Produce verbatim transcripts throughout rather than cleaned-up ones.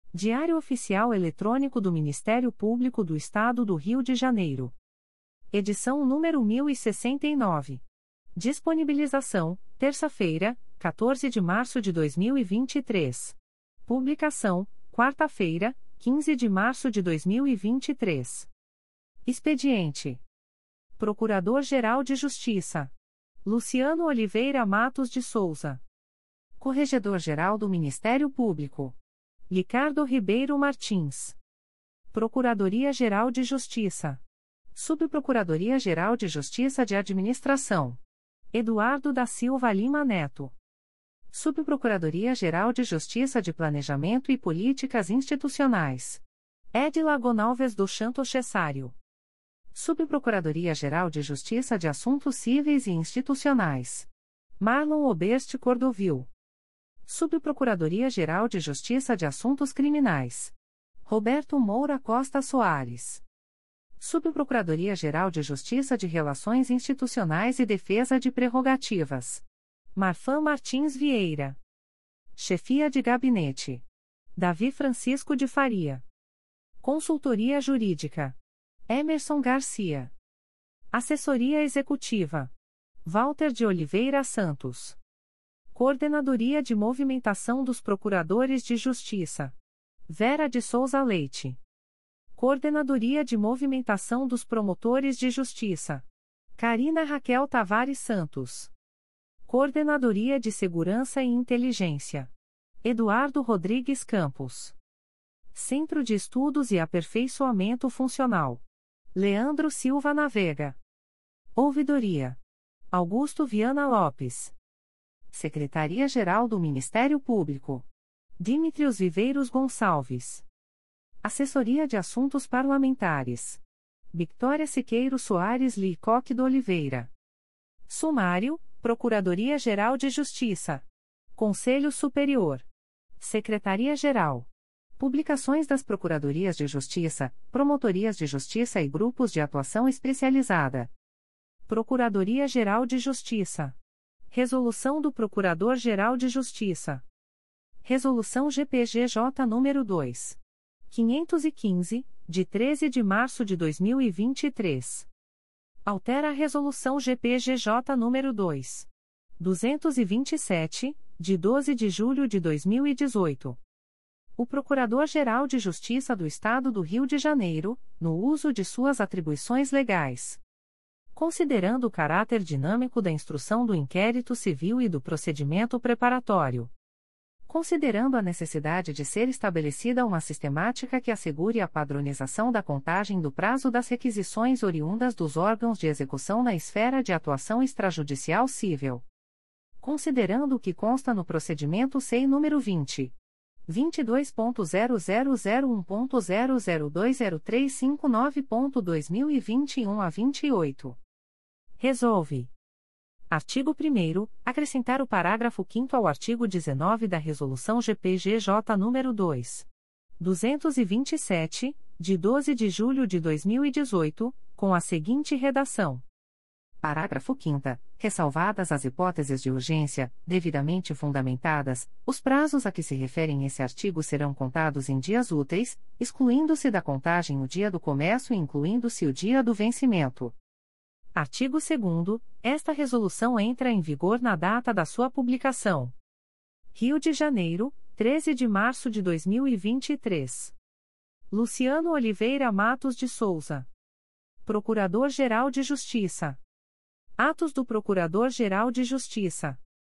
Diário Oficial Eletrônico do Ministério Público do Estado do Rio de Janeiro. Edição número mil e sessenta e nove. Disponibilização: terça-feira, quatorze de março de dois mil e vinte e três. Publicação: quarta-feira, quinze de março de dois mil e vinte e três. Expediente: Procurador-Geral de Justiça Luciano Oliveira Matos de Souza. Corregedor-Geral do Ministério Público Ricardo Ribeiro Martins. Procuradoria-Geral de Justiça. Subprocuradoria-Geral de Justiça de Administração. Eduardo da Silva Lima Neto. Subprocuradoria-Geral de Justiça de Planejamento e Políticas Institucionais. Edila Gonalves do Chanto Cessário. Subprocuradoria-Geral de Justiça de Assuntos Cíveis e Institucionais. Marlon Oberste Cordovil. Subprocuradoria-Geral de Justiça de Assuntos Criminais. Roberto Moura Costa Soares. Subprocuradoria-Geral de Justiça de Relações Institucionais e Defesa de Prerrogativas. Marfan Martins Vieira. Chefia de Gabinete: Davi Francisco de Faria. Consultoria Jurídica: Emerson Garcia. Assessoria Executiva: Walter de Oliveira Santos. Coordenadoria de Movimentação dos Procuradores de Justiça: Vera de Souza Leite. Coordenadoria de Movimentação dos Promotores de Justiça: Carina Raquel Tavares Santos. Coordenadoria de Segurança e Inteligência: Eduardo Rodrigues Campos. Centro de Estudos e Aperfeiçoamento Funcional: Leandro Silva Navega. Ouvidoria: Augusto Viana Lopes. Secretaria-Geral do Ministério Público: Dímitrios Viveiros Gonçalves. Assessoria de Assuntos Parlamentares: Victória Siqueiro Soares Licoque do Oliveira. Sumário: Procuradoria-Geral de Justiça. Conselho Superior. Secretaria-Geral. Publicações das Procuradorias de Justiça, Promotorias de Justiça e Grupos de Atuação Especializada. Procuradoria-Geral de Justiça. Resolução do Procurador-Geral de Justiça. Resolução G P G J nº dois mil quinhentos e quinze, de treze de março de dois mil e vinte e três. Altera a Resolução G P G J nº dois mil duzentos e vinte e sete, de doze de julho de dois mil e dezoito. O Procurador-Geral de Justiça do Estado do Rio de Janeiro, no uso de suas atribuições legais. Considerando o caráter dinâmico da instrução do inquérito civil e do procedimento preparatório. Considerando a necessidade de ser estabelecida uma sistemática que assegure a padronização da contagem do prazo das requisições oriundas dos órgãos de execução na esfera de atuação extrajudicial civil. Considerando o que consta no procedimento S E I número vinte. vinte e dois ponto zero zero zero um ponto zero zero dois zero três cinco nove ponto dois mil e vinte e um a vinte e oito. Resolve. Artigo primeiro, acrescentar o parágrafo quinto ao artigo dezenove da Resolução G P G J nº dois mil duzentos e vinte e sete, de doze de julho de dois mil e dezoito, com a seguinte redação. Parágrafo quinto. Ressalvadas as hipóteses de urgência, devidamente fundamentadas, os prazos a que se referem esse artigo serão contados em dias úteis, excluindo-se da contagem o dia do comércio e incluindo-se o dia do vencimento. Artigo segundo. Esta resolução entra em vigor na data da sua publicação. Rio de Janeiro, treze de março de dois mil e vinte e três. Luciano Oliveira Matos de Souza. Procurador-Geral de Justiça. Atos do Procurador-Geral de Justiça.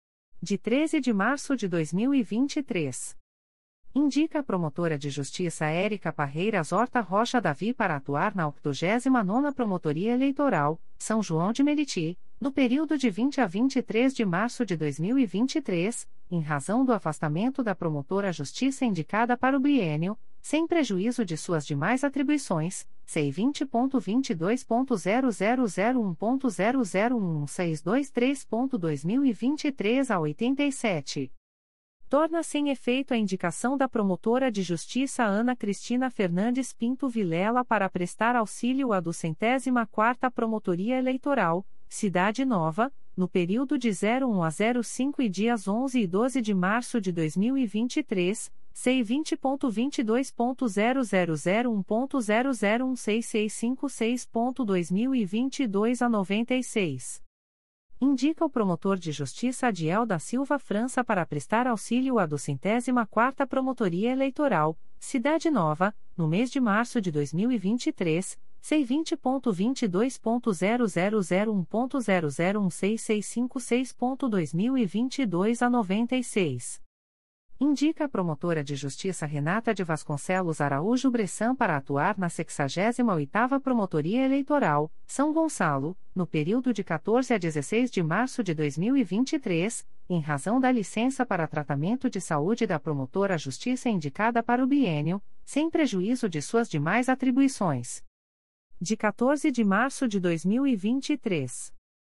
De treze de março de dois mil e vinte e três. Indica a promotora de justiça Érica Parreiras Horta Rocha Davi para atuar na octogésima nona Promotoria Eleitoral, São João de Meriti, no período de vinte a vinte e três de março de dois mil e vinte e três, em razão do afastamento da promotora justiça indicada para o biênio, sem prejuízo de suas demais atribuições, C I vinte ponto vinte e dois ponto zero zero zero um ponto zero zero um seis dois três ponto dois mil e vinte e três a oitenta e sete. Torna sem efeito a indicação da promotora de justiça Ana Cristina Fernandes Pinto Vilela para prestar auxílio à duzentésima quarta Promotoria Eleitoral, Cidade Nova, no período de zero um a zero cinco e dias onze e doze de março de dois mil e vinte e três, C vinte ponto vinte e dois ponto zero zero zero um ponto zero zero um seis seis cinco seis ponto dois mil e vinte e dois a noventa e seis. Indica o promotor de justiça Adiel da Silva França para prestar auxílio à duzentésima quarta Promotoria Eleitoral, Cidade Nova, no mês de março de dois mil e vinte e três, C vinte ponto vinte e dois ponto zero zero zero um ponto zero zero um seis seis cinco seis ponto dois mil e vinte e dois a noventa e seis. Indica a promotora de justiça Renata de Vasconcelos Araújo Bressan para atuar na sexagésima oitava Promotoria Eleitoral, São Gonçalo, no período de quatorze a dezesseis de março de dois mil e vinte e três, em razão da licença para tratamento de saúde da promotora Justiça indicada para o biênio, sem prejuízo de suas demais atribuições. De quatorze de março de dois mil e vinte e três.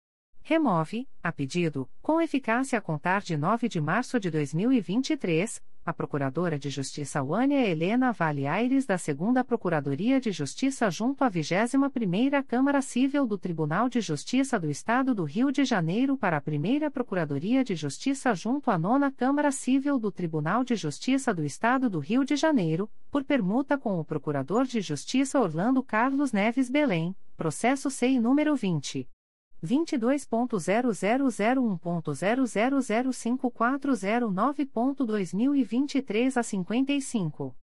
Remove, a pedido, com eficácia a contar de nove de março de dois mil e vinte e três, a Procuradora de Justiça Wânia Helena Vale Aires da segunda Procuradoria de Justiça junto à vigésima primeira Câmara Cível do Tribunal de Justiça do Estado do Rio de Janeiro para a primeira Procuradoria de Justiça junto à nona Câmara Cível do Tribunal de Justiça do Estado do Rio de Janeiro, por permuta com o Procurador de Justiça Orlando Carlos Neves Belém, processo S E I número vinte. vinte e dois ponto zero zero zero um ponto zero zero zero cinco quatro zero nove ponto dois mil e vinte e três a cinquenta e cinco.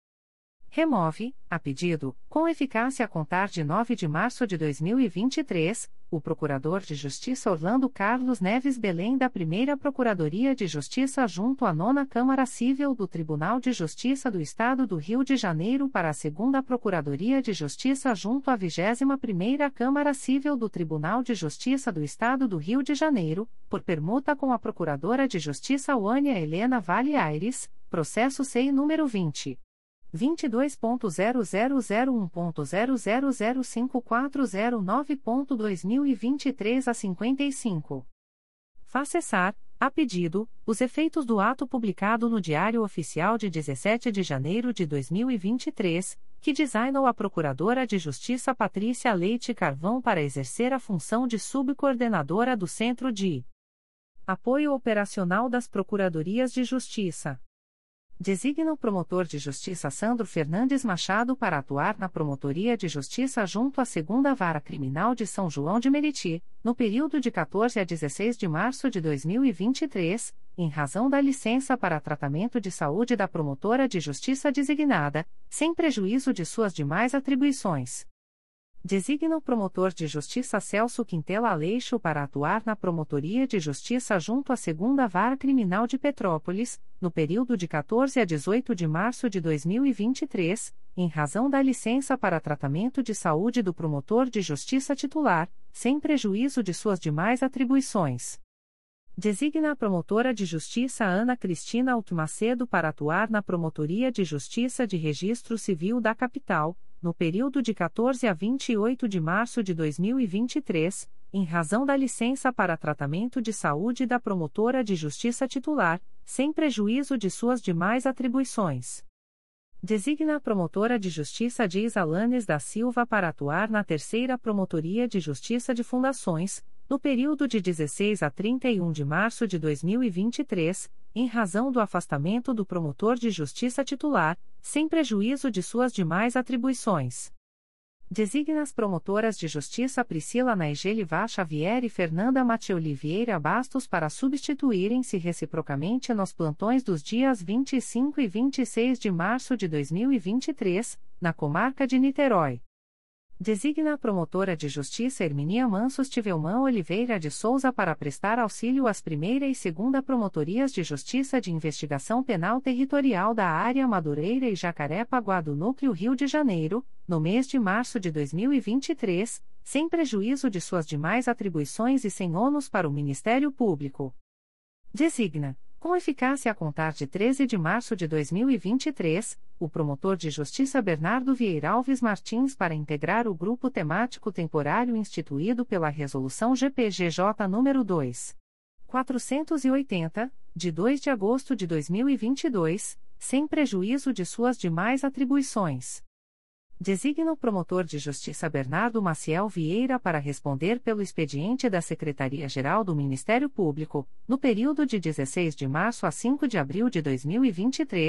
Remove, a pedido, com eficácia a contar de nove de março de dois mil e vinte e três, o Procurador de Justiça Orlando Carlos Neves Belém da primeira Procuradoria de Justiça junto à nona Câmara Cível do Tribunal de Justiça do Estado do Rio de Janeiro para a segunda Procuradoria de Justiça junto à vigésima primeira Câmara Cível do Tribunal de Justiça do Estado do Rio de Janeiro, por permuta com a Procuradora de Justiça Wânia Helena Vale Aires, processo S E I número vinte. vinte e dois ponto zero zero zero um ponto zero zero zero cinco quatro zero nove ponto dois mil e vinte e três a cinquenta e cinco. Faz cessar, a pedido, os efeitos do ato publicado no Diário Oficial de dezessete de janeiro de dois mil e vinte e três, que designou a Procuradora de Justiça Patrícia Leite Carvão para exercer a função de subcoordenadora do Centro de Apoio Operacional das Procuradorias de Justiça. Designa o promotor de justiça Sandro Fernandes Machado para atuar na Promotoria de Justiça junto à segunda Vara Criminal de São João de Meriti, no período de quatorze a dezesseis de março de dois mil e vinte e três, em razão da licença para tratamento de saúde da promotora de justiça designada, sem prejuízo de suas demais atribuições. Designa o promotor de justiça Celso Quintela Aleixo para atuar na Promotoria de Justiça junto à segunda Vara Criminal de Petrópolis, no período de quatorze a dezoito de março de dois mil e vinte e três, em razão da licença para tratamento de saúde do promotor de justiça titular, sem prejuízo de suas demais atribuições. Designa a promotora de justiça Ana Cristina Altmacedo para atuar na Promotoria de Justiça de Registro Civil da Capital, no período de quatorze a vinte e oito de março de dois mil e vinte e três, em razão da licença para tratamento de saúde da promotora de justiça titular, sem prejuízo de suas demais atribuições. Designa a promotora de justiça Diz Alanes da Silva para atuar na terceira Promotoria de Justiça de Fundações, no período de dezesseis a trinta e um de março de dois mil e vinte e três, em razão do afastamento do promotor de justiça titular, sem prejuízo de suas demais atribuições. Designa as promotoras de justiça Priscila Naigeli-Vá Xavier e Fernanda Mateu Oliveira Bastos para substituírem-se reciprocamente nos plantões dos dias vinte e cinco e vinte e seis de março de dois mil e vinte e três, na comarca de Niterói. Designa a promotora de justiça Herminia Mansos Tivelman Oliveira de Souza para prestar auxílio às primeira e segunda Promotorias de Justiça de Investigação Penal Territorial da Área Madureira e Jacarepaguá do Núcleo Rio de Janeiro, no mês de março de dois mil e vinte e três, sem prejuízo de suas demais atribuições e sem ônus para o Ministério Público. Designa, com eficácia a contar de treze de março de dois mil e vinte e três, o promotor de justiça Bernardo Vieira Alves Martins para integrar o grupo temático temporário instituído pela Resolução G P G J nº dois mil quatrocentos e oitenta, de dois de agosto de dois mil e vinte e dois, sem prejuízo de suas demais atribuições. Designa o promotor de justiça Bernardo Maciel Vieira para responder pelo expediente da Secretaria-Geral do Ministério Público, no período de dezesseis de março a cinco de abril de dois mil e vinte e três,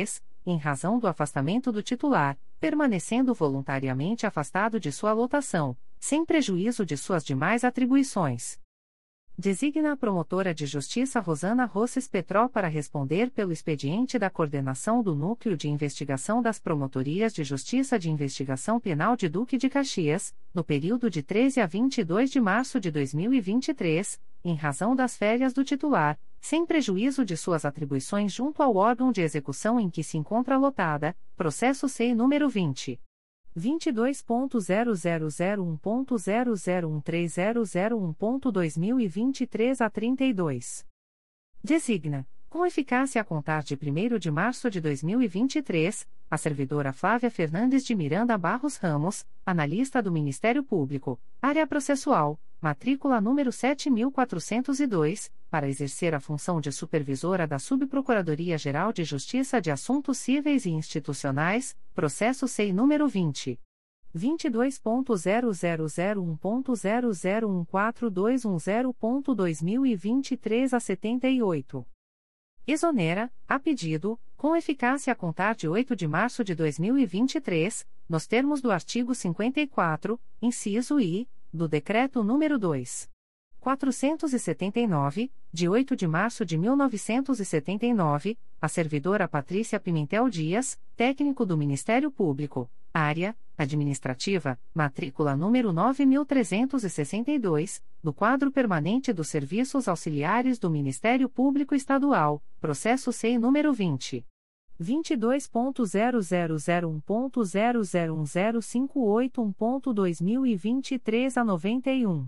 em razão do afastamento do titular, permanecendo voluntariamente afastado de sua lotação, sem prejuízo de suas demais atribuições. Designa a promotora de justiça Rosana Rosses Petró para responder pelo expediente da coordenação do Núcleo de Investigação das Promotorias de Justiça de Investigação Penal de Duque de Caxias, no período de treze a vinte e dois de março de dois mil e vinte e três, em razão das férias do titular, sem prejuízo de suas atribuições junto ao órgão de execução em que se encontra lotada, processo S E I número vinte. vinte e dois ponto zero zero zero um ponto zero zero um três zero zero um ponto dois mil e vinte e três a trinta e dois. Designa, com eficácia a contar de primeiro de março de dois mil e vinte e três, a servidora Flávia Fernandes de Miranda Barros Ramos, analista do Ministério Público, área processual, matrícula número sete mil quatrocentos e dois, para exercer a função de supervisora da Subprocuradoria-Geral de Justiça de Assuntos Cíveis e Institucionais, processo S E I número vinte. vinte e dois ponto zero zero zero um ponto zero zero um quatro dois um zero ponto dois mil e vinte e três a setenta e oito. Exonera, a pedido, com eficácia a contar de oito de março de dois mil e vinte e três, nos termos do artigo cinquenta e quatro, inciso I, do Decreto nº dois mil quatrocentos e setenta e nove, de oito de março de mil novecentos e setenta e nove, a servidora Patrícia Pimentel Dias, técnico do Ministério Público, área administrativa, matrícula número nove mil trezentos e sessenta e dois, do quadro permanente dos serviços auxiliares do Ministério Público Estadual, processo S E I número vinte. vinte e dois ponto zero zero zero um ponto zero zero um zero cinco oito um ponto dois mil e vinte e três a noventa e um.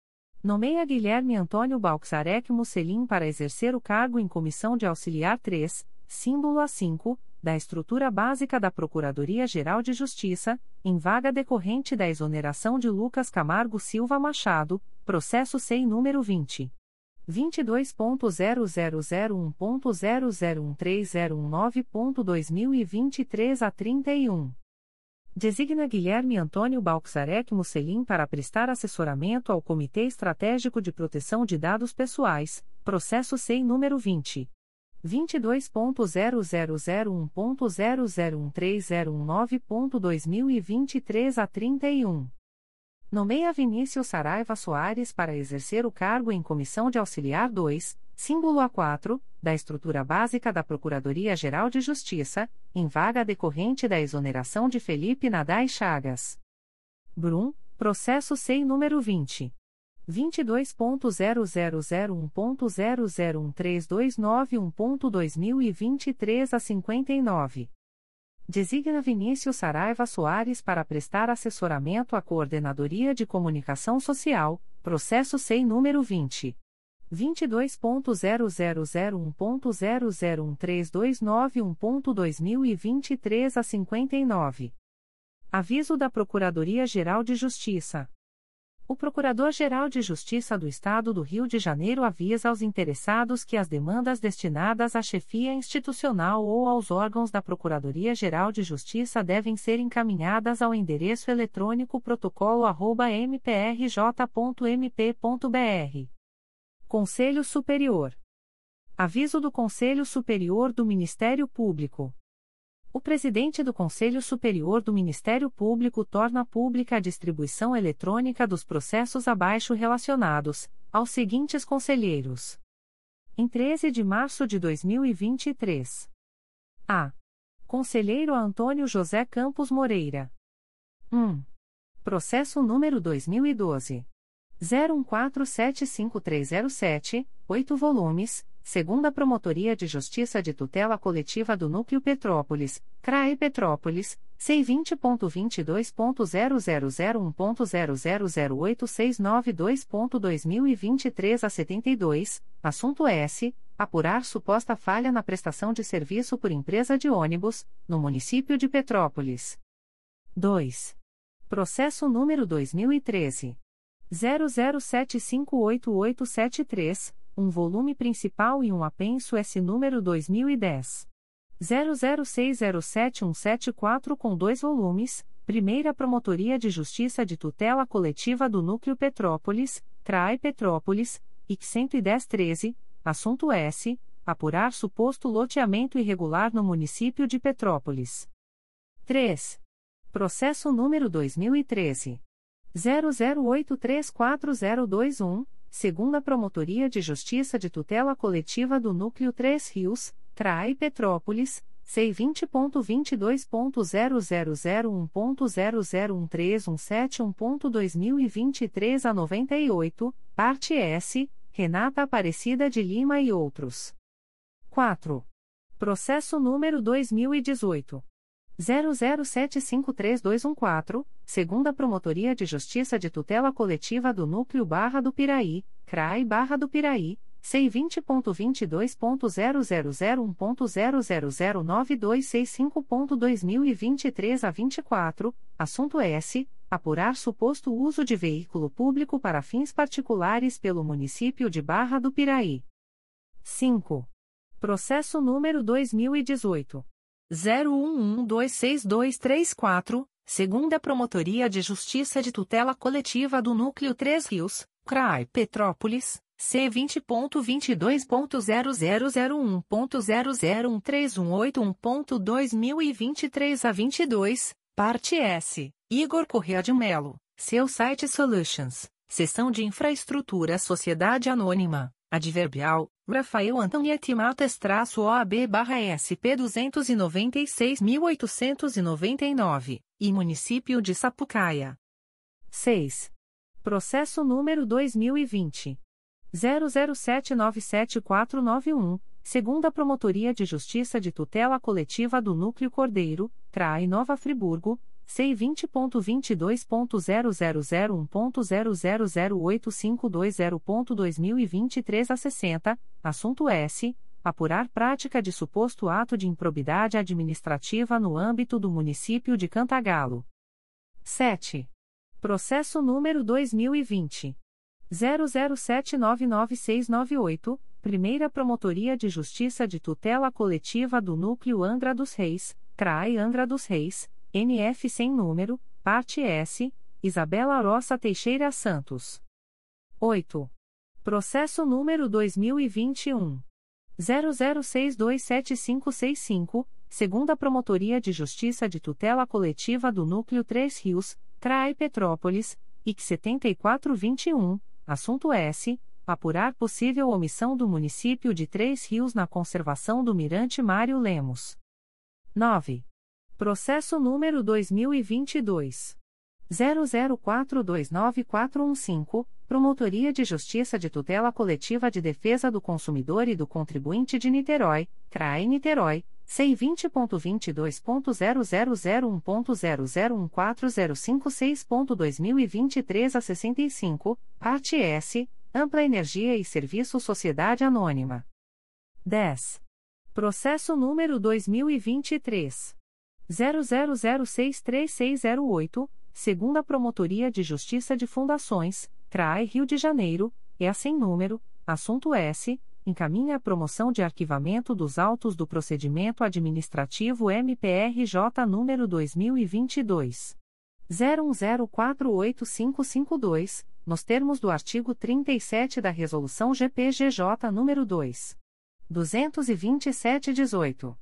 Nomeia Guilherme Antônio Balczarek Musselin para exercer o cargo em Comissão de Auxiliar três, símbolo A cinco, da Estrutura Básica da Procuradoria-Geral de Justiça, em vaga decorrente da exoneração de Lucas Camargo Silva Machado, processo S E I número vinte. vinte e dois ponto zero zero zero um ponto zero zero um três zero um nove ponto dois mil e vinte e três a trinta e um. Designa Guilherme Antônio Balczarek Musselin para prestar assessoramento ao Comitê Estratégico de Proteção de Dados Pessoais, processo S E I número vinte. vinte e dois ponto zero zero zero um ponto zero zero um três zero um nove ponto dois mil e vinte e três a trinta e um. Nomeia Vinícius Saraiva Soares para exercer o cargo em Comissão de Auxiliar dois, símbolo A quatro, da Estrutura Básica da Procuradoria-Geral de Justiça, em vaga decorrente da exoneração de Felipe Nadai Chagas Brum, processo S E I número vinte. vinte e dois ponto zero zero zero um ponto zero zero um três dois nove um ponto dois mil e vinte e três a cinquenta e nove. Designa Vinícius Saraiva Soares para prestar assessoramento à Coordenadoria de Comunicação Social, processo S E I número vinte. vinte e dois ponto zero zero zero um ponto zero zero um três dois nove um ponto dois mil e vinte e três a cinquenta e nove. Aviso da Procuradoria-Geral de Justiça. O Procurador-Geral de Justiça do Estado do Rio de Janeiro avisa aos interessados que as demandas destinadas à chefia institucional ou aos órgãos da Procuradoria-Geral de Justiça devem ser encaminhadas ao endereço eletrônico protocolo arroba m p r j ponto m p ponto b r. Conselho Superior. Aviso do Conselho Superior do Ministério Público. O presidente do Conselho Superior do Ministério Público torna pública a distribuição eletrônica dos processos abaixo relacionados, aos seguintes conselheiros. Em treze de março de dois mil e vinte e três. A. Conselheiro Antônio José Campos Moreira. um. Processo número dois mil e doze. zero um quatro sete cinco três zero sete, oito volumes, segunda Promotoria de Justiça de Tutela Coletiva do Núcleo Petrópolis, C R A E Petrópolis, C vinte ponto vinte e dois ponto zero zero zero um ponto zero zero zero oito seis nove dois ponto dois mil e vinte e três a setenta e dois, assunto S. Apurar suposta falha na prestação de serviço por empresa de ônibus, no município de Petrópolis. dois. Processo número dois mil e treze. zero zero sete cinco oito oito sete três, um volume principal e um apenso S número dois mil e dez. zero zero seis zero sete um sete quatro com dois volumes, Primeira Promotoria de Justiça de Tutela Coletiva do Núcleo Petrópolis, C R A E Petrópolis, I C cento e dez treze, assunto S. apurar suposto loteamento irregular no município de Petrópolis. três. Processo número dois mil e treze. zero zero oito três quatro zero dois um, segunda Promotoria de Justiça de Tutela Coletiva do Núcleo três Rios, C R A I Petrópolis, C vinte ponto vinte e dois ponto zero zero zero um ponto zero zero um três um sete um ponto dois mil e vinte e três a noventa e oito, parte S, Renata Aparecida de Lima e outros. quatro. Processo número dois mil e dezoito. zero zero sete cinco três dois um quatro, segunda Promotoria de Justiça de Tutela Coletiva do Núcleo Barra do Piraí, C R A I Barra do Piraí, C vinte ponto vinte e dois ponto zero zero zero um ponto zero zero zero nove dois seis cinco ponto dois mil e vinte e três a vinte e quatro, assunto S. Apurar suposto uso de veículo público para fins particulares pelo município de Barra do Piraí. cinco. Processo número dois mil e dezoito. zero um um dois seis dois três quatro, segunda Promotoria de Justiça de Tutela Coletiva do Núcleo três Rios, C R A I Petrópolis, C vinte ponto vinte e dois ponto zero zero zero um ponto zero zero um três um oito um ponto dois mil e vinte e três a vinte e dois, parte S, Igor Corrêa de Melo, Seu Site Solutions, Seção de Infraestrutura Sociedade Anônima, Adverbial, Rafael Antonietti Matas-O A B barra S P duzentos e noventa e seis mil oitocentos e noventa e nove, e Município de Sapucaia. seis. Processo número dois mil e vinte. zero zero sete nove sete quatro nove um, segunda Promotoria de Justiça de Tutela Coletiva do Núcleo Cordeiro, C R A I Nova Friburgo, C vinte ponto vinte e dois ponto zero zero zero um ponto zero zero zero oito cinco dois zero ponto dois mil e vinte e três a sessenta, assunto S. Apurar prática de suposto ato de improbidade administrativa no âmbito do município de Cantagalo. sete. Processo número dois mil e vinte. zero zero sete nove nove seis nove oito, Primeira Promotoria de Justiça de Tutela Coletiva do Núcleo Angra dos Reis, C R A I Angra dos Reis, N F sem número, parte S, Isabela Roça Teixeira Santos. oito. Processo número dois mil e vinte e um. zero zero seis dois sete cinco seis cinco, segunda Promotoria de Justiça de Tutela Coletiva do Núcleo três Rios, C R A I Petrópolis, I C setenta e quatro vinte e um, assunto S. Apurar possível omissão do município de Três Rios na conservação do Mirante Mário Lemos. nove. Processo número dois mil e vinte e dois. zero zero quatro dois nove quatro um cinco, Promotoria de Justiça de Tutela Coletiva de Defesa do Consumidor e do Contribuinte de Niterói, C R A I Niterói, C vinte ponto vinte e dois ponto zero zero zero um ponto zero zero um quatro zero cinco seis ponto dois mil e vinte e três a sessenta e cinco, parte S, Ampla Energia e Serviço Sociedade Anônima. dez. Processo número dois mil e vinte e três. zero zero zero seis três seis zero oito, segunda Promotoria de Justiça de Fundações, C R A I Rio de Janeiro, E A sem número, assunto S. Encaminha a promoção de arquivamento dos autos do procedimento administrativo M P R J número dois mil e vinte e dois. zero um zero quatro oito cinco cinco dois, nos termos do artigo trinta e sete da Resolução G P G J nº dois mil duzentos e vinte e sete traço dezoito.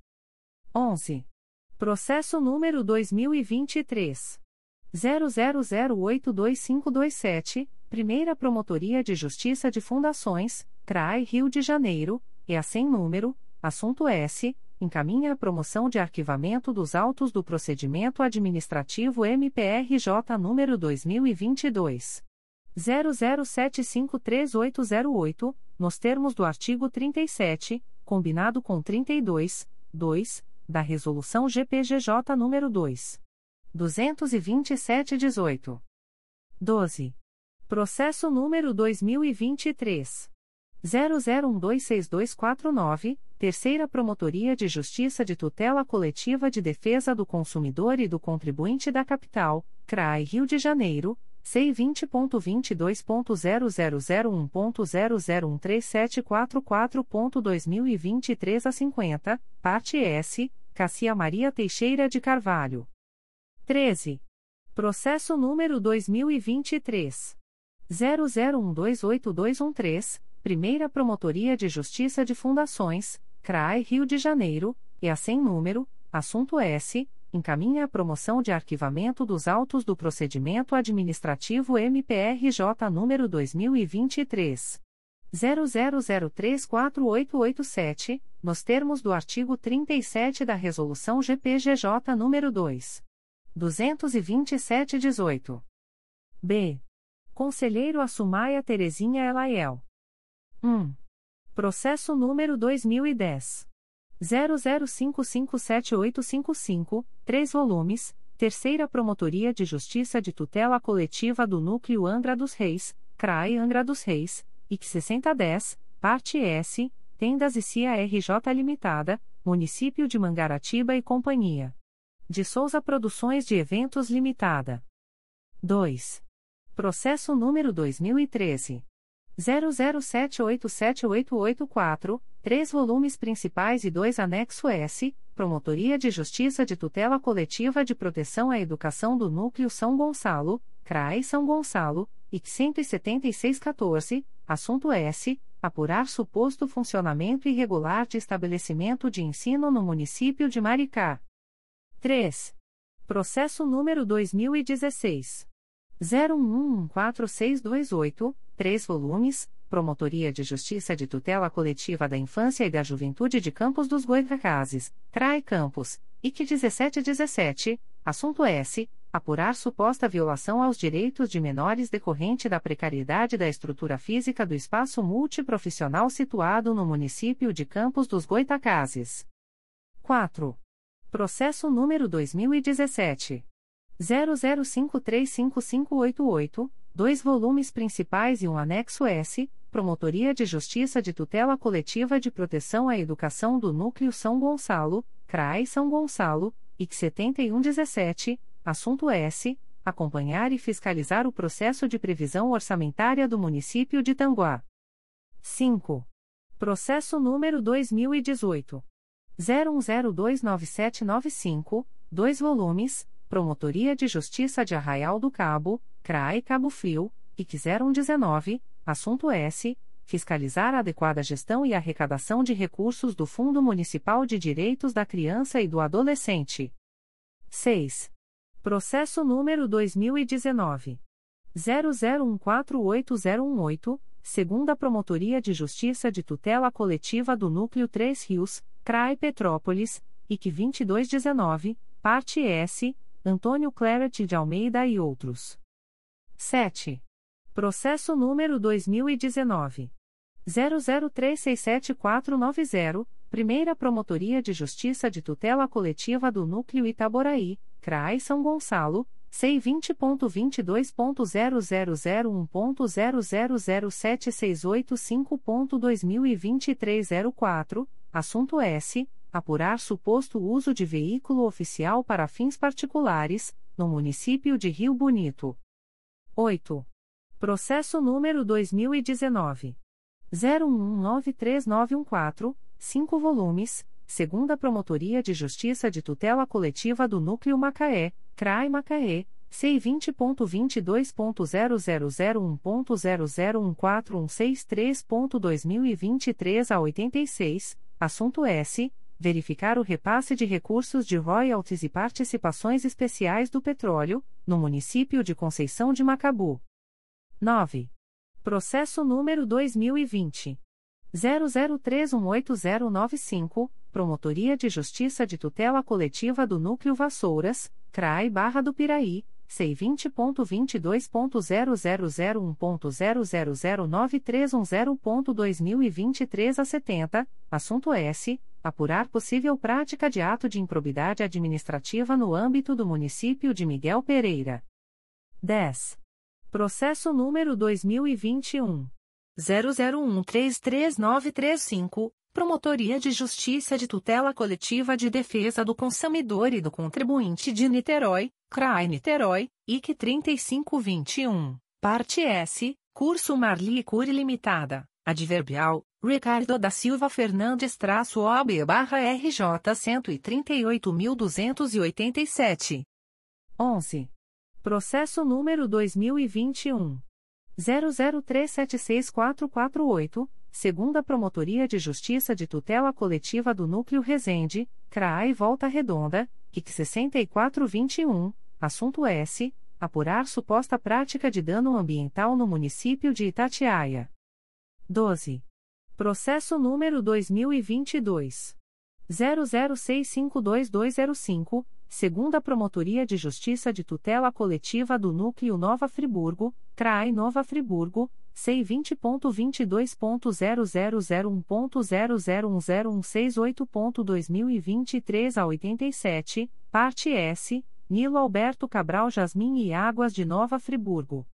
onze. Processo número dois mil e vinte e três. zero zero zero oito dois cinco dois sete, Primeira Promotoria de Justiça de Fundações, C R A I Rio de Janeiro, E A sem número, assunto S. Encaminha a promoção de arquivamento dos autos do procedimento administrativo M P R J número dois mil e vinte e dois. zero zero sete cinco três oito zero oito, nos termos do artigo trinta e sete, combinado com trinta e dois, dois, da Resolução G P G J nº dois mil duzentos e vinte e sete traço dezoito. doze. Processo número dois mil e vinte e três. zero zero um dois seis dois quatro nove, Terceira Promotoria de Justiça de Tutela Coletiva de Defesa do Consumidor e do Contribuinte da Capital, C R A I Rio de Janeiro, C vinte ponto vinte e dois ponto zero zero zero um ponto zero zero um três sete quatro quatro ponto dois mil e vinte e três a cinquenta, parte S, Cassia Maria Teixeira de Carvalho. treze. Processo número dois mil e vinte e três. zero zero um dois oito dois um três, Primeira Promotoria de Justiça de Fundações, C R A I Rio de Janeiro, e a sem número, assunto S, encaminha a promoção de arquivamento dos autos do procedimento administrativo M P R J número dois mil e vinte e três. zero zero zero três quatro oito oito sete, nos termos do artigo trinta e sete da Resolução G P G J nº dois mil duzentos e vinte e sete traço dezoito. B. Conselheiro Assumaia Terezinha Elaiel. um. Processo número dois mil e dez. zero zero cinco cinco sete oito cinco cinco, três volumes, Terceira Promotoria de Justiça de Tutela Coletiva do Núcleo Angra dos Reis, C R A I Angra dos Reis, I C sessenta dez, Parte S, Tendas e C I A R J Limitada, Município de Mangaratiba e Companhia. De Souza Produções de Eventos Limitada. dois. Processo número dois mil e treze. zero zero sete oito sete oito oito quatro, três volumes principais e dois anexo S, Promotoria de Justiça de Tutela Coletiva de Proteção à Educação do Núcleo São Gonçalo, C R A I São Gonçalo, I C cento e setenta e seis quatorze, assunto S, apurar suposto funcionamento irregular de estabelecimento de ensino no município de Maricá. três. Processo número dois mil e dezesseis. zero um um quatro seis dois oito, três volumes, Promotoria de Justiça de Tutela Coletiva da Infância e da Juventude de Campos dos Goitacazes, C R A I Campos, I C dezessete dezessete, assunto S, apurar suposta violação aos direitos de menores decorrente da precariedade da estrutura física do espaço multiprofissional situado no município de Campos dos Goitacazes. quatro. Processo número dois mil e dezessete. zero zero cinco três cinco cinco oito oito, dois volumes principais e um anexo S, Promotoria de Justiça de Tutela Coletiva de Proteção à Educação do Núcleo São Gonçalo, C R A I São Gonçalo, I C setenta e um dezessete, assunto S, acompanhar e fiscalizar o processo de previsão orçamentária do município de Tanguá. cinco. Processo número dois mil e dezoito. zero um zero dois nove sete nove cinco, dois volumes, Promotoria de Justiça de Arraial do Cabo, C R A I Cabo Frio, I C zero um dezenove, assunto S, fiscalizar a adequada gestão e arrecadação de recursos do Fundo Municipal de Direitos da Criança e do Adolescente. seis. Processo número dois mil e dezenove. zero zero um quatro oito zero um oito, segunda Promotoria de Justiça de Tutela Coletiva do Núcleo Três Rios, C R A I Petrópolis, I C vinte e dois dezenove, Parte S, Antônio Claret de Almeida e outros. sete. Processo número dois mil e dezenove. zero zero três seis sete quatro nove zero, Primeira Promotoria de Justiça de Tutela Coletiva do Núcleo Itaboraí, C R A I São Gonçalo, C vinte ponto vinte e dois ponto zero zero zero um ponto zero zero zero sete seis oito cinco ponto dois mil e vinte e três zero quatro, assunto S, apurar suposto uso de veículo oficial para fins particulares, no município de Rio Bonito. oito. Processo número dois mil e dezenove. zero um nove três nove um quatro, cinco volumes, segunda Promotoria de Justiça de Tutela Coletiva do Núcleo Macaé, C R A I Macaé, C vinte ponto vinte e dois ponto zero zero zero um ponto zero zero um quatro um seis três ponto dois mil e vinte e três a oitenta e seis, assunto S, verificar o repasse de recursos de royalties e participações especiais do petróleo, no município de Conceição de Macabu. nove. Processo número dois mil e vinte. zero zero três um oito zero nove cinco, Promotoria de Justiça de Tutela Coletiva do Núcleo Vassouras, C R A I Barra do Piraí, C vinte ponto vinte e dois ponto zero zero zero um ponto zero zero zero nove três um zero ponto dois mil e vinte e três a setenta, assunto S, apurar possível prática de ato de improbidade administrativa no âmbito do município de Miguel Pereira. dez. Processo número dois mil e vinte e um. zero zero um três três nove três cinco, Promotoria de Justiça de Tutela Coletiva de Defesa do Consumidor e do Contribuinte de Niterói, C R A I Niterói, I C trinta e cinco vinte e um, Parte S, Curso Marli Cure Limitada, Adverbial, Ricardo da Silva Fernandes traço O A B barra R J cento e trinta e oito mil duzentos e oitenta e sete. onze. Processo número dois mil e vinte e um. zero zero três sete seis quatro quatro oito, segunda Promotoria de Justiça de Tutela Coletiva do Núcleo Resende, C R A I Volta Redonda, I C sessenta e quatro vinte e um, assunto S. Apurar suposta prática de dano ambiental no município de Itatiaia. doze. Processo número dois mil e vinte e dois. zero zero seis cinco dois dois zero cinco, segunda Promotoria de Justiça de Tutela Coletiva do Núcleo Nova Friburgo, C R A I Nova Friburgo, C vinte ponto vinte e dois ponto zero zero zero um ponto zero zero um zero um seis oito ponto dois mil e vinte e três a oitenta e sete, parte S, Nilo Alberto Cabral Jasmin e Águas de Nova Friburgo.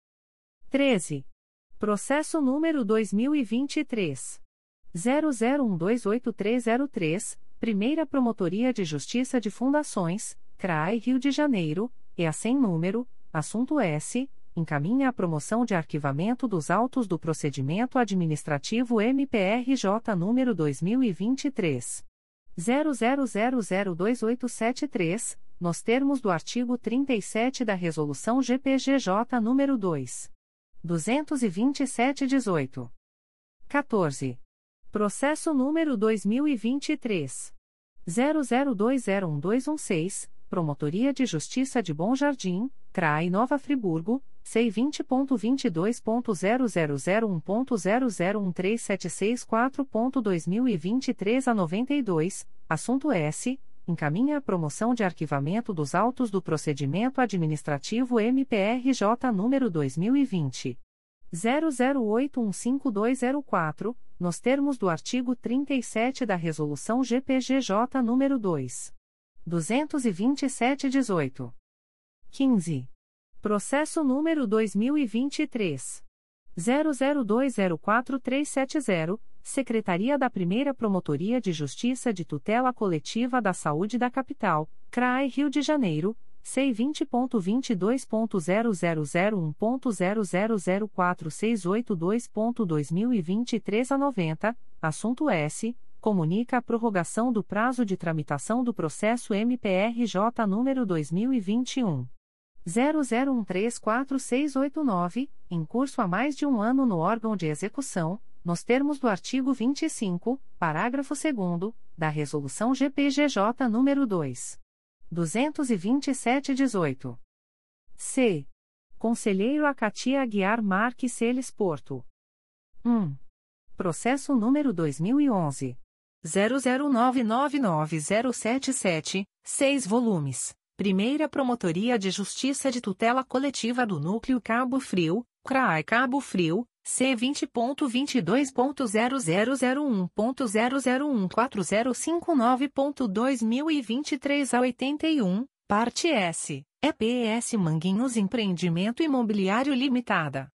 treze. Processo número dois mil e vinte e três. zero zero um dois oito três zero três, Primeira Promotoria de Justiça de Fundações, C R A I Rio de Janeiro, E A sem número, assunto S. Encaminha a promoção de arquivamento dos autos do procedimento administrativo M P R J número dois mil e vinte e três. zero zero zero zero dois oito sete três, nos termos do artigo trinta e sete da Resolução G P G J número dois mil duzentos e vinte e sete traço dezoito. quatorze. Processo número dois mil e vinte e três. zero zero dois zero um dois um seis, Promotoria de Justiça de Bom Jardim, C R A I Nova Friburgo, C vinte ponto vinte e dois ponto zero zero zero um ponto zero zero um três sete seis quatro ponto dois mil e vinte e três a noventa e dois, assunto S. Encaminha a promoção de arquivamento dos autos do procedimento administrativo M P R J número dois mil e vinte. zero zero oito um cinco dois zero quatro, nos termos do artigo trinta e sete da Resolução G P G J número dois mil duzentos e vinte e sete traço dezoito. quinze. Processo número dois mil e vinte e três. zero zero dois zero quatro três sete zero, Secretaria da Primeira Promotoria de Justiça de Tutela Coletiva da Saúde da Capital, C R A I Rio de Janeiro, C vinte ponto vinte e dois ponto zero zero zero um ponto zero zero zero quatro seis oito dois ponto dois mil e vinte e três a noventa, assunto S. Comunica a prorrogação do prazo de tramitação do processo M P R J número dois mil e vinte e um. zero zero um três quatro seis oito nove, em curso há mais de um ano no órgão de execução, nos termos do artigo vinte e cinco, parágrafo segundo, da Resolução G P G J nº dois mil duzentos e vinte e sete traço dezoito. C. Conselheiro Acatia Aguiar Marques Celes Porto. um. Processo número dois mil e onze. zero zero nove nove nove zero sete sete, seis volumes. Primeira Promotoria de Justiça de Tutela Coletiva do Núcleo Cabo Frio, C R A I Cabo Frio, C vinte ponto vinte e dois ponto zero zero zero um ponto zero zero um quatro zero cinco nove ponto dois mil e vinte e três a oitenta e um, parte S, E P S Manguinhos Empreendimento Imobiliário Limitada.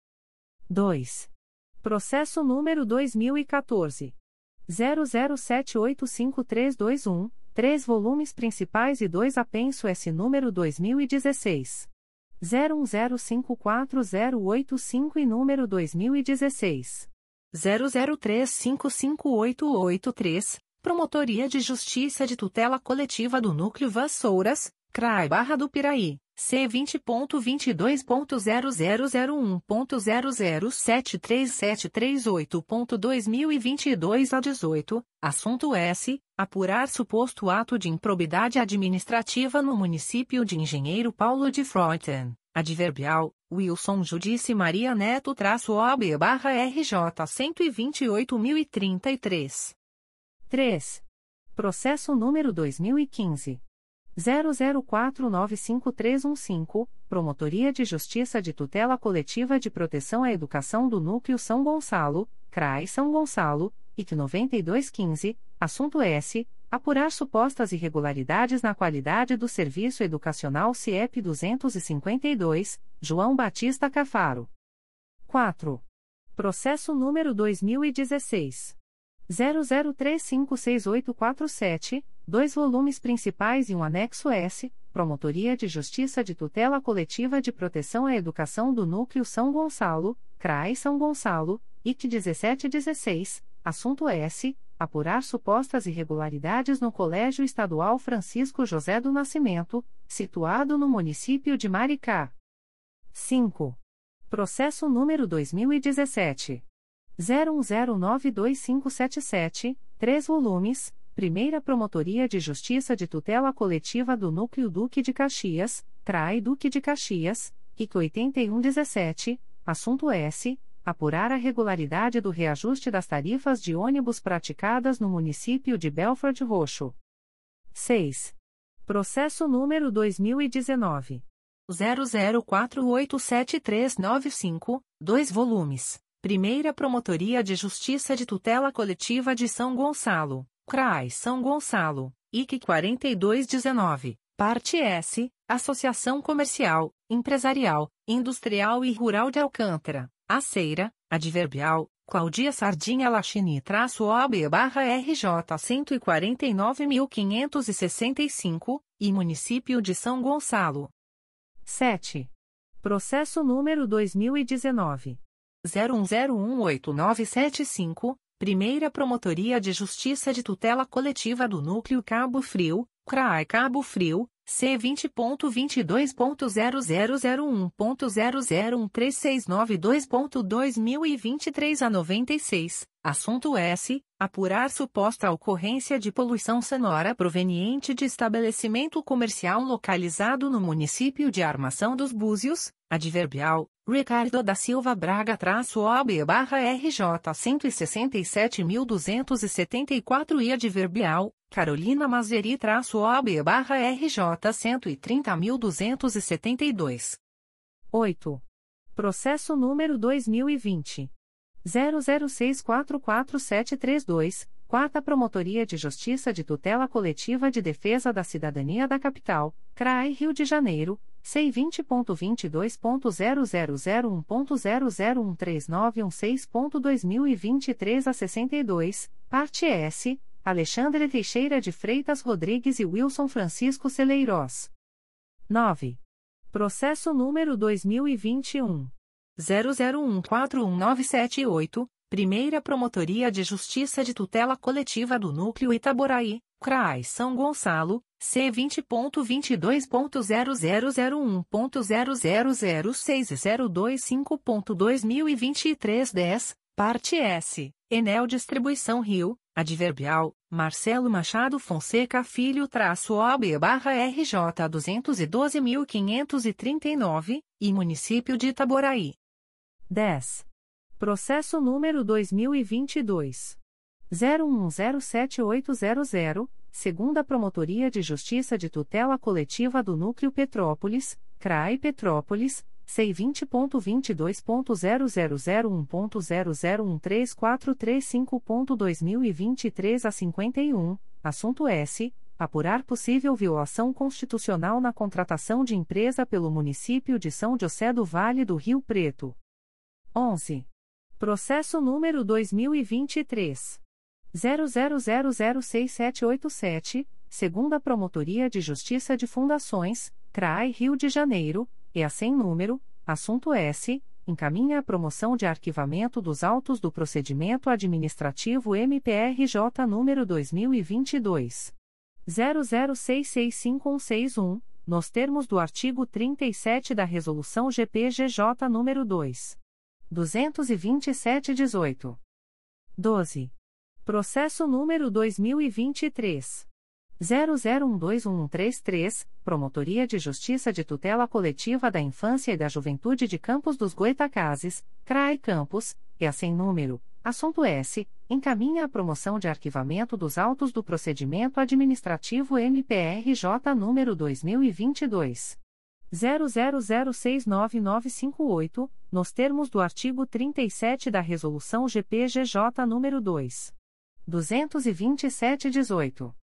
dois. Processo número dois mil e quatorze. zero zero sete oito cinco três dois um, três volumes principais e dois apenso S número dois mil e dezesseis. zero um zero cinco quatro zero oito cinco e número dois mil e dezesseis. zero zero três cinco cinco oito oito três, Promotoria de Justiça de Tutela Coletiva do Núcleo Vassouras, C R A I Barra do Piraí, C vinte ponto vinte e dois ponto zero zero zero um ponto zero zero sete três sete três oito ponto dois mil e vinte e dois a dezoito, assunto S. Apurar suposto ato de improbidade administrativa no município de Engenheiro Paulo de Fronten, adverbial, Wilson Judice Maria Neto traço O B barra R J cento e vinte e oito mil e trinta e três. três. Processo número dois mil e quinze. zero zero quatro nove cinco três um cinco, Promotoria de Justiça de Tutela Coletiva de Proteção à Educação do Núcleo São Gonçalo, C R A I São Gonçalo, I C noventa e dois quinze, assunto S. Apurar supostas irregularidades na qualidade do serviço educacional C I E P duzentos e cinquenta e dois, João Batista Cafaro. quatro. Processo número dois mil e dezesseis. zero zero três cinco seis oito quatro sete, dois volumes principais e um anexo S, Promotoria de Justiça de Tutela Coletiva de Proteção à Educação do Núcleo São Gonçalo, C R A I São Gonçalo, I C dezessete dezesseis, assunto S. Apurar supostas irregularidades no Colégio Estadual Francisco José do Nascimento, situado no município de Maricá. cinco. Processo número dois mil e dezessete. zero um zero nove dois cinco sete sete, três volumes, Primeira Promotoria de Justiça de Tutela Coletiva do Núcleo Duque de Caxias, C R A I Duque de Caxias, I C oitenta e um dezessete, assunto S. Apurar a regularidade do reajuste das tarifas de ônibus praticadas no município de Belford Roxo. seis. Processo número dois mil e dezenove. zero zero quatro oito sete três nove cinco, dois volumes. Primeira Promotoria de Justiça de Tutela Coletiva de São Gonçalo, C R A I São Gonçalo, I C quarenta e dois dezenove, Parte S, Associação Comercial, Empresarial, Industrial e Rural de Alcântara, Aceira, Adverbial, Claudia Sardinha Lachini-O B barra R J cento e quarenta e nove mil quinhentos e sessenta e cinco, e Município de São Gonçalo. sete. Processo número dois mil e dezenove. zero um zero um oito nove sete cinco, Primeira Promotoria de Justiça de Tutela Coletiva do Núcleo Cabo Frio, C R A I Cabo Frio, C vinte ponto vinte e dois ponto zero zero zero um ponto zero zero um três seis nove dois ponto dois mil e vinte e três a noventa e seis, assunto S. Apurar suposta ocorrência de poluição sonora proveniente de estabelecimento comercial localizado no município de Armação dos Búzios, adverbial, Ricardo da Silva Braga-O B barra R J cento e sessenta e sete mil duzentos e setenta e quatro e adverbial, Carolina Mazeri-O B barra R J cento e trinta mil duzentos e setenta e dois. oito. Processo número dois mil e vinte. zero zero seis quatro quatro sete três dois, Quarta Promotoria de Justiça de Tutela Coletiva de Defesa da Cidadania da Capital, C R A I Rio de Janeiro, C vinte ponto vinte e dois ponto zero zero zero um ponto zero zero um três nove um seis ponto dois mil e vinte e três a sessenta e dois, Parte S, Alexandre Teixeira de Freitas Rodrigues e Wilson Francisco Celeiros. nove. Processo número dois mil e vinte e um. zero zero um quatro um nove sete oito, Primeira Promotoria de Justiça de Tutela Coletiva do Núcleo Itaboraí, C R A I São Gonçalo, C vinte ponto vinte e dois ponto zero zero zero um ponto zero zero zero seis zero dois cinco ponto dois mil e vinte e três dez, Parte S, Enel Distribuição Rio, adverbial, Marcelo Machado Fonseca Filho-O B barra R J duzentos e doze mil quinhentos e trinta e nove, e Município de Itaboraí. dez. Processo número dois mil e vinte e dois. zero um zero sete oito zero zero, Segunda Promotoria de Justiça de Tutela Coletiva do Núcleo Petrópolis, C R A I Petrópolis, C vinte ponto vinte e dois ponto zero zero zero um ponto zero zero um três quatro três cinco ponto dois mil e vinte e três a cinquenta e um, assunto S. Apurar possível violação constitucional na contratação de empresa pelo município de São José do Vale do Rio Preto. onze. Processo número dois mil e vinte e três. zero zero zero zero seis sete oito sete, Segunda Promotoria de Justiça de Fundações, C R A I Rio de Janeiro, E A sem número, assunto S. Encaminha a promoção de arquivamento dos autos do procedimento administrativo M P R J número dois mil e vinte e dois. zero zero seis seis cinco um seis um, nos termos do artigo trinta e sete da Resolução G P G J número dois mil duzentos e vinte e sete traço dezoito. doze. Processo número dois mil e vinte e três. zero zero um dois um um três três, Promotoria de Justiça de Tutela Coletiva da Infância e da Juventude de Campos dos Goitacazes, C R A I Campos, E A sem número, assunto S. Encaminha a promoção de arquivamento dos autos do procedimento administrativo M P R J número dois mil e vinte e dois. zero zero zero seis nove nove cinco oito, nos termos do artigo trinta e sete da Resolução G P G J número dois mil duzentos e vinte e sete traço dezoito.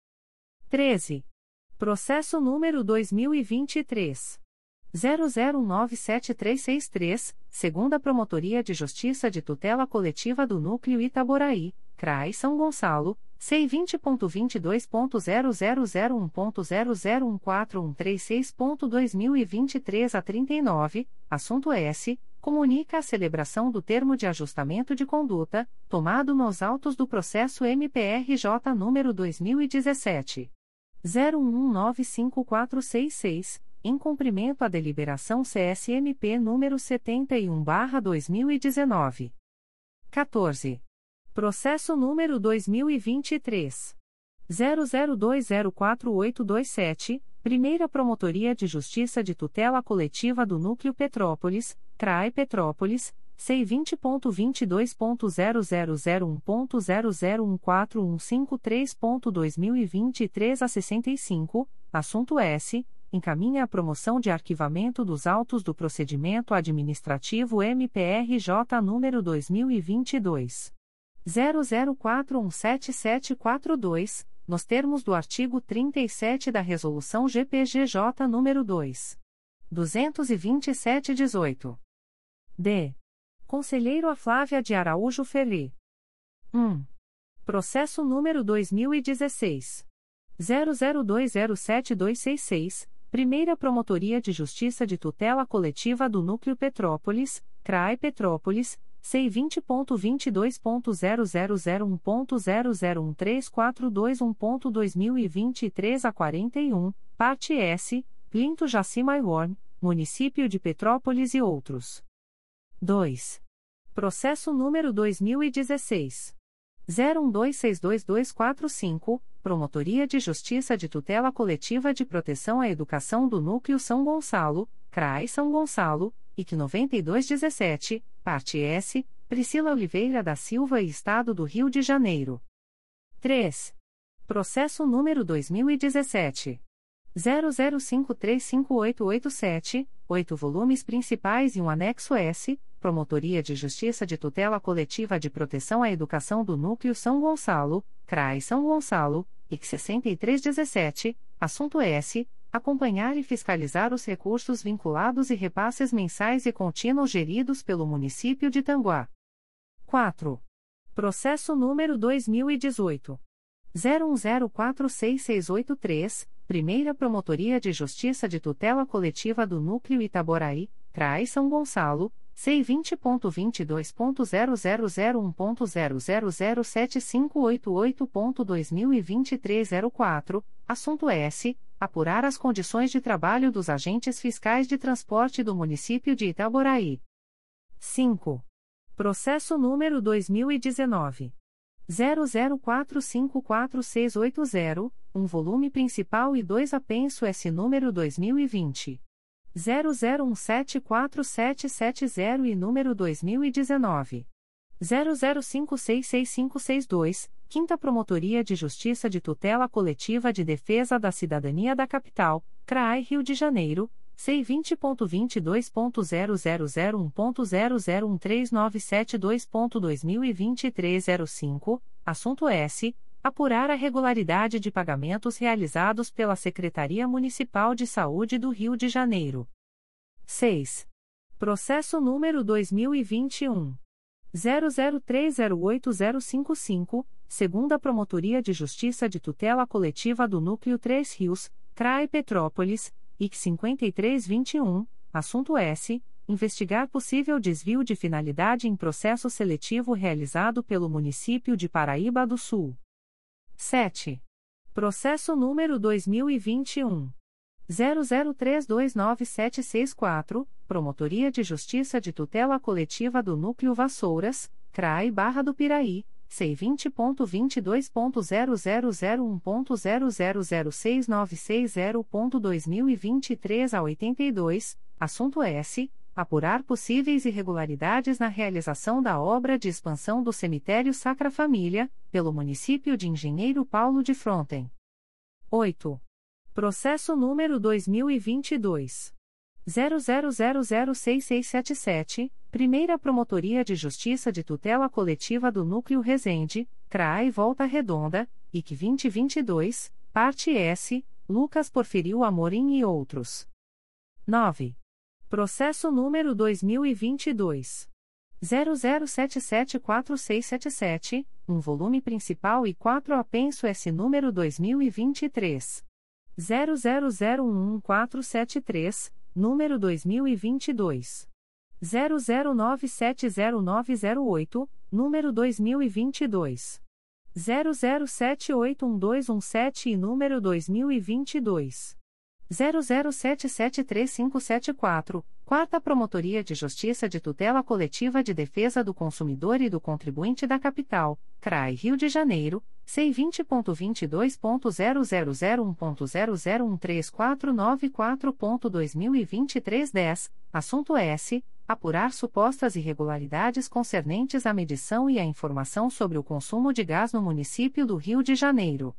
treze. Processo número dois mil e vinte e três. zero zero nove sete três seis três, Segunda Promotoria de Justiça de Tutela Coletiva do Núcleo Itaboraí, C R A I São Gonçalo, C vinte ponto vinte e dois ponto zero zero zero um ponto zero zero um quatro um três seis ponto dois mil e vinte e três a trinta e nove, assunto S. Comunica a celebração do termo de ajustamento de conduta, tomado nos autos do processo M P R J número dois mil e dezessete. zero um nove cinco quatro seis seis, em cumprimento à deliberação C S M P número setenta e um barra dois mil e dezenove. quatorze. Processo número dois mil e vinte e três. zero zero dois zero quatro oito dois sete, Primeira Promotoria de Justiça de Tutela Coletiva do Núcleo Petrópolis, C R A E Petrópolis, C vinte ponto vinte e dois ponto zero zero zero um ponto zero zero um quatro um cinco três ponto dois mil e vinte e três a sessenta e cinco, assunto S. Encaminha a promoção de arquivamento dos autos do procedimento administrativo M P R J número dois mil e vinte e dois. zero zero quatro um sete sete quatro dois, nos termos do artigo trinta e sete da Resolução G P G J nº dois mil duzentos e vinte e sete traço dezoito. D. Conselheiro a Flávia de Araújo Ferri. um. Processo número dois mil e dezesseis. zero zero dois zero sete dois seis seis, Primeira Promotoria de Justiça de Tutela Coletiva do Núcleo Petrópolis, C R A E Petrópolis, C vinte ponto vinte e dois ponto zero zero zero um ponto zero zero um três quatro dois um ponto dois mil e vinte e três a quarenta e um, parte S, Plinto Jaci Maiorn, Município de Petrópolis e outros. dois. Processo número dois mil e dezesseis. zero um dois seis dois dois quatro cinco, Promotoria de Justiça de Tutela Coletiva de Proteção à Educação do Núcleo São Gonçalo, C R A I São Gonçalo, I C noventa e dois dezessete, parte S, Priscila Oliveira da Silva e Estado do Rio de Janeiro. três. Processo número dois mil e dezessete. zero zero cinco três cinco oito oito sete, oito volumes principais e um anexo S, Promotoria de Justiça de Tutela Coletiva de Proteção à Educação do Núcleo São Gonçalo, C R A I São Gonçalo, I C sessenta e três dezessete, assunto S. Acompanhar e fiscalizar os recursos vinculados e repasses mensais e contínuos geridos pelo município de Tanguá. quatro. Processo número dois mil e dezoito. zero um zero quatro seis seis oito três, Primeira Promotoria de Justiça de Tutela Coletiva do Núcleo Itaboraí, C R A I São Gonçalo, C vinte ponto vinte e dois ponto zero zero zero um ponto zero zero zero sete cinco oito oito ponto dois mil e vinte e três a zero quatro, assunto S. Apurar as condições de trabalho dos agentes fiscais de transporte do município de Itaboraí. cinco. Processo número dois mil e dezenove. zero zero quatro cinco quatro seis oito zero, um volume principal e dois apenso S número dois mil e vinte. zero zero um sete quatro sete sete zero e número dois mil e dezenove. zero zero cinco seis seis cinco seis dois, Quinta Promotoria de Justiça de Tutela Coletiva de Defesa da Cidadania da Capital, C R A I Rio de Janeiro, C vinte ponto vinte e dois ponto zero zero zero um ponto zero zero um três nove sete dois ponto dois mil e vinte e três a zero cinco, assunto S. Apurar a regularidade de pagamentos realizados pela Secretaria Municipal de Saúde do Rio de Janeiro. seis. Processo número dois mil e vinte e um. zero zero três zero oito zero cinco cinco, Segunda Promotoria de Justiça de Tutela Coletiva do Núcleo Três Rios, C R A I Petrópolis, I C cinquenta e três vinte e um, assunto S. Investigar possível desvio de finalidade em processo seletivo realizado pelo município de Paraíba do Sul. sete. Processo número dois mil e vinte e um. zero zero três dois nove sete seis quatro, Promotoria de Justiça de Tutela Coletiva do Núcleo Vassouras, C R A I Barra do Piraí, C vinte ponto vinte e dois ponto zero zero zero um ponto zero zero zero seis nove seis zero ponto dois mil e vinte e três a oitenta e dois, assunto S. Apurar possíveis irregularidades na realização da obra de expansão do cemitério Sacra Família, pelo município de Engenheiro Paulo de Fronten. oito. Processo número dois mil e vinte e dois. zero zero zero zero seis seis sete sete, Primeira Promotoria de Justiça de Tutela Coletiva do Núcleo Resende, C R A I Volta Redonda, I C vinte vinte e dois, parte S, Lucas Porfírio Amorim e outros. nove. Processo número dois mil e vinte e dois. zero zero sete sete quatro seis sete sete, um volume principal e quatro apenso S número dois mil e vinte e três. zero zero zero um quatro sete três, número dois mil e vinte e dois. zero zero nove sete zero nove zero oito, número dois mil e vinte e dois. zero zero sete oito um dois um sete e número dois mil e vinte e dois. zero zero sete sete três cinco sete quatro, Quarta Promotoria de Justiça de Tutela Coletiva de Defesa do Consumidor e do Contribuinte da Capital, C R A I Rio de Janeiro, C vinte ponto vinte e dois ponto zero zero zero um ponto zero zero um três quatro nove quatro ponto dois mil e vinte e três dez, assunto S. Apurar supostas irregularidades concernentes à medição e à informação sobre o consumo de gás no município do Rio de Janeiro.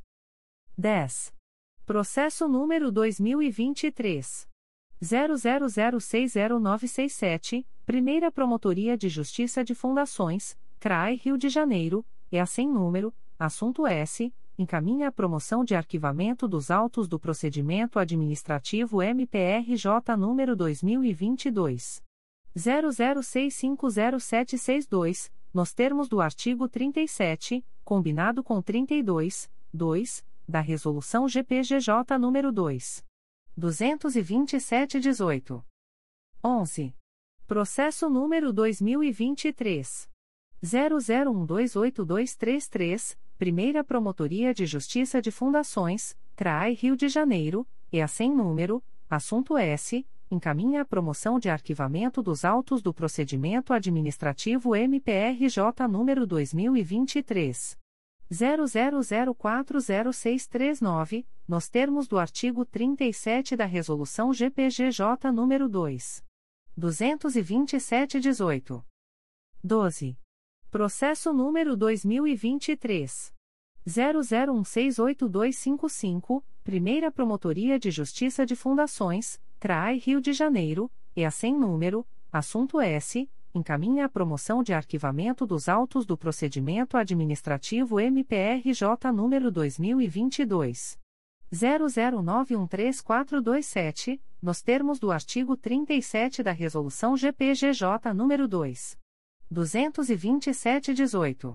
dez. Processo número dois mil e vinte e três. zero zero zero seis zero nove seis sete, Primeira Promotoria de Justiça de Fundações, C R A I Rio de Janeiro, E A sem número, assunto S, encaminha a promoção de arquivamento dos autos do procedimento administrativo M P R J número dois mil e vinte e dois. zero zero seis cinco zero sete seis dois, nos termos do artigo trinta e sete, combinado com trinta e dois, dois, da Resolução G P G J número dois. duzentos e vinte e sete traço dezoito. onze. Processo número dois mil e vinte e três. zero zero um dois oito dois três três, Primeira Promotoria de Justiça de Fundações, C R A I Rio de Janeiro, E A sem número, assunto S, encaminha a promoção de arquivamento dos autos do procedimento administrativo M P R J número dois mil e vinte e três. zero zero zero quatro zero seis três nove, nos termos do artigo trinta e sete da Resolução G P G J nº dois. duzentos e vinte e sete traço dezoito. doze. Processo número dois mil e vinte e três. zero zero um seis oito dois cinco cinco, Primeira Promotoria de Justiça de Fundações, C R A I Rio de Janeiro, E A sem número, assunto S, encaminha a promoção de arquivamento dos autos do procedimento administrativo M P R J número dois mil e vinte e dois. zero zero nove um três quatro dois sete, nos termos do artigo trinta e sete da Resolução G P G J número dois. duzentos e vinte e sete traço dezoito.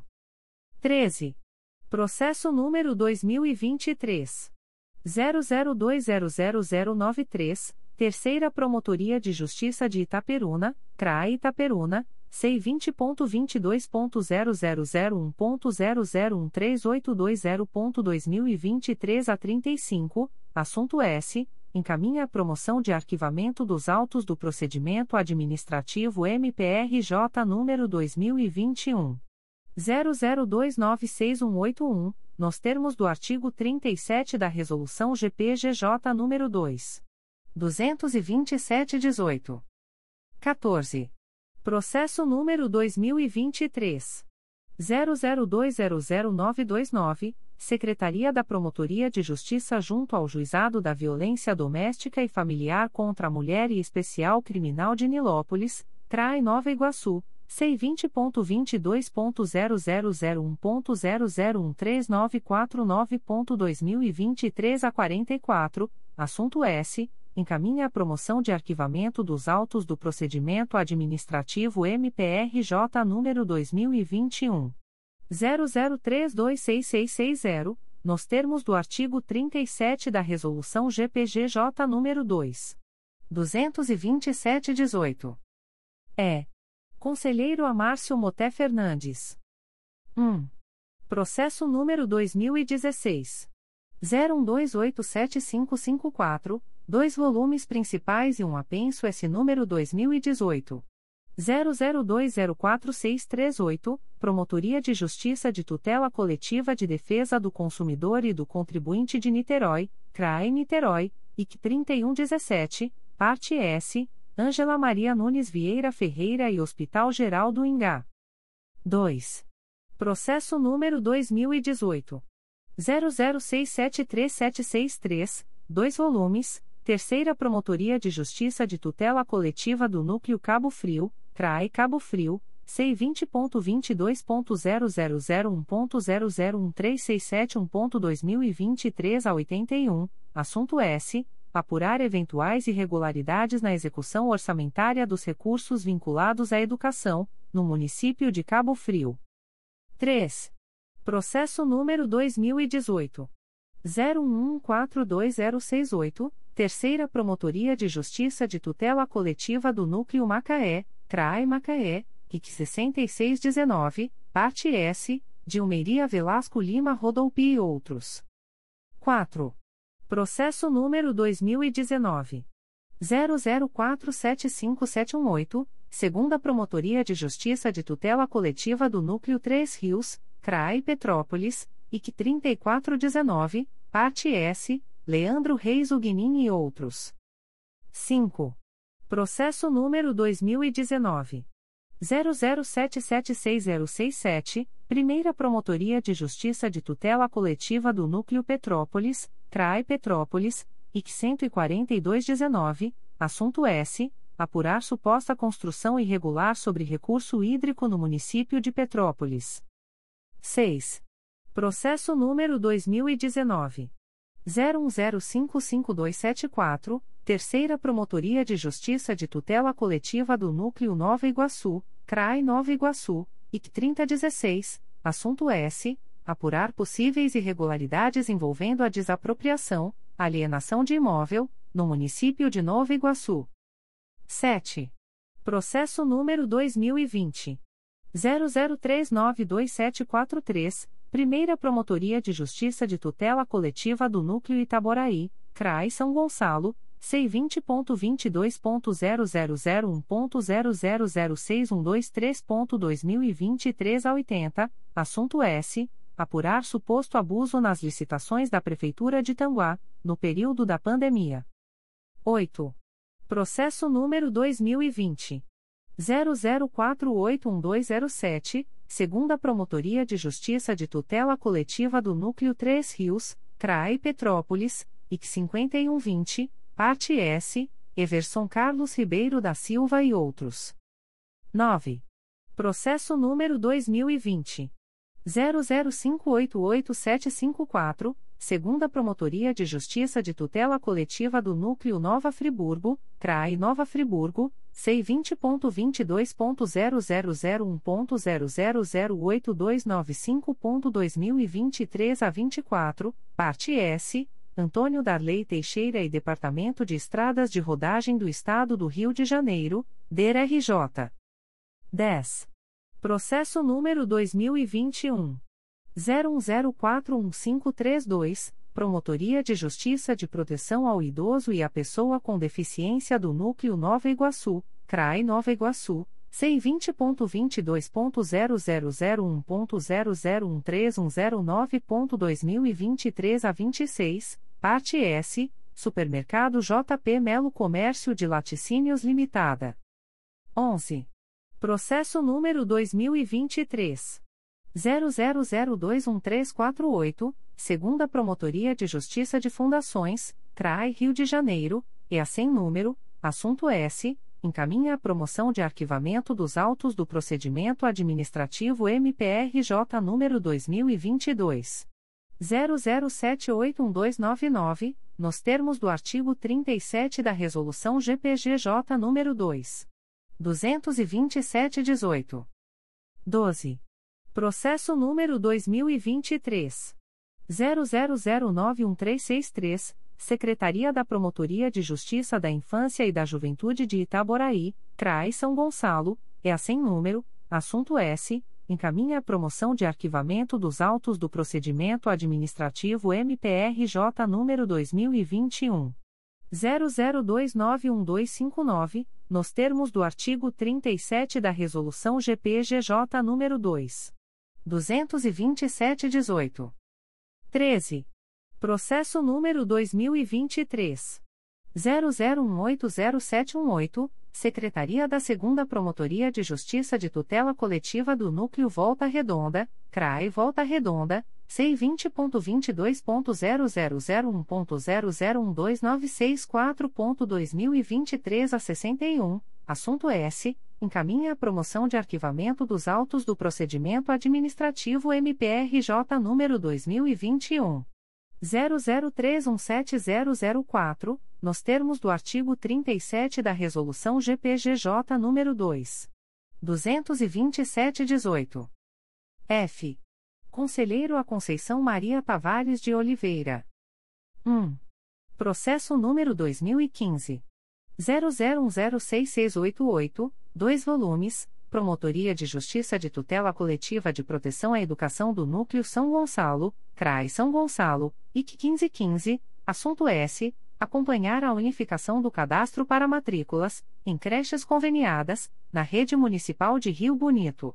treze. Processo número dois mil e vinte e três. zero zero dois zero zero zero nove três, Terceira Promotoria de Justiça de Itaperuna, C R A I Itaperuna, C vinte ponto vinte e dois ponto zero zero zero um ponto zero zero um três oito dois zero ponto dois mil e vinte e três a trinta e cinco, assunto S, encaminha a promoção de arquivamento dos autos do procedimento administrativo M P R J número dois mil e vinte e um. zero zero dois nove seis um oito um, nos termos do artigo trinta e sete da Resolução G P G J número dois. duzentos e vinte e sete traço dezoito. quatorze. Processo número dois mil e vinte e três. zero zero dois zero zero nove dois nove, Secretaria da Promotoria de Justiça junto ao Juizado da Violência Doméstica e Familiar contra a Mulher e Especial Criminal de Nilópolis, C R A I Nova Iguaçu, C vinte ponto vinte e dois ponto zero zero zero um ponto zero zero um três nove quatro nove ponto dois mil e vinte e três a quarenta e quatro, assunto S, encaminha a promoção de arquivamento dos autos do procedimento administrativo M P R J número dois mil e vinte e um. zero zero três dois seis seis seis zero, nos termos do artigo trinta e sete da Resolução G P G J número dois. duzentos e vinte e sete traço dezoito. É. Conselheiro Amárcio Moté Fernandes. um. Processo número dois mil e dezesseis. zero um dois oito sete cinco cinco quatro, dois volumes principais e um apenso S número dois mil e dezoito. zero zero dois zero quatro seis três oito, Promotoria de Justiça de Tutela Coletiva de Defesa do Consumidor e do Contribuinte de Niterói, C R A I Niterói, I C trinta e um dezessete, parte S, Ângela Maria Nunes Vieira Ferreira e Hospital Geral do Ingá. dois. Processo número dois mil e dezoito. zero zero seis sete três sete seis três, dois volumes, Terceira Promotoria de Justiça de Tutela Coletiva do Núcleo Cabo Frio, C R A I Cabo Frio, C vinte ponto vinte e dois ponto zero zero zero um ponto zero zero um três seis sete um ponto dois mil e vinte e três a oitenta e um, assunto S, apurar eventuais irregularidades na execução orçamentária dos recursos vinculados à educação, no município de Cabo Frio. três. Processo número dois mil e dezoito. zero um um quatro dois zero seis oito, Terceira Promotoria de Justiça de Tutela Coletiva do Núcleo Macaé, C R A I Macaé, I C sessenta e seis dezenove, parte S, Dilmeria Velasco Lima Rodolpi e outros. quatro. Processo número dois mil e dezenove. zero zero quatro sete cinco sete um oito, segunda Promotoria de Justiça de Tutela Coletiva do Núcleo três Rios, C R A I Petrópolis, I C trinta e quatro dezenove, parte S, Leandro Reis Uguinin e outros. cinco. Processo número dois mil e dezenove. zero zero sete sete seis zero seis sete, Primeira Promotoria de Justiça de Tutela Coletiva do Núcleo Petrópolis, C R A I Petrópolis, I C cento e quarenta e dois dezenove, assunto S. Apurar suposta construção irregular sobre recurso hídrico no município de Petrópolis. seis. Processo número dois mil e dezenove. zero um zero cinco cinco dois sete quatro, Terceira Promotoria de Justiça de Tutela Coletiva do Núcleo Nova Iguaçu, C R A I Nova Iguaçu, I C trinta dezesseis, assunto S. Apurar possíveis irregularidades envolvendo a desapropriação, alienação de imóvel, no município de Nova Iguaçu. sete. Processo número dois mil e vinte. zero zero três nove dois sete quatro três, Primeira Promotoria de Justiça de Tutela Coletiva do Núcleo Itaboraí, C R A I São Gonçalo, C vinte ponto vinte e dois ponto zero zero zero um ponto zero zero zero seis um dois três ponto dois mil e vinte e três a oitenta, assunto S. Apurar suposto abuso nas licitações da Prefeitura de Tanguá, no período da pandemia. oito. Processo número dois mil e vinte. zero zero quatro oito um dois zero sete, Segunda Promotoria de Justiça de Tutela Coletiva do Núcleo três Rios, C R A I Petrópolis, I C cinquenta e um vinte, parte S, Everson Carlos Ribeiro da Silva e outros. nove. Processo número dois mil e vinte. zero zero cinco oito oito sete cinco quatro, Segunda Promotoria de Justiça de Tutela Coletiva do Núcleo Nova Friburgo, C R A I Nova Friburgo, C vinte ponto vinte e dois ponto zero zero zero um ponto zero zero zero oito dois nove cinco ponto dois mil e vinte e três a vinte e quatro, parte S, Antônio Darley Teixeira e Departamento de Estradas de Rodagem do Estado do Rio de Janeiro, D E R R J. dez. Processo número dois mil e vinte e um. zero um zero quatro um cinco três dois, Promotoria de Justiça de Proteção ao Idoso e à Pessoa com Deficiência do Núcleo Nova Iguaçu, C R A I Nova Iguaçu, C vinte ponto vinte e dois ponto zero zero zero um ponto zero zero um três um zero nove ponto dois mil e vinte e três a vinte e seis, parte S, Supermercado J P Melo Comércio de Laticínios Limitada. onze. Processo número dois mil e vinte e três. zero zero zero dois um três quatro oito, Segunda Promotoria de Justiça de Fundações, C R A I Rio de Janeiro, E A sem número, assunto S, encaminha a promoção de arquivamento dos autos do procedimento administrativo M P R J número dois mil e vinte e dois. zero zero sete oito um dois nove nove, nos termos do artigo trinta e sete da Resolução G P G J número dois mil duzentos e vinte e sete traço dezoito. doze. Processo número dois mil e vinte e três. zero zero zero nove um três seis três, Secretaria da Promotoria de Justiça da Infância e da Juventude de Itaboraí, C R A I São Gonçalo, E A sem número, assunto S, encaminha a promoção de arquivamento dos autos do procedimento administrativo M P R J número dois mil e vinte e um. zero zero dois nove um dois cinco nove, nos termos do artigo trinta e sete da Resolução G P G J número dois mil duzentos e vinte e sete traço dezoito. treze. Processo número dois mil e vinte e três. zero zero um oito zero sete um oito, Secretaria da segunda Promotoria de Justiça de Tutela Coletiva do Núcleo Volta Redonda, C R A I Volta Redonda, C vinte ponto vinte e dois ponto zero zero zero um ponto zero zero um dois nove seis quatro ponto dois mil e vinte e três a sessenta e um, assunto S, encaminha a promoção de arquivamento dos autos do procedimento administrativo M P R J número dois mil e vinte e um. zero zero três um sete zero zero quatro, nos termos do artigo trinta e sete da Resolução G P G J nº dois mil duzentos e vinte e sete traço dezoito. F. Conselheiro a Conceição Maria Tavares de Oliveira. um. Processo número dois mil e quinze. zero zero um zero seis seis oito oito, dois volumes, Promotoria de Justiça de Tutela Coletiva de Proteção à Educação do Núcleo São Gonçalo, C R A I São Gonçalo, I C quinze quinze, Assunto S. Acompanhar a unificação do cadastro para matrículas, em creches conveniadas, na rede municipal de Rio Bonito.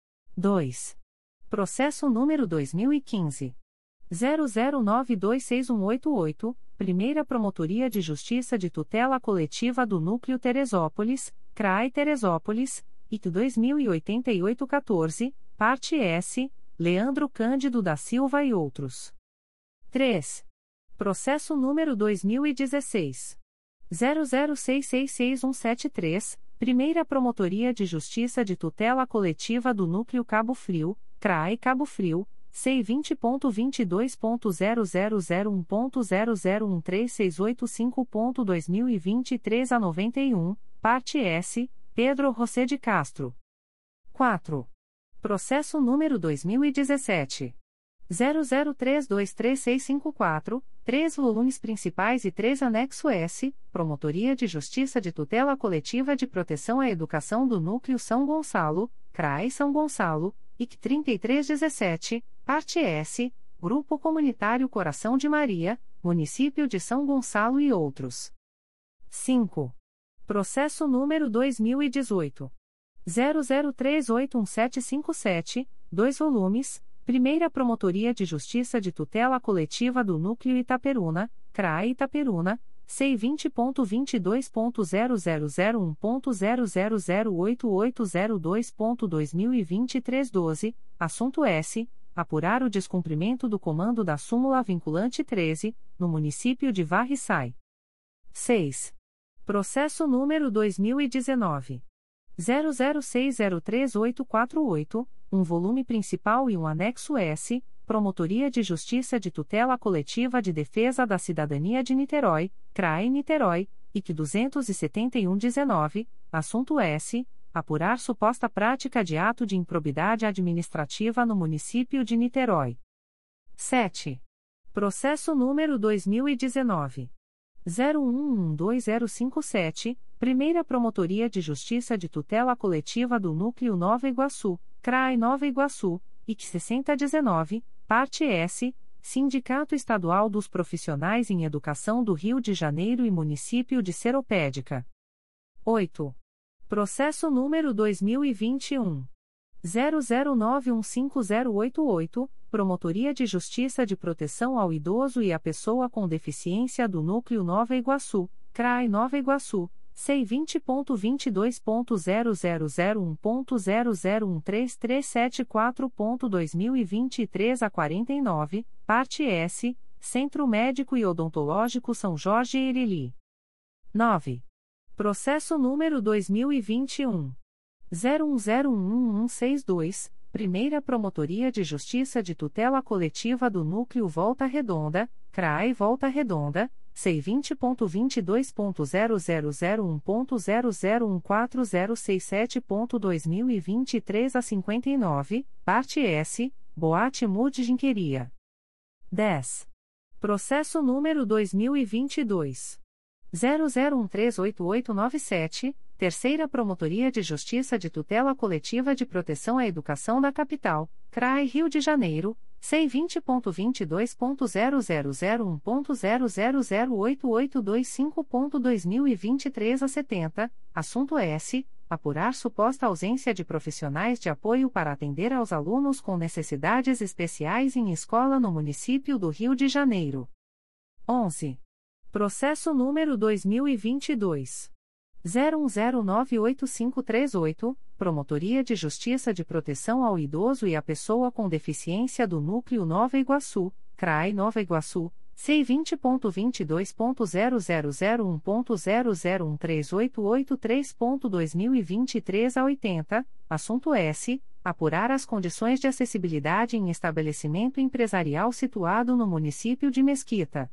dois. Processo número dois mil e quinze. zero zero nove dois seis um oito oito, Primeira Promotoria de Justiça de Tutela Coletiva do Núcleo Teresópolis, C R A I Teresópolis, I C dois mil e oitenta e oito quatorze, parte S, Leandro Cândido da Silva e outros. três. Processo número dois mil e dezesseis. zero zero seis seis seis um sete três, Primeira Promotoria de Justiça de Tutela Coletiva do Núcleo Cabo Frio, C R A I Cabo Frio, C vinte ponto vinte e dois ponto zero zero zero um ponto zero zero um três seis oito cinco ponto dois mil e vinte e três a noventa e um, parte S, Pedro José de Castro. quatro. Processo número dois mil e dezessete. zero zero três dois três seis cinco quatro, três volumes principais e três anexo S, Promotoria de Justiça de Tutela Coletiva de Proteção à Educação do Núcleo São Gonçalo, C R A I São Gonçalo, I C trinta e três dezessete, parte S, Grupo Comunitário Coração de Maria, Município de São Gonçalo e outros. cinco. Processo número dois mil e dezoito. zero zero três oito um sete cinco sete, dois volumes, Primeira Promotoria de Justiça de Tutela Coletiva do Núcleo Itaperuna, C R A I Itaperuna, C vinte ponto vinte e dois ponto zero zero zero um ponto zero zero zero oito oito zero dois ponto dois mil e vinte e três doze, assunto S. Apurar o descumprimento do comando da súmula vinculante treze, no município de Varriçai. seis. Processo número dois mil e dezenove. zero zero seis zero três oito quatro oito, um volume principal e um anexo S, Promotoria de Justiça de Tutela Coletiva de Defesa da Cidadania de Niterói, C R A I Niterói, I C duzentos e setenta e um dezenove, assunto S. Apurar suposta prática de ato de improbidade administrativa no município de Niterói. sete. Processo número dois mil e dezenove. zero um um dois zero cinco sete, Primeira Promotoria de Justiça de Tutela Coletiva do Núcleo Nova Iguaçu, C R A I Nova Iguaçu, I C sessenta dezenove, parte S, Sindicato Estadual dos Profissionais em Educação do Rio de Janeiro e Município de Seropédica. oito. Processo número dois mil e vinte e um. zero zero nove um cinco zero oito oito, Promotoria de Justiça de Proteção ao Idoso e à Pessoa com Deficiência do Núcleo Nova Iguaçu, C R A I Nova Iguaçu, C vinte ponto vinte e dois ponto zero zero zero um ponto zero zero um três três sete quatro ponto dois mil e vinte e três a quarenta e nove, parte S, Centro Médico e Odontológico São Jorge e Irili. nove. Processo número dois mil e vinte e um. zero um zero um um seis dois, Primeira Promotoria de Justiça de Tutela Coletiva do Núcleo Volta Redonda, C R A I Volta Redonda, C vinte ponto vinte e dois ponto zero zero zero um ponto zero zero um quatro zero seis sete ponto dois mil e vinte e três a cinquenta e nove, parte S, Boate Mood Jinqueria. dez. Processo número dois mil e vinte e dois. zero zero um três oito oito nove sete, Terceira Promotoria de Justiça de Tutela Coletiva de Proteção à Educação da Capital, C R A I Rio de Janeiro, C vinte ponto vinte e dois ponto zero zero zero um ponto zero zero zero oito oito dois cinco ponto dois mil e vinte e três a setenta, assunto S. Apurar suposta ausência de profissionais de apoio para atender aos alunos com necessidades especiais em escola no município do Rio de Janeiro. onze. Processo número dois mil e vinte e dois. zero um zero nove oito cinco três oito, Promotoria de Justiça de Proteção ao Idoso e à Pessoa com Deficiência do Núcleo Nova Iguaçu, C R A I Nova Iguaçu, C vinte ponto vinte e dois ponto zero zero zero um ponto zero zero um três oito oito três ponto dois mil e vinte e três a oitenta, assunto S. Apurar as condições de acessibilidade em estabelecimento empresarial situado no município de Mesquita.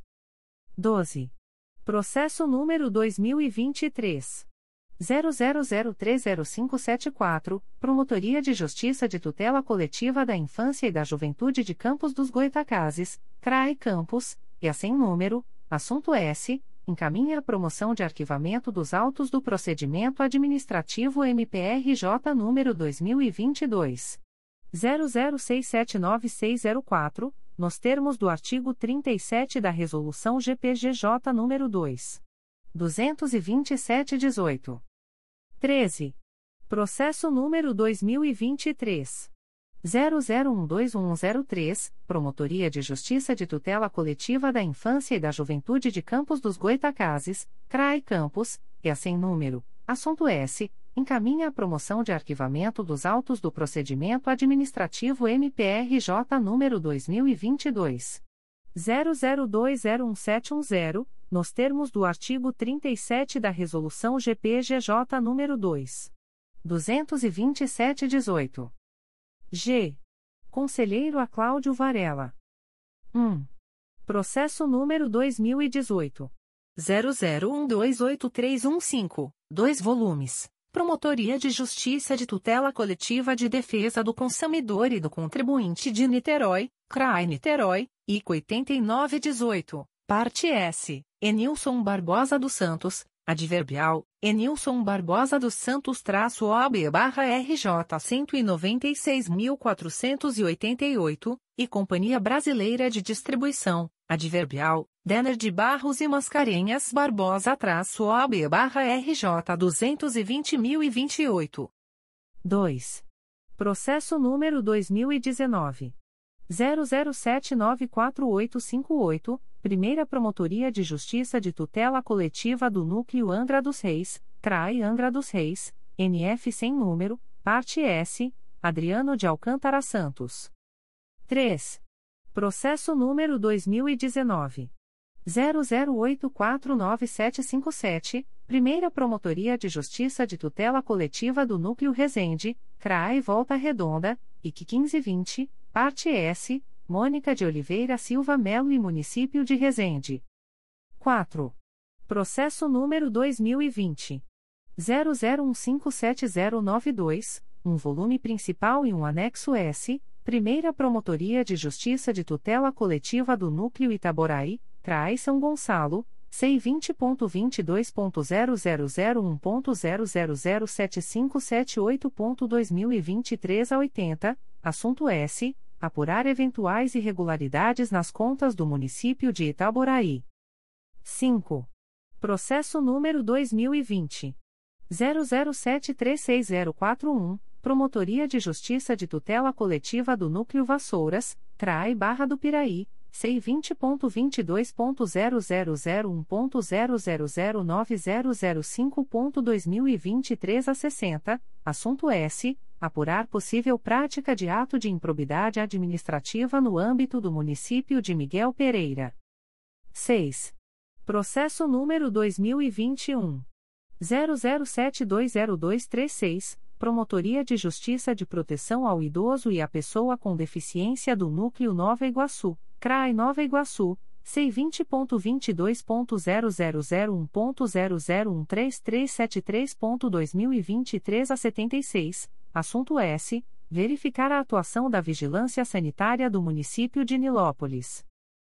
doze. Processo número dois mil e vinte e três. zero zero zero três zero cinco sete quatro, Promotoria de Justiça de Tutela Coletiva da Infância e da Juventude de Campos dos Goitacazes, C R A I Campos, e a sem número, assunto S. Encaminha a promoção de arquivamento dos autos do procedimento administrativo M P R J número dois mil e vinte e dois. zero zero seis sete nove seis zero quatro, nos termos do artigo trinta e sete da Resolução G P G J nº dois mil duzentos e vinte e sete traço dezoito. treze. Processo número dois mil e vinte e três. zero zero um dois um zero três, Promotoria de Justiça de Tutela Coletiva da Infância e da Juventude de Campos dos Goitacazes, C R A I Campos, e a sem número, assunto S, encaminha a promoção de arquivamento dos autos do procedimento administrativo M P R J número dois mil e vinte e dois. zero zero dois zero um sete um zero, nos termos do artigo trinta e sete da Resolução G P G J número dois mil duzentos e vinte e sete traço dezoito. G. Conselheiro a Cláudio Varela. um. Processo número dois mil e dezoito. zero zero um dois oito três um cinco, dois volumes. Promotoria de Justiça de Tutela Coletiva de Defesa do Consumidor e do Contribuinte de Niterói, C R A I Niterói, I C oitenta e nove dezoito, parte S, Enilson Barbosa dos Santos, adverbial, Enilson Barbosa dos Santos traço O A B barra R J cento e noventa e seis mil quatrocentos e oitenta e oito, e Companhia Brasileira de Distribuição, adverbial, Denner de Barros e Mascarenhas Barbosa traço O A B barra R J duzentos e vinte mil e vinte e oito. dois. Processo número dois mil e dezenove. zero zero sete nove quatro oito cinco oito, Primeira Promotoria de Justiça de Tutela Coletiva do Núcleo Angra dos Reis, C R A I Angra dos Reis, N F sem número, parte S, Adriano de Alcântara Santos. três. Processo número dois mil e dezenove. zero zero oito quatro nove sete cinco sete, Primeira Promotoria de Justiça de Tutela Coletiva do Núcleo Resende, C R A I Volta Redonda, I C quinze vinte, parte S, Mônica de Oliveira Silva Melo e Município de Resende. quatro. Processo número dois mil e vinte. zero zero um cinco sete zero nove dois, um volume principal e um anexo S, Primeira Promotoria de Justiça de Tutela Coletiva do Núcleo Itaboraí, C R A I São Gonçalo, C vinte ponto vinte e dois ponto zero zero zero um ponto zero zero zero sete cinco sete oito ponto dois mil e vinte e três a oitenta, assunto S, apurar eventuais irregularidades nas contas do município de Itaboraí. cinco. Processo número dois mil e vinte. zero zero sete três seis zero quatro um, Promotoria de Justiça de Tutela Coletiva do Núcleo Vassouras, C R A I Barra do Piraí, C vinte ponto vinte e dois ponto zero zero zero um ponto zero zero zero nove zero zero cinco ponto dois mil e vinte e três a sessenta, assunto S, apurar possível prática de ato de improbidade administrativa no âmbito do município de Miguel Pereira. seis. Processo número dois mil e vinte e um. zero zero sete dois zero dois três seis, Promotoria de Justiça de Proteção ao Idoso e à Pessoa com Deficiência do Núcleo Nova Iguaçu, C R A I Nova Iguaçu, C vinte ponto vinte e dois ponto zero zero zero um ponto zero zero um três três sete três ponto dois mil e vinte e três a setenta e seis, assunto S, verificar a atuação da Vigilância Sanitária do município de Nilópolis.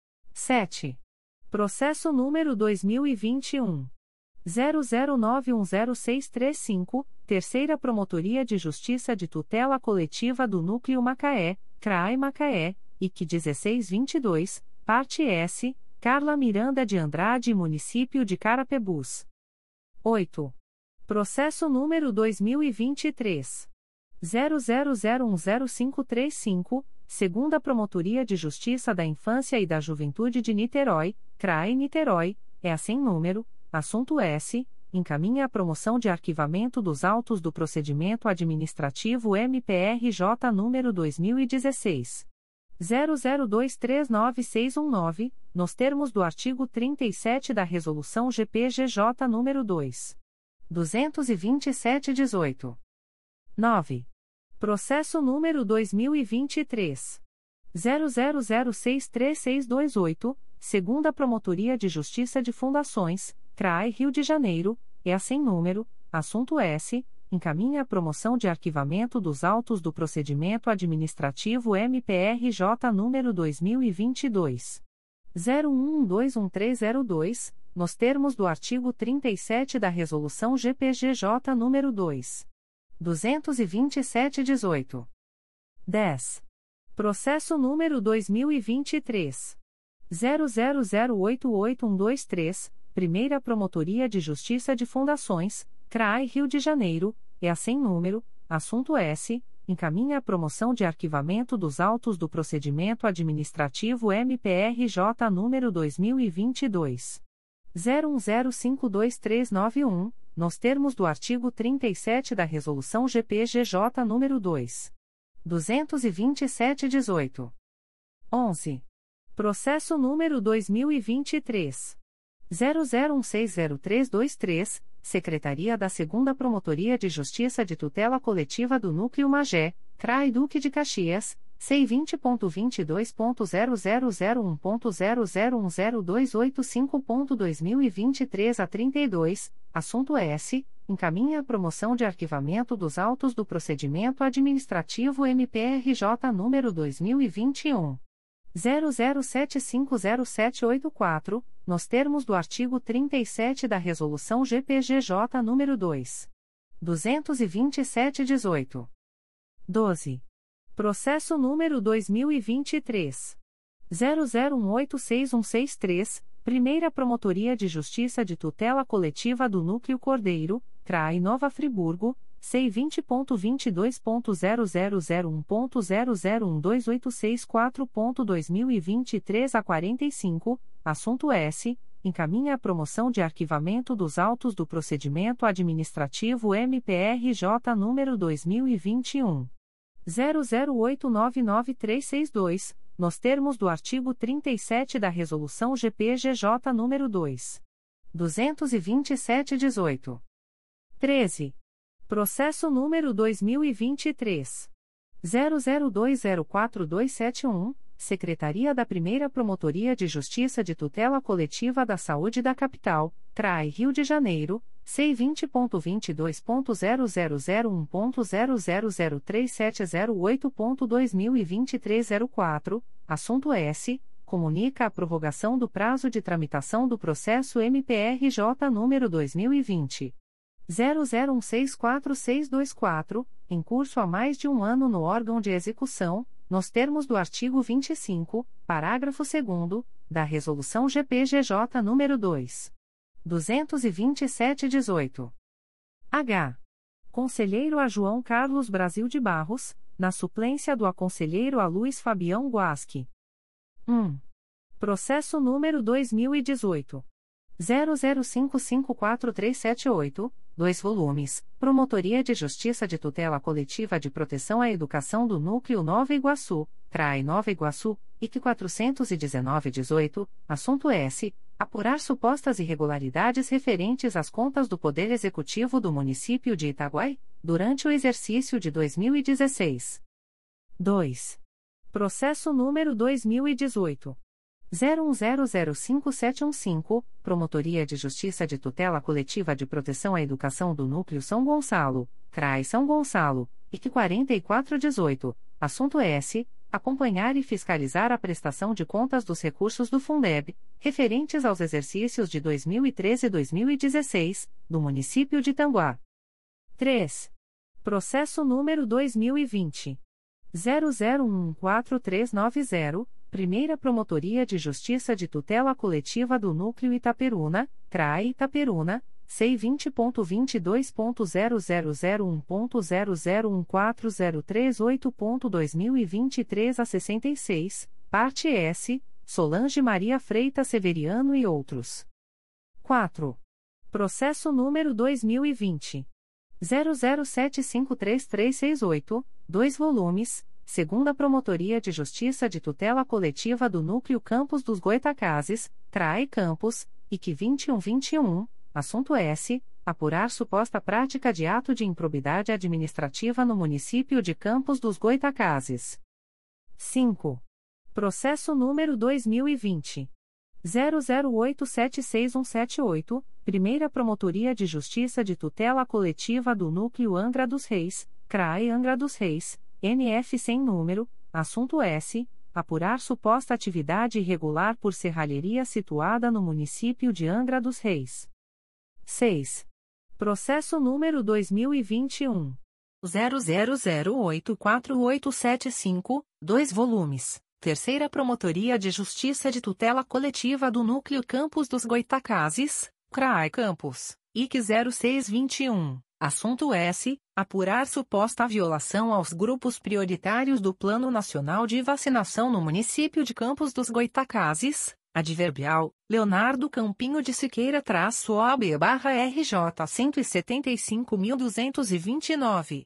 sete. Processo número dois mil e vinte e um. zero zero nove um zero seis três cinco, Terceira Promotoria de Justiça de Tutela Coletiva do Núcleo Macaé, C R A I Macaé, I C dezesseis vinte e dois, parte S, Carla Miranda de Andrade e Município de Carapebus. oito. Processo número dois mil e vinte e três. zero zero zero um zero cinco três cinco, Segunda Promotoria de Justiça da Infância e da Juventude de Niterói, C R A I Niterói, é a sem número, assunto S, encaminha a promoção de arquivamento dos autos do procedimento administrativo M P R J número dois mil e dezesseis. zero zero dois três nove seis um nove, nos termos do artigo trinta e sete da Resolução G P G J número dois mil duzentos e vinte e sete traço dezoito. nove. Processo número dois mil e vinte e três. zero zero zero seis três seis dois oito, Segunda Promotoria de Justiça de Fundações, C R A I Rio de Janeiro, é a sem número, assunto S, encaminha a promoção de arquivamento dos autos do procedimento administrativo M P R J número dois mil e vinte e dois. zero um um dois um três zero dois, nos termos do artigo trinta e sete da Resolução G P G J número dois mil duzentos e vinte e sete traço dezoito. dez. Processo número dois mil e vinte e três. zero zero zero oito oito um dois três, Primeira Promotoria de Justiça de Fundações, C R A I Rio de Janeiro, E A sem número, assunto S, encaminha a promoção de arquivamento dos autos do procedimento administrativo M P R J número dois mil e vinte e dois. zero um zero cinco dois três nove um, nos termos do artigo trinta e sete da Resolução G P G J número dois mil duzentos e vinte e sete traço dezoito. onze. Processo número dois mil e vinte e três. zero zero um seis zero três dois três, Secretaria da segunda Promotoria de Justiça de Tutela Coletiva do Núcleo Magé, C R A I Duque de Caxias, C vinte ponto vinte e dois ponto zero zero zero um ponto zero zero um zero dois oito cinco ponto dois mil e vinte e três a trinta e dois, assunto S, encaminha a promoção de arquivamento dos autos do procedimento administrativo M P R J número dois mil e vinte e um. zero zero sete cinco zero sete oito quatro, nos termos do artigo trinta e sete da Resolução G P G J nº dois mil duzentos e vinte e sete traço dezoito. doze. Processo número dois mil e vinte e três. zero zero um oito seis um seis três, Primeira Promotoria de Justiça de Tutela Coletiva do Núcleo Cordeiro, C R A I Nova Friburgo, C vinte ponto vinte e dois ponto zero zero zero um ponto zero zero um dois oito seis quatro ponto dois mil e vinte e três a quarenta e cinco, assunto S, encaminha a promoção de arquivamento dos autos do procedimento administrativo M P R J número dois mil e vinte e um. zero zero oito nove nove três seis dois, nos termos do artigo trinta e sete da Resolução G P G J número dois mil duzentos e vinte e sete traço dezoito. treze. Processo número dois mil e vinte e três. zero zero dois zero quatro dois sete um, Secretaria da Primeira Promotoria de Justiça de Tutela Coletiva da Saúde da Capital, C R A I Rio de Janeiro, C vinte ponto vinte e dois ponto zero zero zero um ponto zero zero zero três sete zero oito ponto dois mil e vinte e três a zero quatro, assunto S, comunica a prorrogação do prazo de tramitação do processo M P R J número dois mil e vinte. zero zero um seis quatro seis dois quatro, em curso há mais de um ano no órgão de execução, nos termos do artigo vinte e cinco, parágrafo segundo, da Resolução G P G J nº dois mil duzentos e vinte e sete traço dezoito. H. Conselheiro a João Carlos Brasil de Barros, na suplência do aconselheiro a Luiz Fabião Guasque. um. Processo número dois mil e dezoito. zero zero cinco cinco quatro três sete oito, dois volumes, Promotoria de Justiça de Tutela Coletiva de Proteção à Educação do Núcleo Nova Iguaçu, C R A I Nova Iguaçu, I C quatrocentos e dezenove traço dezoito, assunto S. Apurar supostas irregularidades referentes às contas do Poder Executivo do Município de Itaguai, durante o exercício de dois mil e dezesseis. dois. Processo número dois mil e dezoito. zero um zero zero cinco sete um cinco, Promotoria de Justiça de Tutela Coletiva de Proteção à Educação do Núcleo São Gonçalo, C R A I São Gonçalo, I C quarenta e quatro traço dezoito, assunto S. Acompanhar e fiscalizar a prestação de contas dos recursos do Fundeb, referentes aos exercícios de dois mil e treze e dois mil e dezesseis, do município de Itanguá. três. Processo número dois mil e vinte. zero zero um quatro três nove zero, Primeira Promotoria de Justiça de Tutela Coletiva do Núcleo Itaperuna, C R A I Itaperuna, C vinte ponto vinte e dois ponto zero zero zero um ponto zero zero um quatro zero três oito ponto dois mil e vinte e três a sessenta e seis, parte S, Solange Maria Freitas Severiano e outros. quatro. Processo número dois mil e vinte. zero zero sete cinco três três seis oito, dois volumes, Segunda Promotoria de Justiça de Tutela Coletiva do Núcleo Campos dos Goitacazes, C R A I Campos, I C vinte e um vinte e um, assunto S. Apurar suposta prática de ato de improbidade administrativa no município de Campos dos Goitacazes. cinco. Processo número dois mil e vinte. zero zero oito sete seis um sete oito, Primeira Promotoria de Justiça de Tutela Coletiva do Núcleo Angra dos Reis, C R A I Angra dos Reis, N F sem número, assunto S. Apurar suposta atividade irregular por serralheria situada no município de Angra dos Reis. seis. Processo número dois mil e vinte e um. zero zero zero oito quatro oito sete cinco, dois volumes. Terceira Promotoria de Justiça de Tutela Coletiva do Núcleo Campos dos Goitacazes, C R A I Campos, I C zero seis dois um. Assunto S. Apurar suposta violação aos grupos prioritários do Plano Nacional de Vacinação no município de Campos dos Goitacazes. Adverbial, Leonardo Campinho de Siqueira-O A B barra R J cento e setenta e cinco mil duzentos e vinte e nove.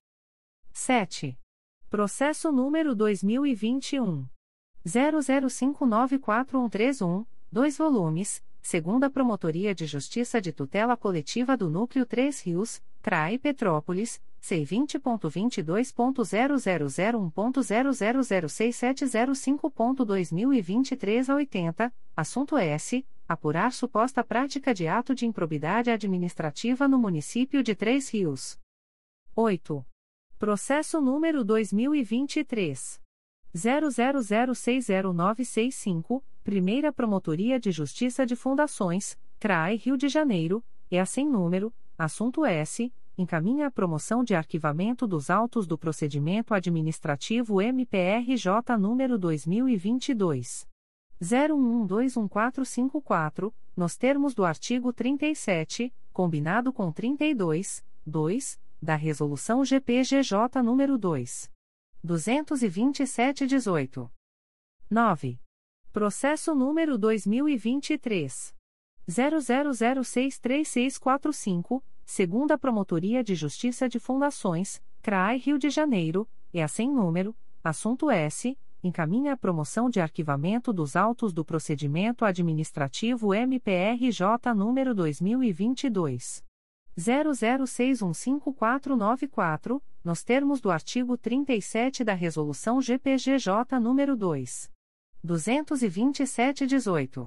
sete. Processo número dois mil e vinte e um. zero zero cinco nove quatro um três um, dois volumes, segunda Promotoria de Justiça de Tutela Coletiva do Núcleo Três Rios, C R A I Petrópolis, C vinte ponto vinte e dois ponto zero zero zero um ponto zero zero zero seis sete zero cinco ponto dois mil e vinte e três a oitenta, assunto S. Apurar suposta prática de ato de improbidade administrativa no município de Três Rios. oito. Processo número dois mil e vinte e três. zero zero zero seis zero nove seis cinco, Primeira Promotoria de Justiça de Fundações, C R A I Rio de Janeiro, E A sem número, assunto S. Encaminha a promoção de arquivamento dos autos do procedimento administrativo M P R J número dois mil e vinte e dois. zero um um dois um quatro cinco quatro, nos termos do artigo trinta e sete, combinado com trinta e dois, dois, da Resolução G P G J número dois mil duzentos e vinte e sete traço dezoito. nove. Processo número dois mil e vinte e três. zero zero zero seis três seis quatro cinco, segunda Promotoria de Justiça de Fundações, C R A I Rio de Janeiro, E A sem número, assunto S. Encaminha a promoção de arquivamento dos autos do procedimento administrativo M P R J número dois mil e vinte e dois. zero zero seis um cinco quatro nove quatro, nos termos do artigo trinta e sete da Resolução G P G J número dois mil duzentos e vinte e sete traço dezoito.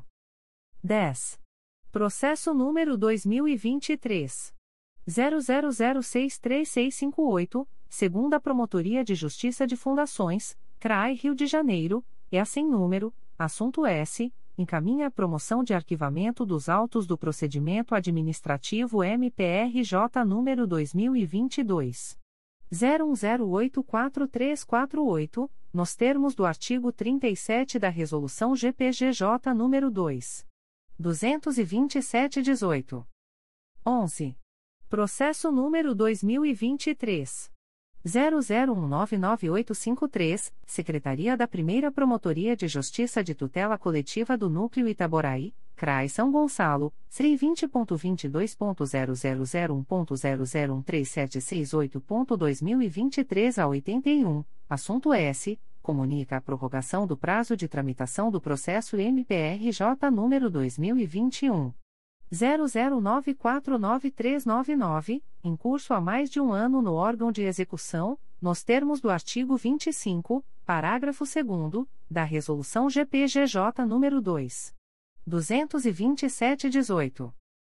dez. Processo número dois mil e vinte e três. zero zero zero seis três seis cinco oito, segunda Promotoria de Justiça de Fundações, C R A I Rio de Janeiro, E A sem número, assunto S. Encaminha a promoção de arquivamento dos autos do procedimento administrativo M P R J número dois mil e vinte e dois. zero um zero oito quatro três quatro oito, nos termos do artigo trinta e sete da Resolução G P G J número dois mil duzentos e vinte e sete traço dezoito. onze. Processo número dois mil e vinte e três. zero zero um nove nove oito cinco três, Secretaria da Primeira Promotoria de Justiça de Tutela Coletiva do Núcleo Itaboraí, C R A I São Gonçalo, C R I vinte ponto vinte e dois ponto zero zero zero um ponto zero zero um três sete seis oito ponto dois mil e vinte e três a oitenta e um, assunto S. Comunica a prorrogação do prazo de tramitação do processo M P R J número dois mil e vinte e um. zero zero nove quatro nove três nove nove, em curso há mais de um ano no órgão de execução, nos termos do artigo vinte e cinco, parágrafo segundo, da Resolução G P G J nº dois mil duzentos e vinte e sete traço dezoito.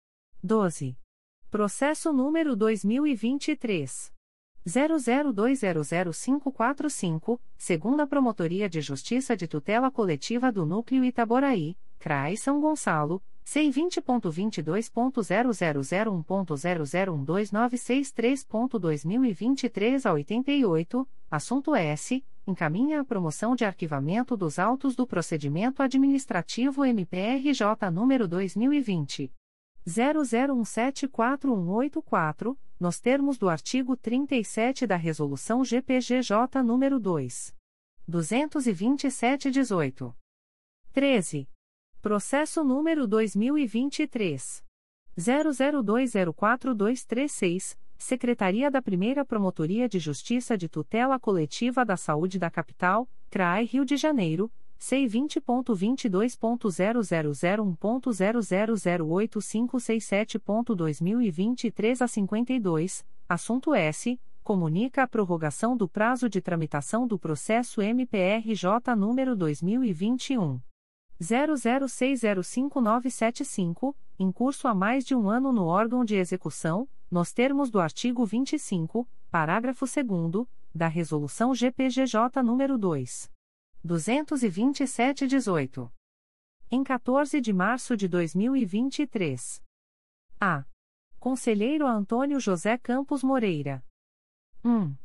doze. Processo número dois mil e vinte e três. zero zero dois zero zero cinco quatro cinco, segunda Promotoria de Justiça de Tutela Coletiva do Núcleo Itaboraí, C R A I São Gonçalo, C vinte ponto vinte e dois ponto zero zero zero um ponto zero zero um dois nove seis três ponto dois mil e vinte e três a oitenta e oito, assunto S. Encaminha a promoção de arquivamento dos autos do procedimento administrativo M P R J número dois mil e vinte. zero zero um sete quatro um oito quatro, nos termos do artigo trinta e sete da Resolução G P G J número dois mil duzentos e vinte e sete traço dezoito. treze. Processo número dois mil e vinte e três. zero zero dois zero quatro dois três seis, Secretaria da Primeira Promotoria de Justiça de Tutela Coletiva da Saúde da Capital, C R A I Rio de Janeiro, C vinte ponto vinte e dois ponto zero zero zero um ponto zero zero zero oito cinco seis sete ponto dois mil e vinte e três a cinquenta e dois, assunto S. Comunica a prorrogação do prazo de tramitação do processo M P R J número dois mil e vinte e um. zero zero seis zero cinco nove sete cinco, em curso há mais de um ano no órgão de execução, nos termos do artigo vinte e cinco, parágrafo segundo, da Resolução G P G J nº dois mil duzentos e vinte e sete traço dezoito. Em quatorze de março de dois mil e vinte e três. A. Conselheiro Antônio José Campos Moreira. um.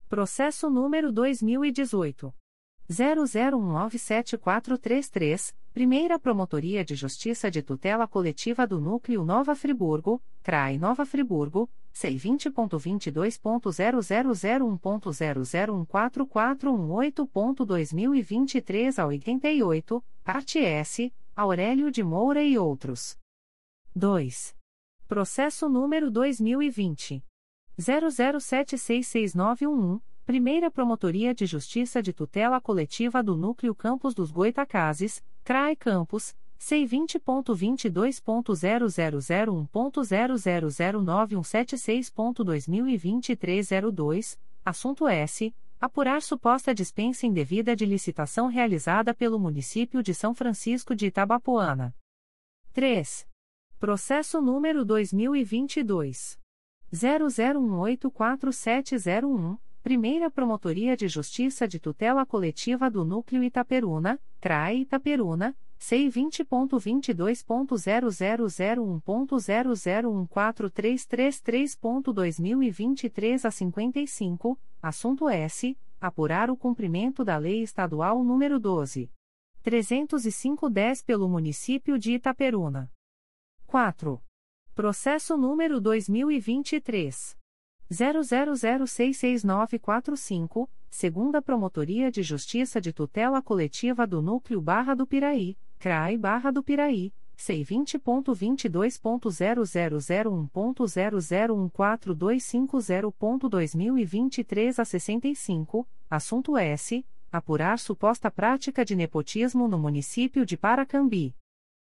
Processo número dois mil e dezoito. zero zero um nove sete quatro três três, Primeira Promotoria de Justiça de Tutela Coletiva do Núcleo Nova Friburgo, C R A I Nova Friburgo, C vinte ponto vinte e dois ponto zero zero zero um ponto zero zero um quatro quatro um oito ponto dois mil e vinte e três a oitenta e oito, parte S, Aurélio de Moura e outros. dois. Processo número dois mil e vinte. zero zero sete seis seis nove um um, Primeira Promotoria de Justiça de Tutela Coletiva do Núcleo Campos dos Goitacazes, C R A I Campos, C vinte ponto vinte e dois ponto zero zero zero um ponto zero zero zero nove um sete seis ponto dois mil e vinte e três zero dois, assunto S. Apurar suposta dispensa indevida de licitação realizada pelo município de São Francisco de Itabapoana. três. Processo número dois mil e vinte e dois. zero zero um oito quatro sete zero um, Primeira Promotoria de Justiça de Tutela Coletiva do Núcleo Itaperuna, C R A I Itaperuna, C vinte ponto vinte e dois ponto zero zero zero um ponto zero zero um quatro três três três ponto dois mil e vinte e três a cinquenta e cinco, assunto S. Apurar o cumprimento da Lei Estadual nº doze mil trezentos e cinco dez pelo município de Itaperuna. quatro. Processo número dois mil e vinte e três. zero zero zero seis seis nove quatro cinco, Segunda Promotoria de Justiça de Tutela Coletiva do Núcleo Barra do Piraí, C R A I Barra do Piraí, C vinte ponto vinte e dois ponto zero zero zero um ponto zero zero um quatro dois cinco zero ponto dois mil e vinte e três a sessenta e cinco, assunto S. Apurar suposta prática de nepotismo no município de Paracambi.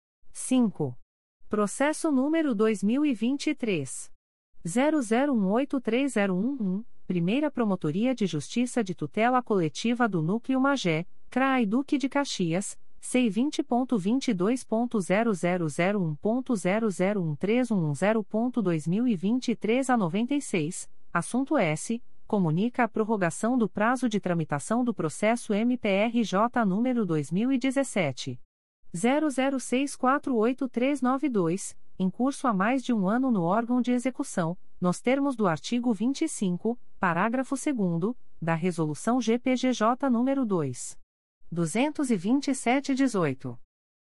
cinco. Processo número dois mil e vinte e três. zero zero um oito três zero um um, Primeira Promotoria de Justiça de Tutela Coletiva do Núcleo Magé, C R A I Duque de Caxias, C vinte ponto vinte e dois ponto zero zero zero um ponto zero zero um três um zero ponto dois mil e vinte e três a noventa e seis, assunto S. Comunica a prorrogação do prazo de tramitação do processo M P R J número dois mil e dezessete. zero zero seis quatro oito três nove dois, em curso há mais de um ano no órgão de execução, nos termos do artigo vinte e cinco, parágrafo segundo, da Resolução G P G J nº dois mil duzentos e vinte e sete traço dezoito.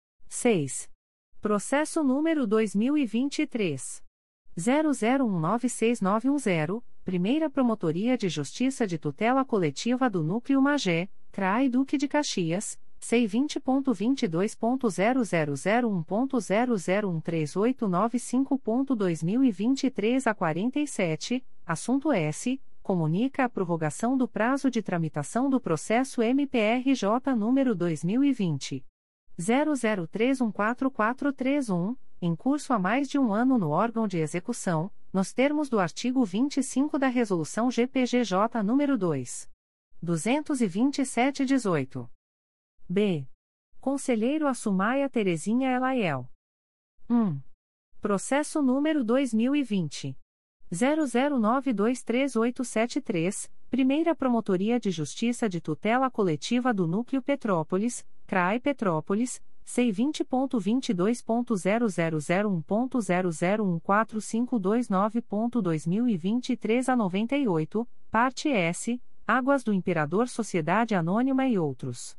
seis. Processo número dois mil e vinte e três. zero zero um nove seis nove um zero, Primeira Promotoria de Justiça de Tutela Coletiva do Núcleo Magé, C R A I Duque de Caxias, C vinte ponto vinte e dois ponto zero zero zero um ponto zero zero um três oito nove cinco ponto dois mil e vinte e três a quarenta e sete, assunto S. Comunica a prorrogação do prazo de tramitação do processo M P R J número dois mil e vinte. zero zero três um quatro quatro três um, em curso há mais de um ano no órgão de execução, nos termos do artigo vinte e cinco da Resolução G P G J número dois mil duzentos e vinte e sete traço dezoito. B. Conselheiro Assumaia Terezinha Elaiel. um. Processo número dois mil e vinte. zero zero nove dois três oito sete três, Primeira Promotoria de Justiça de Tutela Coletiva do Núcleo Petrópolis, C R A I Petrópolis, C vinte ponto vinte e dois ponto zero zero zero um ponto zero zero um quatro cinco dois nove ponto dois mil e vinte e três a noventa e oito, parte S, Águas do Imperador Sociedade Anônima e outros.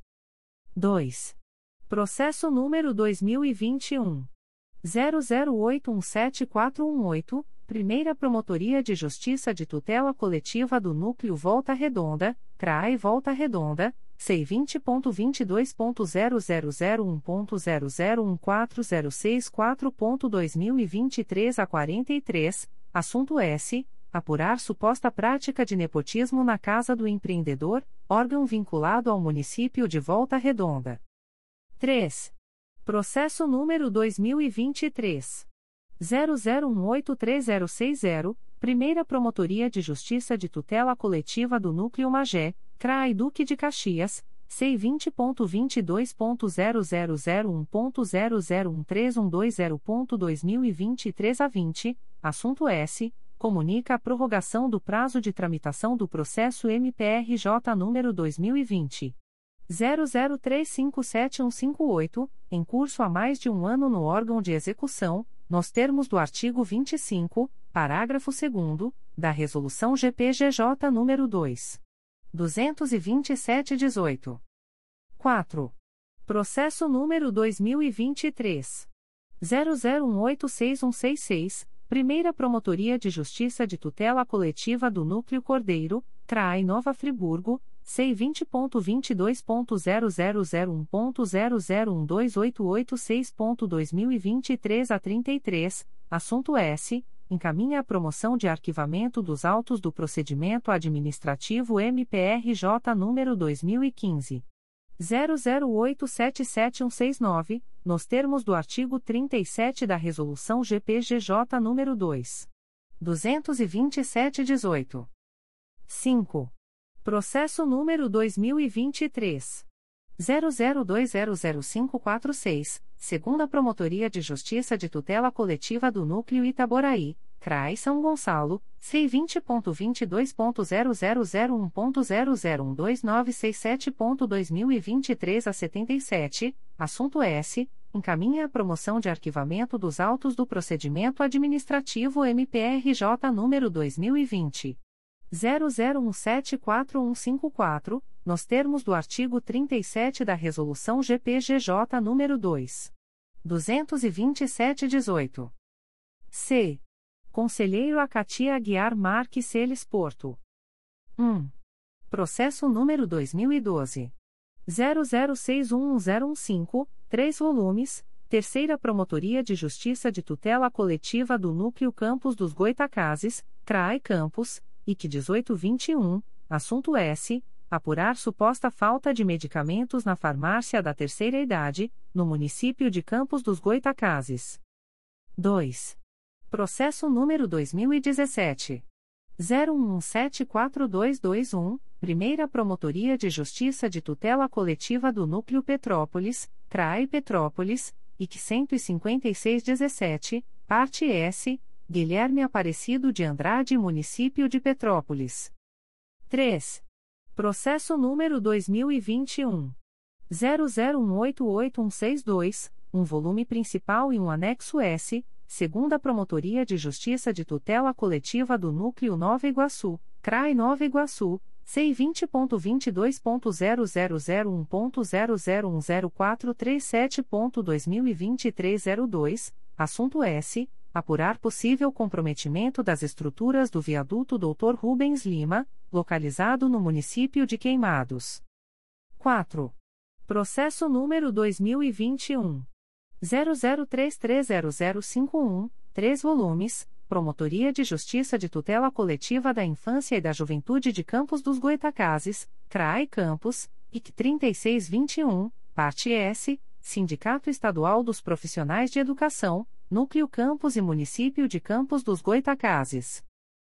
dois. Processo número dois mil e vinte e um. zero zero oito um sete quatro um oito, Primeira Promotoria de Justiça de Tutela Coletiva do Núcleo Volta Redonda, C R A I Volta Redonda, C vinte ponto vinte e dois ponto zero zero zero um ponto zero zero um quatro zero seis quatro ponto dois mil e vinte e três a quarenta e três, assunto S. Apurar suposta prática de nepotismo na Casa do Empreendedor, órgão vinculado ao município de Volta Redonda. três. Processo número dois mil e vinte e três. zero zero um oito três zero seis zero, Primeira Promotoria de Justiça de Tutela Coletiva do Núcleo Magé, C R A I Duque de Caxias, C vinte ponto vinte e dois ponto zero zero zero um ponto zero zero um três um dois zero ponto dois mil e vinte e três a vinte, assunto S. Comunica a prorrogação do prazo de tramitação do processo M P R J número dois mil e vinte. zero zero três cinco sete um cinco oito, em curso há mais de um ano no órgão de execução, nos termos do artigo vinte e cinco, parágrafo segundo, da Resolução G P G J número dois duzentos e vinte e sete ponto dezoito. quatro. Processo número dois mil e vinte e três. zero zero um oito seis um seis seis, Primeira Promotoria de Justiça de Tutela Coletiva do Núcleo Cordeiro, C R A I Nova Friburgo, C vinte ponto vinte e dois ponto zero zero zero um ponto zero zero um dois oito oito seis ponto dois mil e vinte e três a trinta e três, assunto S. Encaminha a promoção de arquivamento dos autos do procedimento administrativo M P R J número dois mil e quinze. zero zero oito sete sete um seis nove, nos termos do artigo trinta e sete da Resolução G P G J nº dois mil duzentos e vinte e sete ponto dezoito. cinco. Processo número dois mil e vinte e três. zero zero dois zero zero cinco quatro seis, segunda Promotoria de Justiça de Tutela Coletiva do Núcleo Itaboraí, C R A I São Gonçalo, C vinte ponto vinte e dois ponto zero zero zero um ponto zero zero um dois nove seis sete ponto dois mil e vinte e três a setenta e sete, assunto S. Encaminha a promoção de arquivamento dos autos do procedimento administrativo M P R J número dois mil e vinte. zero zero um sete quatro um cinco quatro, nos termos do artigo trinta e sete da Resolução G P G J número dois mil duzentos e vinte e sete ponto dezoito. C. Conselheiro Acatia Aguiar Marques Celes Porto. um. Processo número dois mil e doze. zero zero seis um um zero um cinco, três volumes, Terceira Promotoria de Justiça de Tutela Coletiva do Núcleo Campos dos Goitacazes, C R A I Campos, I C dezoito vinte e um, assunto S. Apurar suposta falta de medicamentos na farmácia da terceira idade, no município de Campos dos Goitacazes. dois. Processo número dois mil e dezessete. zero um um sete quatro dois dois um, Primeira Promotoria de Justiça de Tutela Coletiva do Núcleo Petrópolis, C R A I Petrópolis, I C cento e cinquenta e seis dezessete, parte S, Guilherme Aparecido de Andrade Município de Petrópolis. três. Processo número dois mil e vinte e um. zero zero um oito oito um seis dois, um volume principal e um anexo S, Segunda Promotoria de Justiça de Tutela Coletiva do Núcleo Nova Iguaçu, C R A I Nova Iguaçu, C vinte ponto vinte e dois ponto zero zero zero um ponto zero zero um zero quatro três sete ponto dois mil e vinte e três a zero dois, assunto S. Apurar possível comprometimento das estruturas do viaduto doutor Rubens Lima, localizado no município de Queimados. quatro. Processo número dois mil e vinte e um. zero zero três três zero zero cinco um, três volumes, Promotoria de Justiça de Tutela Coletiva da Infância e da Juventude de Campos dos Goitacazes, C R A I Campos, I C trinta e seis vinte e um, parte S, Sindicato Estadual dos Profissionais de Educação, Núcleo Campos e Município de Campos dos Goitacazes.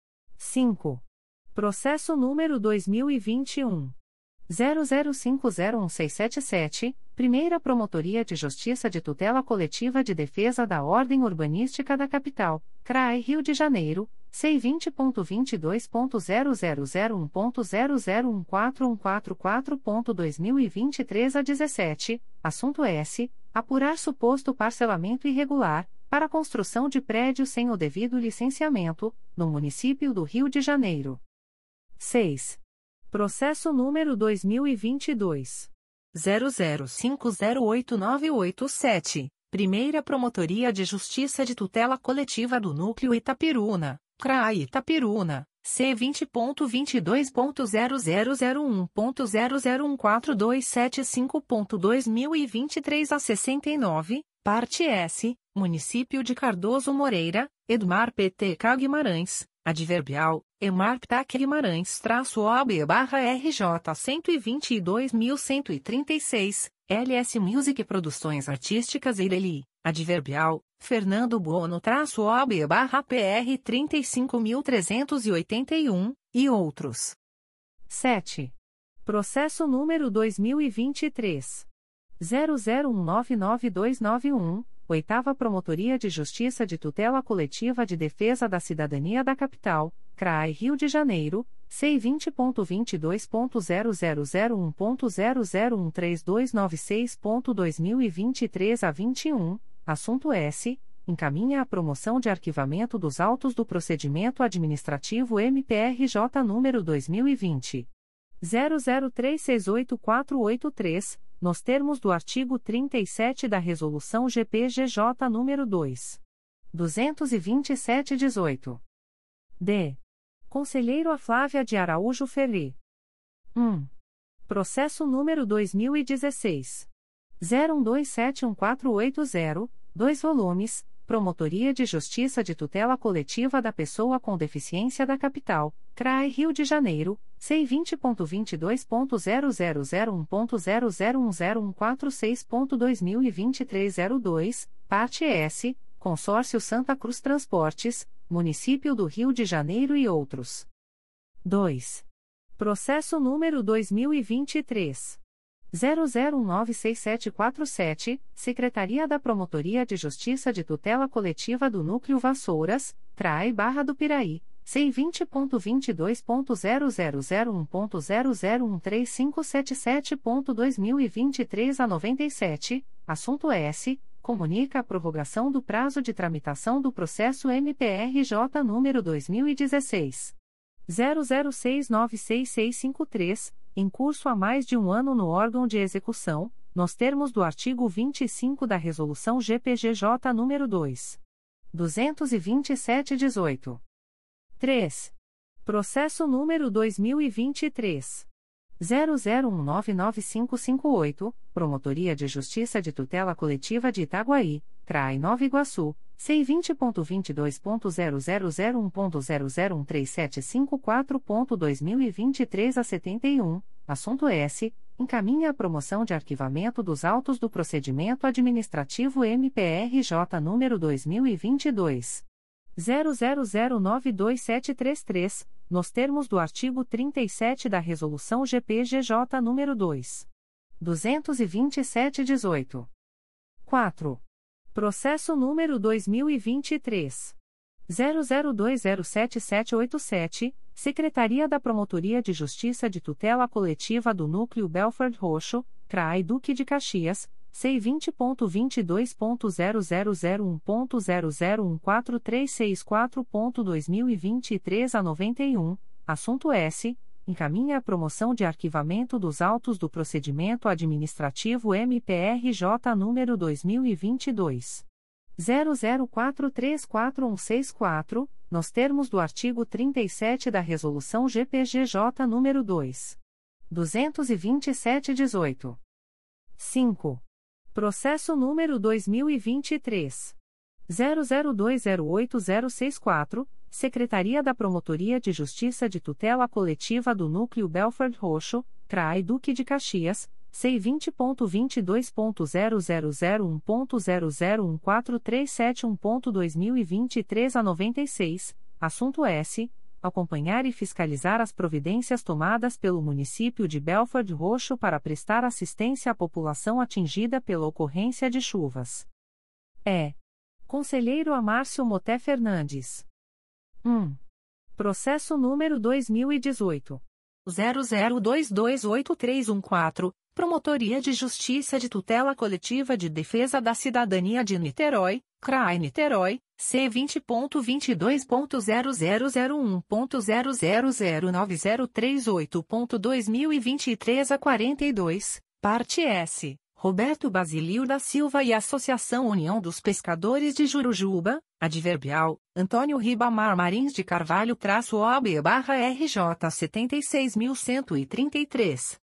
cinco. Processo número dois mil e vinte e um. zero zero cinco zero um seis sete sete, Primeira Promotoria de Justiça de Tutela Coletiva de Defesa da Ordem Urbanística da Capital, C R A I Rio de Janeiro, C vinte ponto vinte e dois ponto zero zero zero um ponto zero zero um quatro um quatro quatro ponto dois mil e vinte e três a dezessete, assunto S. Apurar suposto parcelamento irregular, para construção de prédios sem o devido licenciamento, no município do Rio de Janeiro. seis. Processo número dois mil e vinte e dois. zero zero cinco zero oito nove oito sete, Primeira Promotoria de Justiça de Tutela Coletiva do Núcleo Itapiruna, C R A I Itapiruna, C vinte ponto vinte e dois ponto zero zero zero um ponto zero zero um quatro dois sete cinco ponto dois mil e vinte e três a sessenta e nove, parte S, Município de Cardoso Moreira, Edmar P T K Guimarães, adverbial, Emar P T K Guimarães traço O B barra R J cento e vinte e dois mil cento e trinta e seis, L S Music Produções Artísticas Eireli, adverbial, Fernando Buono traço O B barra P R trinta e cinco mil trezentos e oitenta e um, e outros. sete. Processo número dois mil e vinte e três. zero zero um nove nove dois nove um, Oitava Promotoria de Justiça de Tutela Coletiva de Defesa da Cidadania da Capital, C R A I Rio de Janeiro, C vinte ponto vinte e dois ponto zero zero zero um ponto zero zero um três dois nove seis ponto dois mil e vinte e três a vinte e um, assunto S. Encaminha a promoção de arquivamento dos autos do procedimento administrativo M P R J número dois mil e vinte. zero zero três seis oito quatro oito três, nos termos do artigo trinta e sete da Resolução G P G J nº dois mil duzentos e vinte e sete traço dezoito. D. Conselheiro a Flávia de Araújo Ferri. um. Processo número dois mil e dezesseis. zero um dois sete um quatro oito zero, dois volumes, Promotoria de Justiça de Tutela Coletiva da Pessoa com Deficiência da Capital, C R A I Rio de Janeiro, C vinte ponto vinte e dois ponto zero zero zero um ponto zero zero um zero um quatro seis ponto dois mil e vinte e três zero dois, parte S, Consórcio Santa Cruz Transportes, Município do Rio de Janeiro e outros. dois. Processo número dois mil e vinte e três. zero zero um nove seis sete quatro sete, Secretaria da Promotoria de Justiça de Tutela Coletiva do Núcleo Vassouras, C R A I Barra do Piraí, C vinte ponto vinte e dois ponto zero zero zero um ponto zero zero um três cinco sete sete ponto dois mil e vinte e três a noventa e sete, assunto S, comunica a prorrogação do prazo de tramitação do processo M P R J número dois mil e dezesseis. zero zero seis nove seis seis cinco três, em curso há mais de um ano no órgão de execução, nos termos do artigo vinte e cinco da Resolução G P G J nº dois mil duzentos e vinte e sete traço dezoito. três. Processo número dois mil e vinte e três. zero zero um nove nove cinco cinco oito, Promotoria de Justiça de Tutela Coletiva de Itaguaí, C R A I Nova Iguaçu, C vinte ponto vinte e dois ponto zero zero zero um ponto zero zero um três sete cinco quatro ponto dois mil e vinte e três a setenta e um, assunto S, encaminha a promoção de arquivamento dos autos do procedimento administrativo M P R J número dois mil e vinte e dois. zero zero zero nove dois sete três três, nos termos do artigo trinta e sete da Resolução G P G J nº dois mil duzentos e vinte e sete traço dezoito. quatro. Processo número dois mil e vinte e três. zero zero dois zero sete sete oito sete, Secretaria da Promotoria de Justiça de Tutela Coletiva do Núcleo Belford Roxo, C R A I Duque de Caxias, C vinte ponto vinte e dois ponto zero zero zero um ponto zero zero um quatro três seis quatro ponto dois mil e vinte e três a noventa e um, assunto S, encaminha a promoção de arquivamento dos autos do procedimento administrativo M P R J número dois mil e vinte e dois. zero zero quatro três quatro um seis quatro, nos termos do artigo trinta e sete da Resolução G P G J número dois mil duzentos e vinte e sete traço dezoito. cinco. Processo número dois mil e vinte e três. zero zero dois zero oito zero seis quatro, Secretaria da Promotoria de Justiça de Tutela Coletiva do Núcleo Belford Roxo, C R A I Duque de Caxias, C vinte ponto vinte e dois ponto zero zero zero um ponto zero zero um quatro três sete um ponto dois mil e vinte e três a noventa e seis, assunto S, acompanhar e fiscalizar as providências tomadas pelo município de Belford Roxo para prestar assistência à população atingida pela ocorrência de chuvas. É. Conselheiro Amárcio Moté Fernandes. um. Processo número dois mil e dezoito. zero zero dois dois oito três um quatro, Promotoria de Justiça de Tutela Coletiva de Defesa da Cidadania de Niterói, C R A I Niterói, C vinte ponto vinte e dois ponto zero zero zero um ponto zero zero zero nove zero três oito ponto dois mil e vinte e três a quarenta e dois, parte S. Roberto Basilio da Silva e Associação União dos Pescadores de Jurujuba, adverbial, Antônio Ribamar Marins de Carvalho-O B barra R J setenta e seis mil cento e trinta e três.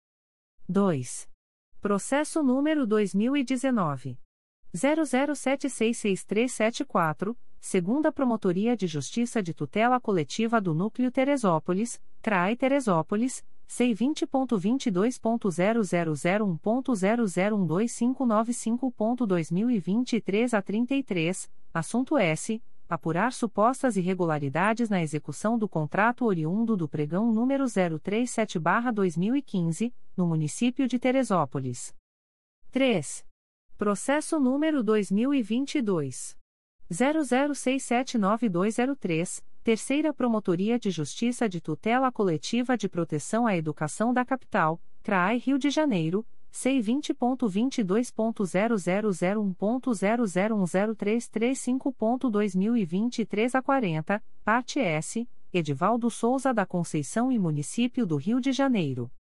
dois. Processo número dois mil e dezenove. zero zero sete seis seis três sete quatro, Segunda Promotoria de Justiça de Tutela Coletiva do Núcleo Teresópolis, C R A I Teresópolis, C vinte ponto vinte e dois ponto zero zero zero um ponto zero zero um dois cinco nove cinco ponto dois mil e vinte e três a trinta e três, assunto S. Apurar supostas irregularidades na execução do contrato oriundo do pregão número zero trinta e sete barra dois mil e quinze, no município de Teresópolis. três. Processo número dois mil e vinte e dois. zero zero seis sete nove dois zero três, Terceira Promotoria de Justiça de Tutela Coletiva de Proteção à Educação da Capital, C R A I Rio de Janeiro, C vinte ponto vinte e dois ponto zero zero zero um ponto zero zero um zero três três cinco ponto dois mil e vinte e três a quarenta, parte S, Edivaldo Souza da Conceição e Município do Rio de Janeiro.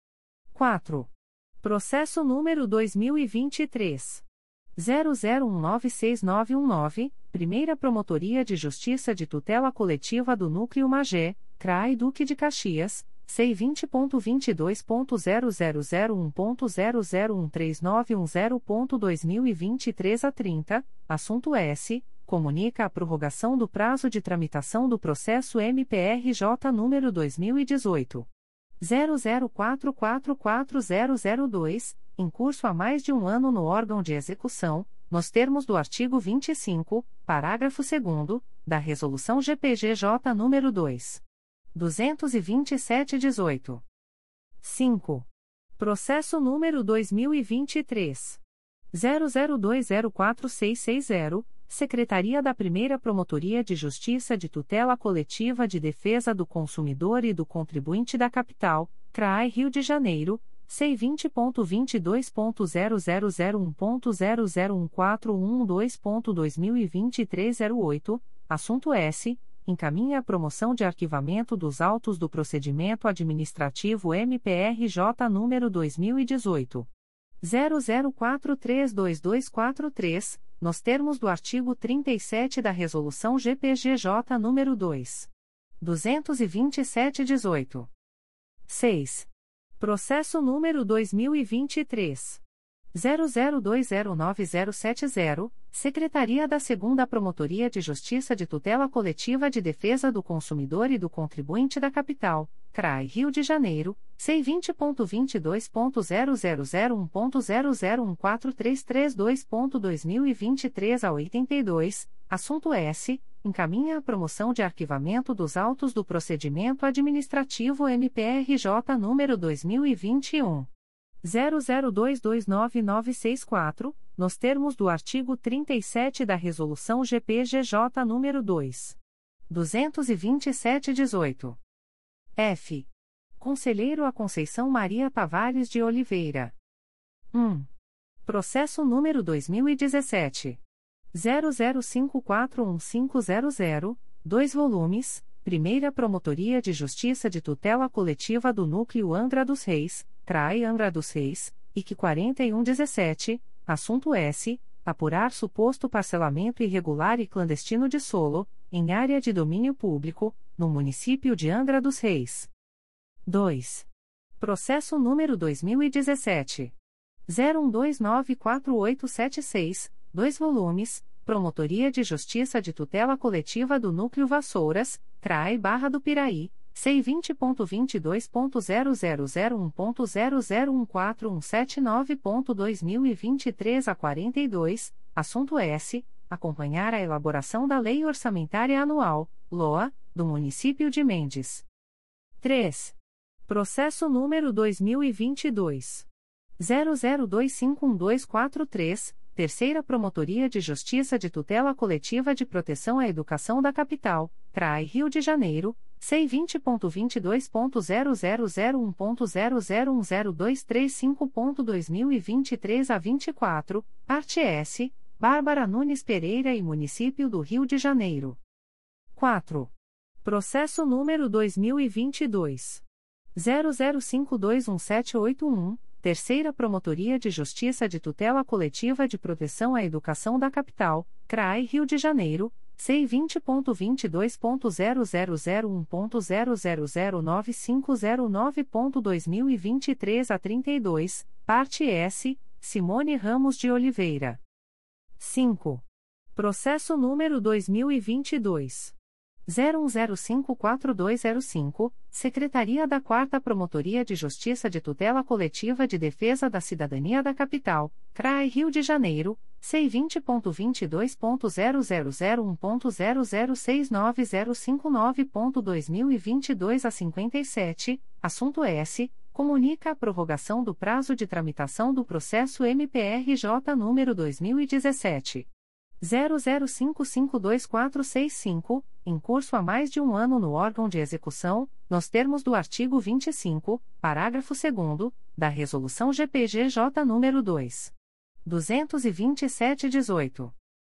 quatro. Processo número dois mil e vinte e três. zero zero um nove seis nove um nove, Primeira Promotoria de Justiça de Tutela Coletiva do Núcleo Magé, C R A I Duque de Caxias, C vinte ponto vinte e dois ponto zero zero zero um ponto zero zero um três nove um zero ponto dois mil e vinte e três a trinta, assunto S, comunica a prorrogação do prazo de tramitação do processo M P R J número dois mil e dezoito. zero zero quatro quatro quatro zero zero dois, em curso há mais de um ano no órgão de execução, nos termos do artigo vinte e cinco, parágrafo segundo, da Resolução G P G J nº dois mil duzentos e vinte e sete traço dezoito. cinco. Processo número dois mil e vinte e três. zero zero dois zero quatro seis seis zero, Secretaria da Primeira Promotoria de Justiça de Tutela Coletiva de Defesa do Consumidor e do Contribuinte da Capital, C R A I Rio de Janeiro, C vinte ponto vinte e dois ponto zero zero zero um ponto zero zero um quatro um dois ponto dois mil e vinte e três a zero oito, assunto S, encaminha a promoção de arquivamento dos autos do procedimento administrativo M P R J número dois mil e dezoito. zero zero quatro três dois dois quatro três, nos termos do artigo trinta e sete da Resolução G P G J nº dois mil duzentos e vinte e sete traço dezoito. seis. Processo número dois mil e vinte e três. zero zero dois zero nove zero sete zero, Secretaria da segunda Promotoria de Justiça de Tutela Coletiva de Defesa do Consumidor e do Contribuinte da Capital, C R A I Rio de Janeiro, C vinte ponto vinte e dois ponto zero zero zero um ponto zero zero um quatro três três dois ponto dois mil e vinte e três a oitenta e dois, assunto S, encaminha a promoção de arquivamento dos autos do procedimento administrativo M P R J número dois mil e vinte e um. zero zero dois dois nove nove seis quatro, nos termos do artigo trinta e sete da Resolução G P G J nº dois mil duzentos e vinte e sete traço dezoito. F. Conselheiro a Conceição Maria Tavares de Oliveira. um. Processo número dois mil e dezessete. zero zero cinco quatro um cinco zero zero, dois volumes, Primeira Promotoria de Justiça de Tutela Coletiva do Núcleo Angra dos Reis, C R A I Angra dos Reis, I C quarenta e um dezessete, assunto S, apurar suposto parcelamento irregular e clandestino de solo, em área de domínio público, no município de Angra dos Reis. dois. Processo número dois mil e dezessete. zero um dois nove quatro oito sete seis, dois volumes, Promotoria de Justiça de Tutela Coletiva do Núcleo Vassouras, C R A I Barra do Piraí, C vinte ponto vinte e dois ponto zero zero zero um ponto zero zero um quatro um sete nove ponto dois mil e vinte e três a quarenta e dois, assunto S, acompanhar a elaboração da Lei Orçamentária Anual, L O A, do município de Mendes. três. Processo número dois mil e vinte e dois. zero zero dois cinco um dois quatro três, Terceira Promotoria de Justiça de Tutela Coletiva de Proteção à Educação da Capital, C R A I Rio de Janeiro, C vinte ponto vinte e dois ponto zero zero zero um ponto zero zero um zero dois três cinco ponto dois mil e vinte e três a vinte e quatro, parte S, Bárbara Nunes Pereira e Município do Rio de Janeiro. quatro. Processo número dois mil e vinte e dois. zero zero cinco dois um sete oito um, Terceira Promotoria de Justiça de Tutela Coletiva de Proteção à Educação da Capital, C R A I Rio de Janeiro, C vinte ponto vinte e dois ponto zero zero zero um ponto zero zero zero nove cinco zero nove ponto dois mil e vinte e três a trinta e dois, parte S, Simone Ramos de Oliveira. cinco. Processo número dois mil e vinte e dois. zero um zero cinco quatro dois zero cinco, Secretaria da quarta Promotoria de Justiça de Tutela Coletiva de Defesa da Cidadania da Capital, C R A I Rio de Janeiro, C vinte ponto vinte e dois ponto zero zero zero um ponto zero zero seis nove zero cinco nove ponto dois mil e vinte e dois a cinquenta e sete, assunto S, comunica a prorrogação do prazo de tramitação do processo M P R J número dois mil e dezessete. zero zero cinco cinco dois quatro seis cinco, em curso há mais de um ano no órgão de execução, nos termos do artigo vinte e cinco, parágrafo segundo, da Resolução G P G J nº dois mil duzentos e vinte e sete traço dezoito.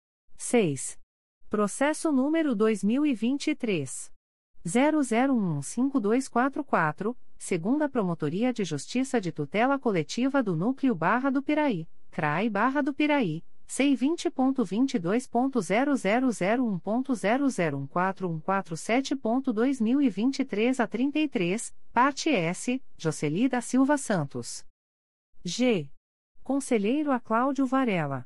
seis. Processo número dois mil e vinte e três. zero zero um cinco dois quatro quatro, Segunda Promotoria de Justiça de Tutela Coletiva do Núcleo Barra do Piraí, C R A I Barra do Piraí, C vinte ponto vinte e dois ponto zero zero zero um ponto zero zero um quatro um quatro sete ponto dois mil e vinte e três a trinta e três, parte S, Jocely da Silva Santos. G. Conselheiro a Cláudio Varela.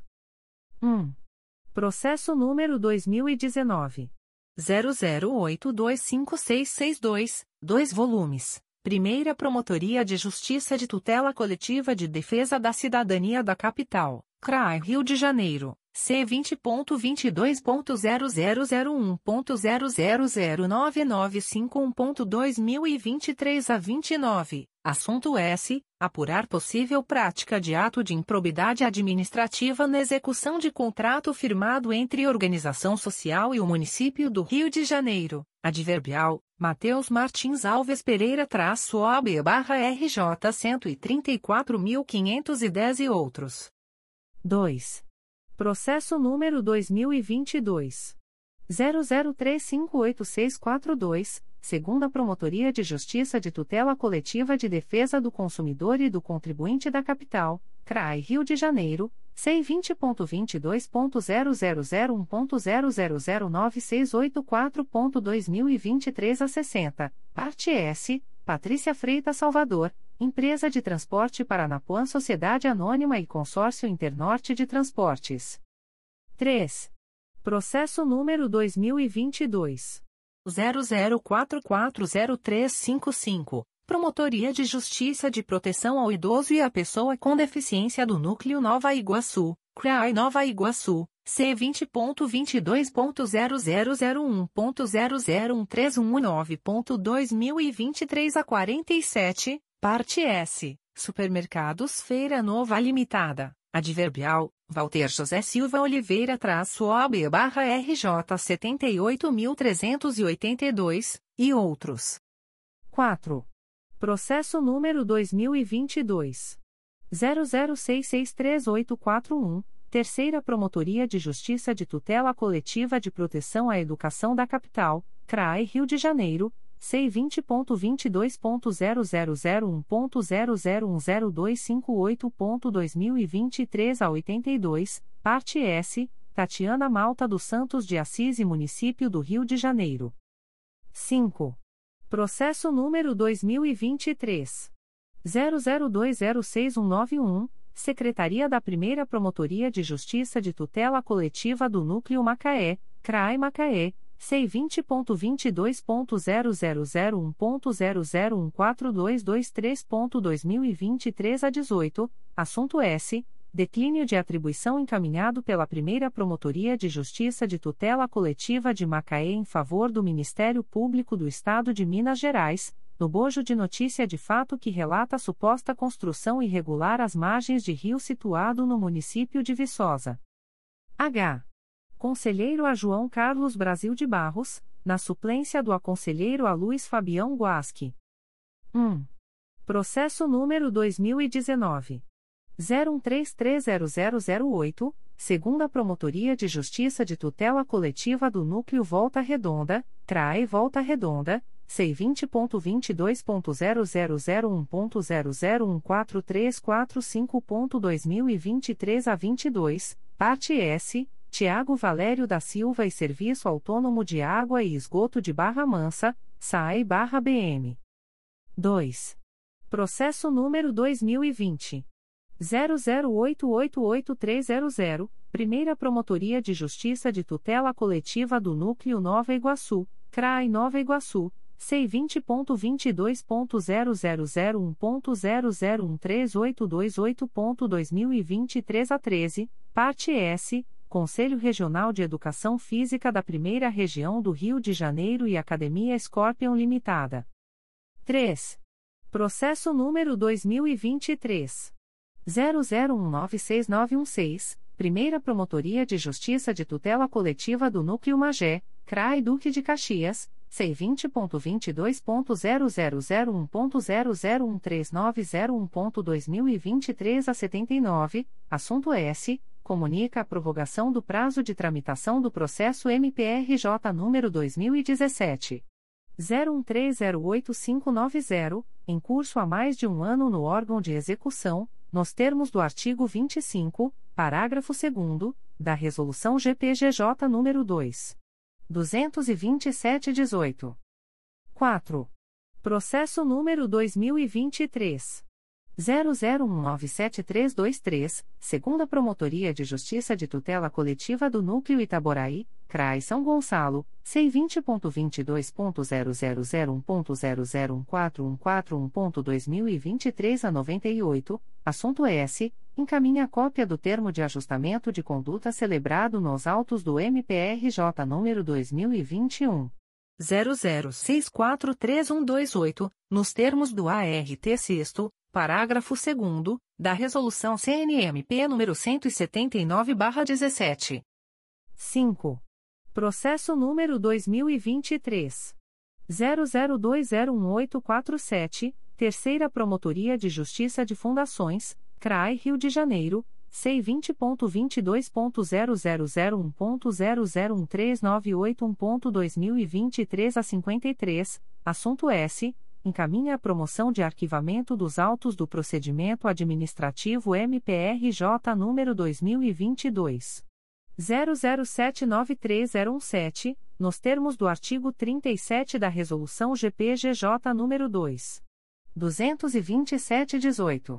um. Processo número dois mil e dezenove. zero zero oito dois cinco seis seis dois, dois volumes. Primeira Promotoria de Justiça de Tutela Coletiva de Defesa da Cidadania da Capital, C R A I Rio de Janeiro, C vinte ponto vinte e dois ponto zero zero zero um ponto zero zero zero nove nove cinco um ponto dois mil e vinte e três a vinte e nove, assunto S. Apurar possível prática de ato de improbidade administrativa na execução de contrato firmado entre Organização Social e o Município do Rio de Janeiro, adverbial, Mateus Martins Alves Pereira traço O A B barra R J cento e trinta e quatro mil quinhentos e dez e outros. dois. Processo número dois mil e vinte e dois. zero zero três cinco oito seis quatro dois, segunda Promotoria de Justiça de Tutela Coletiva de Defesa do Consumidor e do Contribuinte da Capital, C R A I Rio de Janeiro, C vinte ponto vinte e dois ponto zero zero zero um ponto zero zero zero nove seis oito quatro ponto dois mil e vinte e três a sessenta, parte S, Patrícia Freitas Salvador, Empresa de Transporte Paranapuã Sociedade Anônima e Consórcio Internorte de Transportes. três. Processo número dois mil e vinte e dois. zero zero quatro quatro zero três cinco cinco, Promotoria de Justiça de Proteção ao Idoso e à Pessoa com Deficiência do Núcleo Nova Iguaçu, C R A I Nova Iguaçu, C vinte ponto vinte e dois ponto zero zero zero um ponto zero zero um três um nove ponto dois mil e vinte e três a quarenta e sete, parte S, Supermercados Feira Nova Limitada, adverbial, Walter José Silva Oliveira traço O A B barra R J setenta e oito mil trezentos e oitenta e dois, e outros. quatro. Processo número dois mil e vinte e dois. zero zero seis seis três oito quatro um, Terceira Promotoria de Justiça de Tutela Coletiva de Proteção à Educação da Capital, C R A I Rio de Janeiro, C vinte ponto vinte e dois ponto zero zero zero um ponto zero zero um zero dois cinco oito ponto dois mil e vinte e três a oitenta e dois, parte S, Tatiana Malta dos Santos de Assis e Município do Rio de Janeiro. cinco. Processo número dois mil e vinte e três. zero zero dois zero seis um nove um, Secretaria da Primeira Promotoria de Justiça de Tutela Coletiva do Núcleo Macaé, C R A I Macaé, C vinte ponto vinte e dois ponto zero zero zero um ponto zero zero um quatro dois dois três ponto dois mil e vinte e três a dezoito, assunto S. Declínio de atribuição encaminhado pela Primeira Promotoria de Justiça de Tutela Coletiva de Macaé em favor do Ministério Público do Estado de Minas Gerais, no bojo de notícia de fato que relata suposta construção irregular às margens de rio situado no município de Viçosa. H. Conselheiro a João Carlos Brasil de Barros, na suplência do aconselheiro a Luiz Fabião Guasque. um. Processo número dois mil e dezenove. zero um três três zero zero zero oito, segunda Promotoria de Justiça de Tutela Coletiva do Núcleo Volta Redonda, C R A E Volta Redonda, C vinte ponto vinte e dois ponto zero zero zero um ponto zero zero um quatro três quatro cinco ponto dois mil e vinte e três a vinte e dois, parte S, Tiago Valério da Silva e Serviço Autônomo de Água e Esgoto de Barra Mansa, S A E barra B M. dois. Processo número dois mil e vinte. zero zero oito oito oito três zero zero, Primeira Promotoria de Justiça de Tutela Coletiva do Núcleo Nova Iguaçu, C R A I Nova Iguaçu, C vinte ponto vinte e dois ponto zero zero zero um ponto zero zero um três oito dois oito ponto dois mil e vinte e três a treze, parte S, Conselho Regional de Educação Física da Primeira Região do Rio de Janeiro e Academia Scorpion Limitada. três. Processo número dois mil e vinte e três. zero zero um nove seis nove um seis, Primeira Promotoria de Justiça de Tutela Coletiva do Núcleo Magé, C R A I Duque de Caxias, C vinte ponto vinte e dois ponto zero zero zero um ponto zero zero um três nove zero um ponto dois mil e vinte e três a setenta e nove, assunto S. Comunica a prorrogação do prazo de tramitação do processo M P R J número dois mil e dezessete. zero um três zero oito cinco nove zero, em curso há mais de um ano no órgão de execução, nos termos do artigo vinte e cinco, parágrafo segundo, da Resolução G P G J nº dois mil duzentos e vinte e sete traço dezoito. quatro. Processo número dois mil e vinte e três. zero zero um nove sete três dois três, segunda Promotoria de Justiça de Tutela Coletiva do Núcleo Itaboraí, C R A I São Gonçalo, C vinte ponto vinte e dois ponto zero zero zero um ponto zero zero um quatro um quatro um ponto dois mil e vinte e três a noventa e oito, assunto S, encaminha cópia do termo de ajustamento de conduta celebrado nos autos do M P R J número dois mil e vinte e um. zero zero seis quatro três um dois oito, nos termos do A R T sexto, parágrafo segundo, da Resolução C N M P número cento e setenta e nove barra dezessete. cinco. Processo número dois mil e vinte e três. zero zero dois zero um oito quatro sete, Terceira Promotoria de Justiça de Fundações, C R A I Rio de Janeiro, C vinte ponto vinte e dois ponto zero zero zero um ponto zero zero um três nove oito um ponto dois mil e vinte e três a cinquenta e três, assunto S, encaminha a promoção de arquivamento dos autos do procedimento administrativo M P R J número dois mil e vinte e dois. zero zero sete nove três zero um sete, nos termos do artigo trinta e sete da Resolução G P G J nº dois mil duzentos e vinte e sete traço dezoito.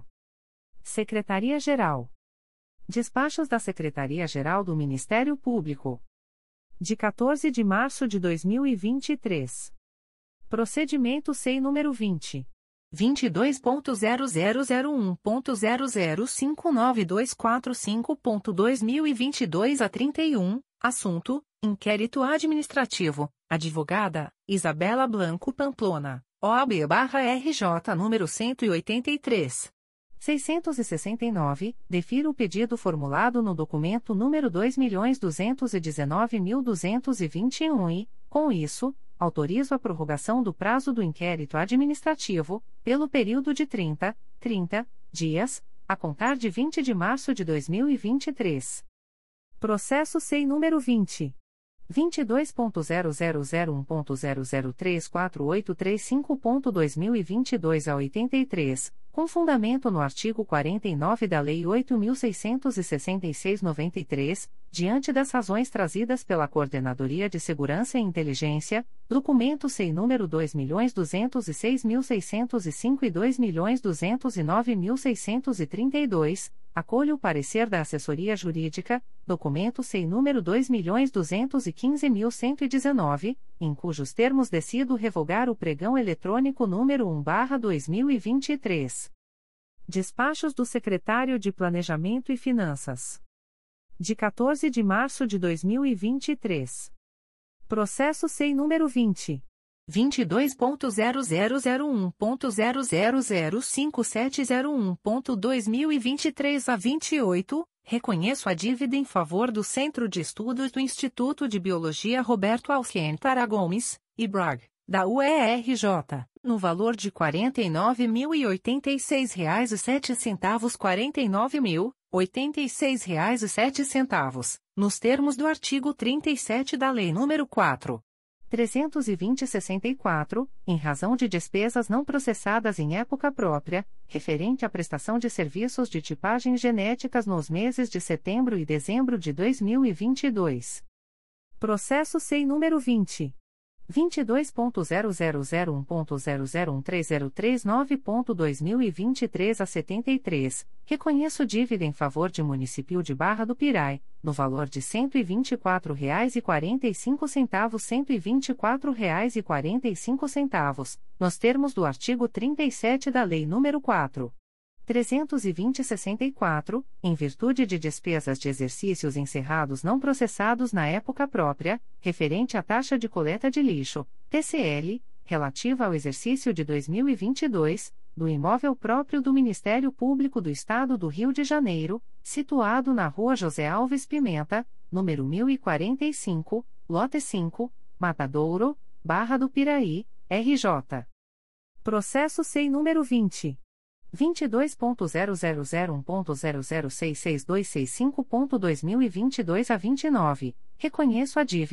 Secretaria-Geral. Despachos da Secretaria-Geral do Ministério Público. De quatorze de março de dois mil e vinte e três. Procedimento S E I número vinte. vinte e dois ponto zero zero zero um ponto zero zero cinco nove dois quatro cinco ponto dois mil e vinte e dois a trinta e um, assunto, inquérito administrativo, advogada, Isabela Blanco Pamplona, O A B-R J número cento e oitenta e três. seiscentos e sessenta e nove, defiro o pedido formulado no documento número dois milhões duzentos e dezenove mil duzentos e vinte e um e, com isso, autorizo a prorrogação do prazo do inquérito administrativo, pelo período de trinta, trinta dias, a contar de vinte de março de dois mil e vinte e três. Processo S E I número vinte. vinte e dois ponto zero zero zero um ponto zero zero três quatro oito três cinco ponto dois mil e vinte e dois a oitenta e três, com fundamento no artigo quarenta e nove da Lei oito mil seiscentos e sessenta e seis barra noventa e três, diante das razões trazidas pela Coordenadoria de Segurança e Inteligência, documento S E I número dois milhões duzentos e seis mil seiscentos e cinco e dois milhões duzentos e nove mil seiscentos e trinta e dois, acolho o parecer da Assessoria Jurídica, documento S E I número dois milhões duzentos e quinze mil cento e dezenove, em cujos termos decido revogar o pregão eletrônico número um barra dois mil e vinte e três. Despachos do Secretário de Planejamento e Finanças. De quatorze de março de dois mil e vinte e três. Processo S E I número vinte. vinte e dois ponto zero zero zero um ponto zero zero zero cinco sete zero um ponto dois mil e vinte e três a vinte e oito, reconheço a dívida em favor do Centro de Estudos do Instituto de Biologia Roberto Alcântara Gomes, I B R A G, da U E R J, no valor de quarenta e nove mil e oitenta e seis reais e sete centavos quarenta e nove mil, oitenta e seis reais e sete centavos, nos termos do artigo trinta e sete da Lei nº quatro mil trezentos e vinte e sessenta e quatro, em razão de despesas não processadas em época própria, referente à prestação de serviços de tipagens genéticas nos meses de setembro e dezembro de dois mil e vinte e dois. Processo S E I número vinte. vinte e dois ponto zero zero zero um ponto zero zero um três zero três nove ponto dois mil e vinte e três a setenta e três, reconheço dívida em favor de Município de Barra do Pirai, no valor de cento e vinte e quatro reais e quarenta e cinco centavos cento e vinte e quatro reais e quarenta e cinco centavos, nos termos do artigo trinta e sete da Lei nº quatro mil trezentos e vinte e sessenta e quatro, em virtude de despesas de exercícios encerrados não processados na época própria, referente à taxa de coleta de lixo, T C L, relativa ao exercício de dois mil e vinte e dois, do imóvel próprio do Ministério Público do Estado do Rio de Janeiro, situado na Rua José Alves Pimenta, número mil e quarenta e cinco, lote cinco, Matadouro, Barra do Piraí, R J. Processo S E I número vinte. vinte e dois ponto zero zero zero um ponto zero zero seis seis dois seis cinco ponto dois mil e vinte e dois a vinte e nove, reconheço a dívida,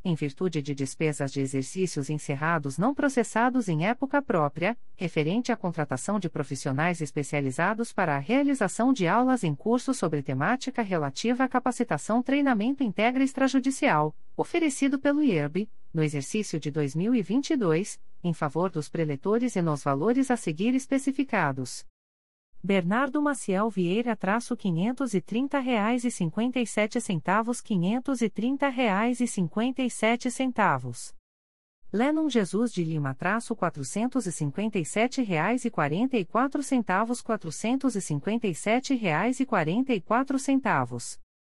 em virtude de despesas de exercícios encerrados não processados em época própria, referente à contratação de profissionais especializados para a realização de aulas em curso sobre temática relativa à capacitação treinamento integra extrajudicial, oferecido pelo I E R B, no exercício de dois mil e vinte e dois, em favor dos preletores e nos valores a seguir especificados. Bernardo Maciel Vieira traço quinhentos e trinta reais e cinquenta e sete centavos quinhentos e trinta reais e cinquenta e sete centavos. Lennon Jesus de Lima traço quatrocentos e cinquenta e sete reais e quarenta e quatro centavos quatrocentos e cinquenta e sete reais e quarenta e quatro centavos.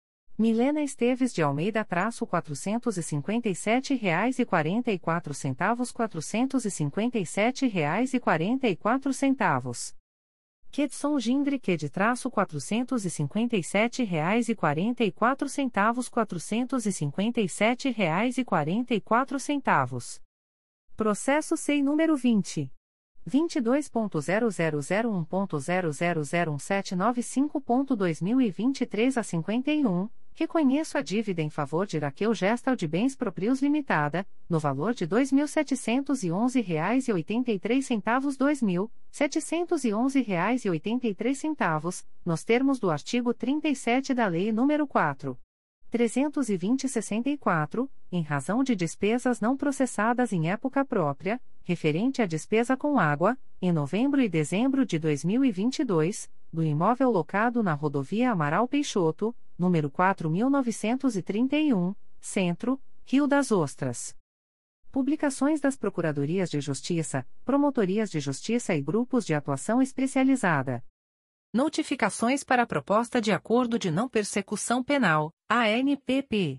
Milena Esteves de Almeida traço quatrocentos e cinquenta e sete reais e quarenta e quatro centavos quatrocentos e cinquenta e sete reais e quarenta e quatro centavos. Kedson Gindrique de traço quatrocentos e cinquenta e sete reais e quarenta e quatro centavos quatrocentos e cinquenta e sete reais e quarenta e quatro centavos. Processo S E I número vinte. vinte e dois ponto zero zero zero um ponto zero zero zero um sete nove cinco ponto dois mil e vinte e três a cinquenta e um, reconheço a dívida em favor de Raquel Gestal de Bens Proprios Limitada, no valor de dois mil setecentos e onze reais e oitenta e três centavos dois mil setecentos e onze reais e oitenta e três centavos, nos termos do artigo trinta e sete da Lei nº quatro mil trezentos e vinte traço sessenta e quatro, em razão de despesas não processadas em época própria, referente à despesa com água, em novembro e dezembro de dois mil e vinte e dois, do imóvel locado na Rodovia Amaral Peixoto, número quatro mil novecentos e trinta e um, Centro, Rio das Ostras. Publicações das Procuradorias de Justiça, Promotorias de Justiça e Grupos de Atuação Especializada. Notificações para a Proposta de Acordo de Não Persecução Penal, A N P P.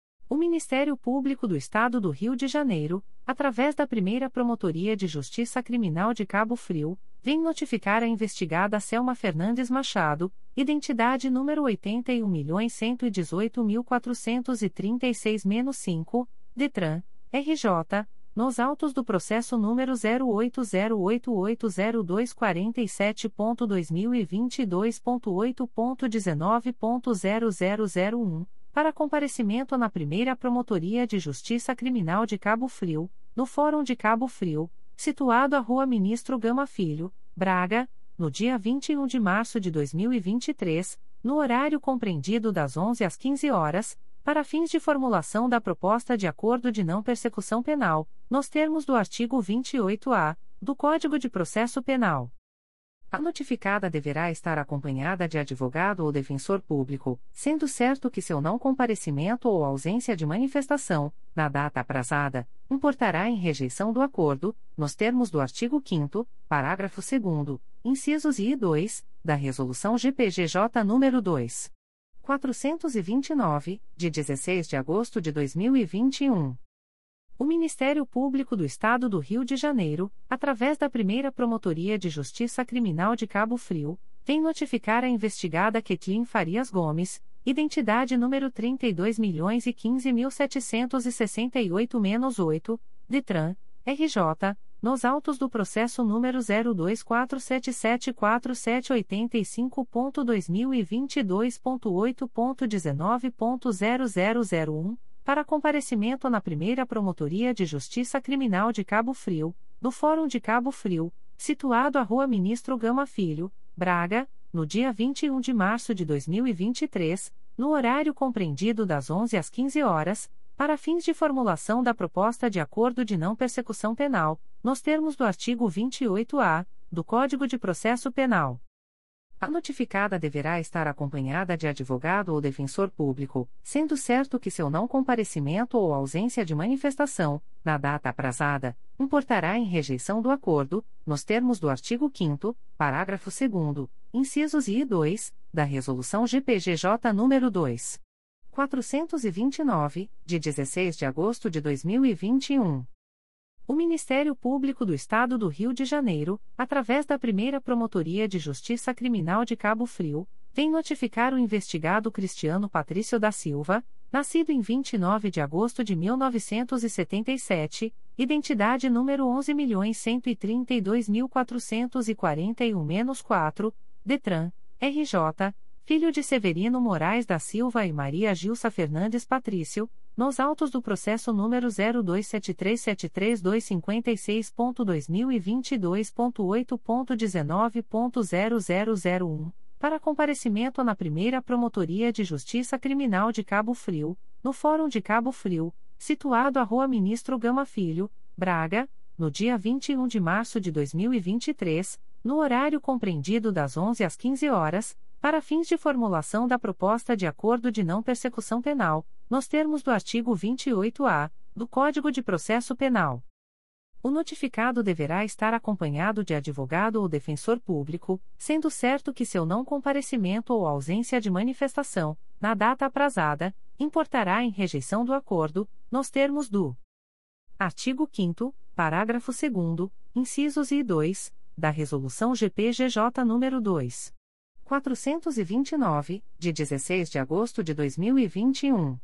O Ministério Público do Estado do Rio de Janeiro, através da Primeira Promotoria de Justiça Criminal de Cabo Frio, vem notificar a investigada Selma Fernandes Machado, identidade número oitenta e um milhões cento e dezoito mil quatrocentos e trinta e seis cinco, DETRAN, R J, nos autos do processo número zero oito zero oito oito zero dois quatro sete ponto dois mil e vinte e dois ponto oito ponto dezenove ponto zero zero zero um, para comparecimento na Primeira Promotoria de Justiça Criminal de Cabo Frio, no Fórum de Cabo Frio, situado à Rua Ministro Gama Filho, Braga, no dia vinte e um de março de dois mil e vinte e três, no horário compreendido das onze às quinze horas, para fins de formulação da proposta de acordo de não persecução penal, nos termos do artigo vinte e oito A do Código de Processo Penal. A notificada deverá estar acompanhada de advogado ou defensor público, sendo certo que seu não comparecimento ou ausência de manifestação, na data aprazada, importará em rejeição do acordo, nos termos do artigo quinto, parágrafo segundo, incisos I e dois, da Resolução G P G J nº dois mil quatrocentos e vinte e nove, de dezesseis de agosto de dois mil e vinte e um. O Ministério Público do Estado do Rio de Janeiro, através da Primeira Promotoria de Justiça Criminal de Cabo Frio, vem notificar a investigada Ketlin Farias Gomes, identidade número trinta e dois milhões e quinze mil setecentos e sessenta e oito oito, DETRAN, R J, nos autos do processo número zero dois quatro sete sete quatro sete oito cinco ponto dois mil e vinte e dois ponto oito ponto dezenove ponto zero zero zero um, para comparecimento na Primeira Promotoria de Justiça Criminal de Cabo Frio, no Fórum de Cabo Frio, situado à Rua Ministro Gama Filho, Braga, no dia vinte e um de março de dois mil e vinte e três, no horário compreendido das onze às quinze horas, para fins de formulação da proposta de acordo de não persecução penal, nos termos do artigo vinte e oito A do Código de Processo Penal. A notificada deverá estar acompanhada de advogado ou defensor público, sendo certo que seu não comparecimento ou ausência de manifestação, na data aprazada, importará em rejeição do acordo, nos termos do artigo quinto, parágrafo segundo, incisos I e dois, da Resolução G P G J nº dois mil quatrocentos e vinte e nove, de dezesseis de agosto de dois mil e vinte e um. O Ministério Público do Estado do Rio de Janeiro, através da Primeira Promotoria de Justiça Criminal de Cabo Frio, vem notificar o investigado Cristiano Patrício da Silva, nascido em vinte e nove de agosto de mil novecentos e setenta e sete, identidade número onze milhões cento e trinta e dois mil quatrocentos e quarenta e um quatro, DETRAN, R J, filho de Severino Moraes da Silva e Maria Gilsa Fernandes Patrício, nos autos do processo número zero dois sete três sete três dois cinco seis ponto dois mil e vinte e dois ponto oito ponto dezenove ponto zero zero zero um, para comparecimento na primeira Promotoria de Justiça Criminal de Cabo Frio, no Fórum de Cabo Frio, situado à Rua Ministro Gama Filho, Braga, no dia vinte e um de março de dois mil e vinte e três, no horário compreendido das onze às quinze horas, para fins de formulação da proposta de acordo de não persecução penal, nos termos do artigo vinte e oito A, do Código de Processo Penal. O notificado deverá estar acompanhado de advogado ou defensor público, sendo certo que seu não comparecimento ou ausência de manifestação, na data aprazada, importará em rejeição do acordo, nos termos do artigo quinto, parágrafo segundo, incisos I e dois, da Resolução G P G J nº dois mil quatrocentos e vinte e nove, de dezesseis de agosto de dois mil e vinte e um.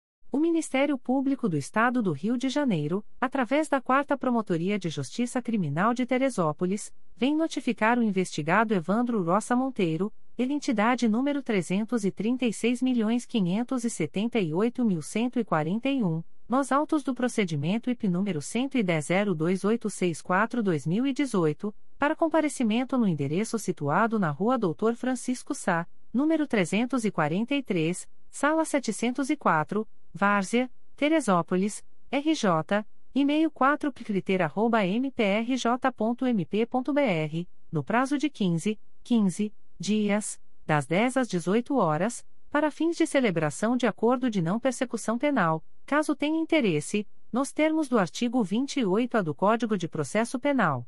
O Ministério Público do Estado do Rio de Janeiro, através da quarta Promotoria de Justiça Criminal de Teresópolis, vem notificar o investigado Evandro Roça Monteiro, identidade número trezentos e trinta e seis milhões quinhentos e setenta e oito mil cento e quarenta e um, nos autos do procedimento I P número cento e dez ponto zero dois oito seis quatro barra dois mil e dezoito, para comparecimento no endereço situado na Rua Doutor Francisco Sá, número trezentos e quarenta e três, Sala setecentos e quatro, Várzea, Teresópolis, R J, e-mail quatro pcriter arroba m p r j ponto m p ponto b r, no prazo de quinze, quinze dias, das dez às dezoito horas, para fins de celebração de acordo de não persecução penal, caso tenha interesse, nos termos do artigo vinte e oito A do Código de Processo Penal.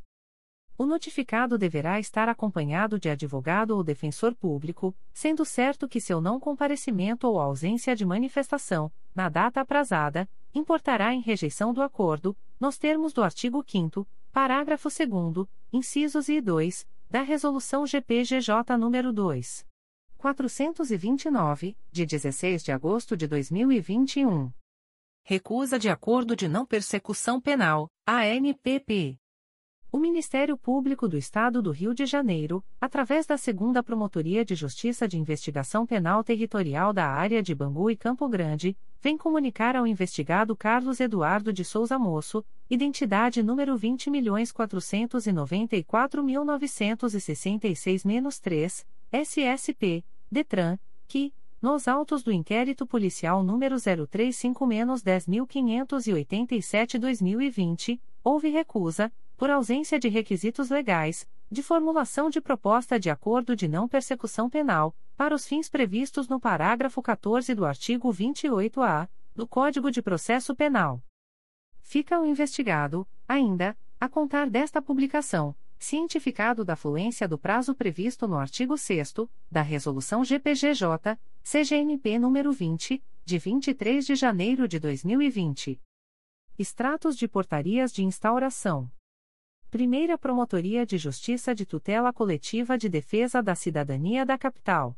O notificado deverá estar acompanhado de advogado ou defensor público, sendo certo que seu não comparecimento ou ausência de manifestação, na data aprazada, importará em rejeição do acordo, nos termos do artigo quinto, parágrafo segundo, incisos I e dois, da Resolução G P G J nº dois mil quatrocentos e vinte e nove, de dezesseis de agosto de dois mil e vinte e um. Recusa de acordo de não persecução penal, A N P P. O Ministério Público do Estado do Rio de Janeiro, através da segunda Promotoria de Justiça de Investigação Penal Territorial da Área de Bangu e Campo Grande, vem comunicar ao investigado Carlos Eduardo de Souza Moço, identidade número vinte milhões quatrocentos e noventa e quatro mil novecentos e sessenta e seis três, S S P, DETRAN, que, nos autos do inquérito policial número zero trinta e cinco barra dez mil quinhentos e oitenta e sete barra dois mil e vinte, houve recusa, por ausência de requisitos legais, de formulação de proposta de acordo de não persecução penal, para os fins previstos no parágrafo quatorze do artigo vinte e oito A, do Código de Processo Penal. Fica o investigado, ainda, a contar desta publicação, cientificado da fluência do prazo previsto no artigo sexto da Resolução G P G J, C G N P número vinte, de vinte e três de janeiro de dois mil e vinte. Extratos de portarias de instauração. Primeira Promotoria de Justiça de Tutela Coletiva de Defesa da Cidadania da Capital.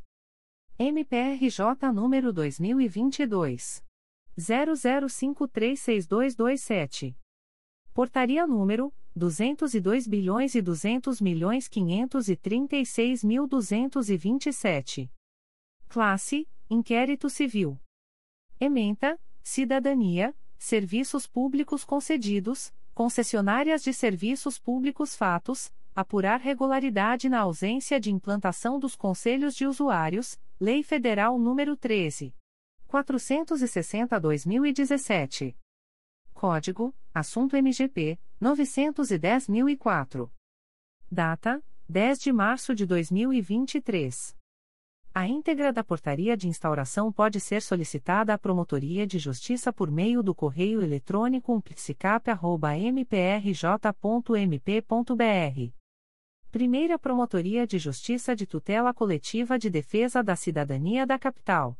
M P R J número dois mil e vinte e dois. zero zero cinco três seis dois dois sete. Portaria número duzentos e dois bilhões e duzentos milhões quinhentos e trinta e seis mil duzentos e vinte e sete. Classe: Inquérito Civil. Ementa: Cidadania, Serviços Públicos Concedidos, concessionárias de serviços públicos fatos, apurar regularidade na ausência de implantação dos conselhos de usuários, Lei Federal nº treze mil quatrocentos e sessenta barra dois mil e dezessete. Código: Assunto M G P, novecentos e dez mil e quatro. Data: dez de março de dois mil e vinte e três. A íntegra da portaria de instauração pode ser solicitada à Promotoria de Justiça por meio do correio eletrônico psicap arroba m p r j ponto m p ponto b r. Primeira Promotoria de Justiça de Tutela Coletiva de Defesa da Cidadania da Capital.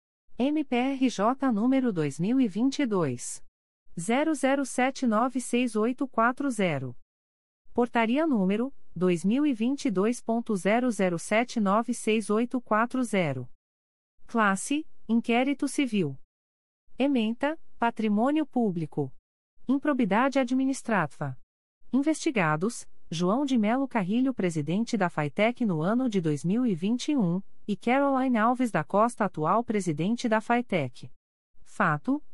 M P R J número dois mil e vinte e dois. zero zero sete nove seis oito quatro zero. Portaria número dois mil e vinte e dois ponto zero zero sete nove seis oito quatro zero. Classe: Inquérito Civil. Ementa: Patrimônio Público. Improbidade Administrativa. Investigados: João de Melo Carrilho, presidente da FAITEC no ano de dois mil e vinte e um, e Caroline Alves da Costa, atual presidente da FAITEC. Fato: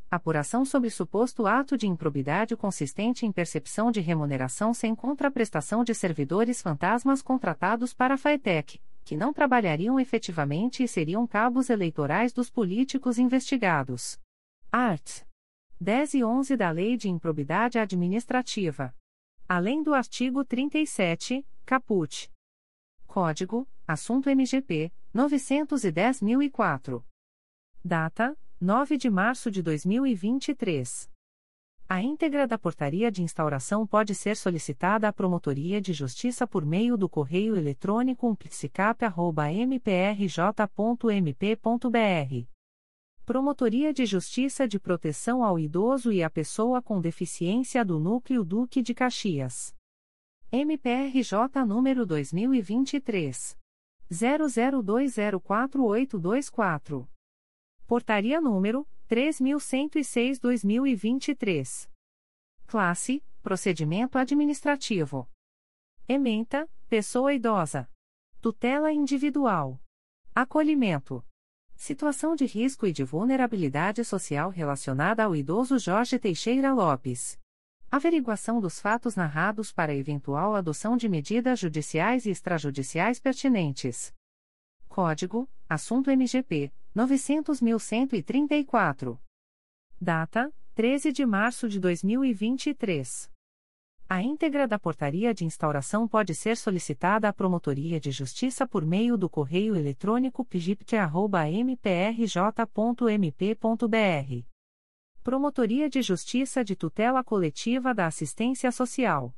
Apuração sobre suposto ato de improbidade consistente em percepção de remuneração sem contraprestação de servidores fantasmas contratados para a FATEC, que não trabalhariam efetivamente e seriam cabos eleitorais dos políticos investigados. Art. dez e onze da Lei de Improbidade Administrativa. Além do artigo trinta e sete, caput. Código: Assunto M G P novecentos e dez mil e quatro. Data: nove de março de dois mil e vinte e três. A íntegra da portaria de instauração pode ser solicitada à Promotoria de Justiça por meio do correio eletrônico umplicicap arroba m p r j ponto m p ponto b r. Promotoria de Justiça de Proteção ao Idoso e à Pessoa com Deficiência do Núcleo Duque de Caxias. M P R J número dois mil e vinte e três. zero zero dois zero quatro oito dois quatro. Portaria número três mil cento e seis barra dois mil e vinte e três. Classe: Procedimento Administrativo. Ementa: Pessoa idosa. Tutela individual. Acolhimento. Situação de risco e de vulnerabilidade social relacionada ao idoso Jorge Teixeira Lopes. Averiguação dos fatos narrados para eventual adoção de medidas judiciais e extrajudiciais pertinentes. Código: Assunto M G P novecentos mil cento e trinta e quatro. Data: treze de março de dois mil e vinte e três. A íntegra da portaria de instauração pode ser solicitada à Promotoria de Justiça por meio do correio eletrônico p g p t arroba m p r j ponto m p ponto b r. Promotoria de Justiça de Tutela Coletiva da Assistência Social.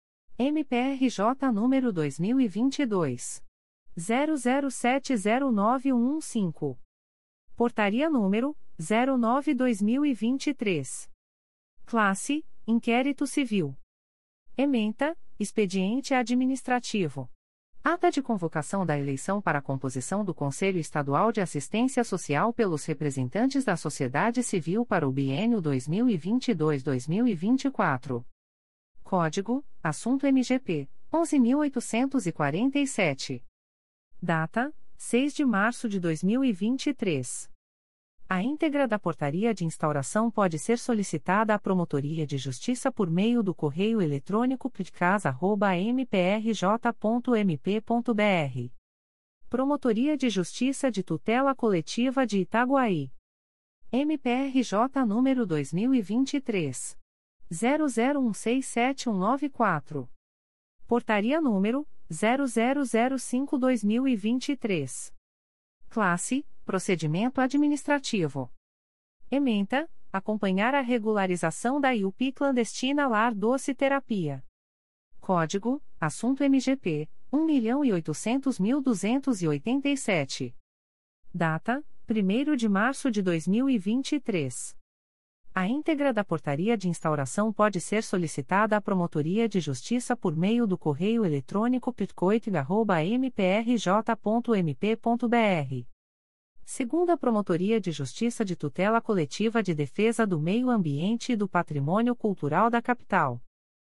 M P R J número dois mil e vinte e dois. zero zero sete zero nove um cinco. Portaria número zero nove barra dois mil e vinte e três. Classe: Inquérito Civil. Ementa: Expediente Administrativo. Ata de convocação da eleição para a composição do Conselho Estadual de Assistência Social pelos representantes da sociedade civil para o biênio dois mil e vinte e dois a dois mil e vinte e quatro. Código: Assunto M G P onze mil oitocentos e quarenta e sete. Data: seis de março de dois mil e vinte e três. A íntegra da portaria de instauração pode ser solicitada à Promotoria de Justiça por meio do correio eletrônico p d c a s arroba m p r j ponto m p ponto b r. Promotoria de Justiça de Tutela Coletiva de Itaguaí. M P R J número dois mil e vinte e três. zero zero um seis sete um nove quatro. Portaria número zero zero zero cinco barra dois mil e vinte e três. Classe: Procedimento Administrativo. Ementa: Acompanhar a regularização da I U P clandestina Lar Doce Terapia. Código: Assunto M G P um milhão e oitocentos mil duzentos e oitenta e sete. Data: primeiro de março de dois mil e vinte e três. A íntegra da portaria de instauração pode ser solicitada à Promotoria de Justiça por meio do correio eletrônico pitcoit arroba m p r j ponto m p ponto b r. Segunda Promotoria de Justiça de Tutela Coletiva de Defesa do Meio Ambiente e do Patrimônio Cultural da Capital.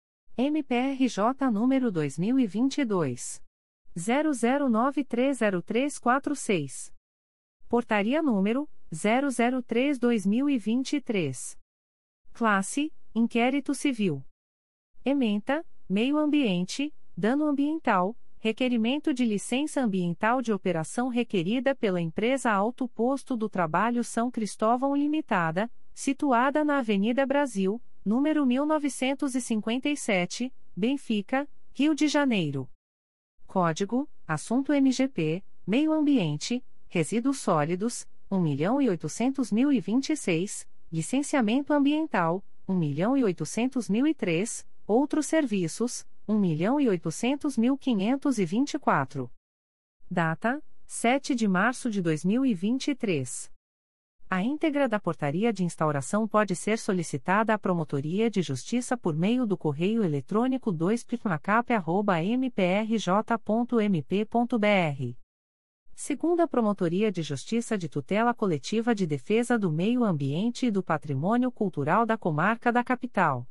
M P R J número dois mil e vinte e dois. zero zero nove três zero três quatro seis. Portaria número zero zero três barra dois mil e vinte e três. Classe: Inquérito Civil. Ementa: Meio Ambiente, Dano Ambiental, Requerimento de Licença Ambiental de Operação requerida pela Empresa Alto Posto do Trabalho São Cristóvão Limitada, situada na Avenida Brasil, número mil novecentos e cinquenta e sete, Benfica, Rio de Janeiro. Código: Assunto M G P, Meio Ambiente, Resíduos Sólidos, um milhão e oitocentos mil e vinte e seis, Licenciamento Ambiental, um milhão e oitocentos mil e três, Outros Serviços, um milhão e oitocentos mil quinhentos e vinte e quatro. Data: sete de março de dois mil e vinte e três. A íntegra da portaria de instauração pode ser solicitada à Promotoria de Justiça por meio do correio eletrônico dois p m a c a p arroba m p r j ponto m p ponto b r. Segunda Promotoria de Justiça de Tutela Coletiva de Defesa do Meio Ambiente e do Patrimônio Cultural da Comarca da Capital.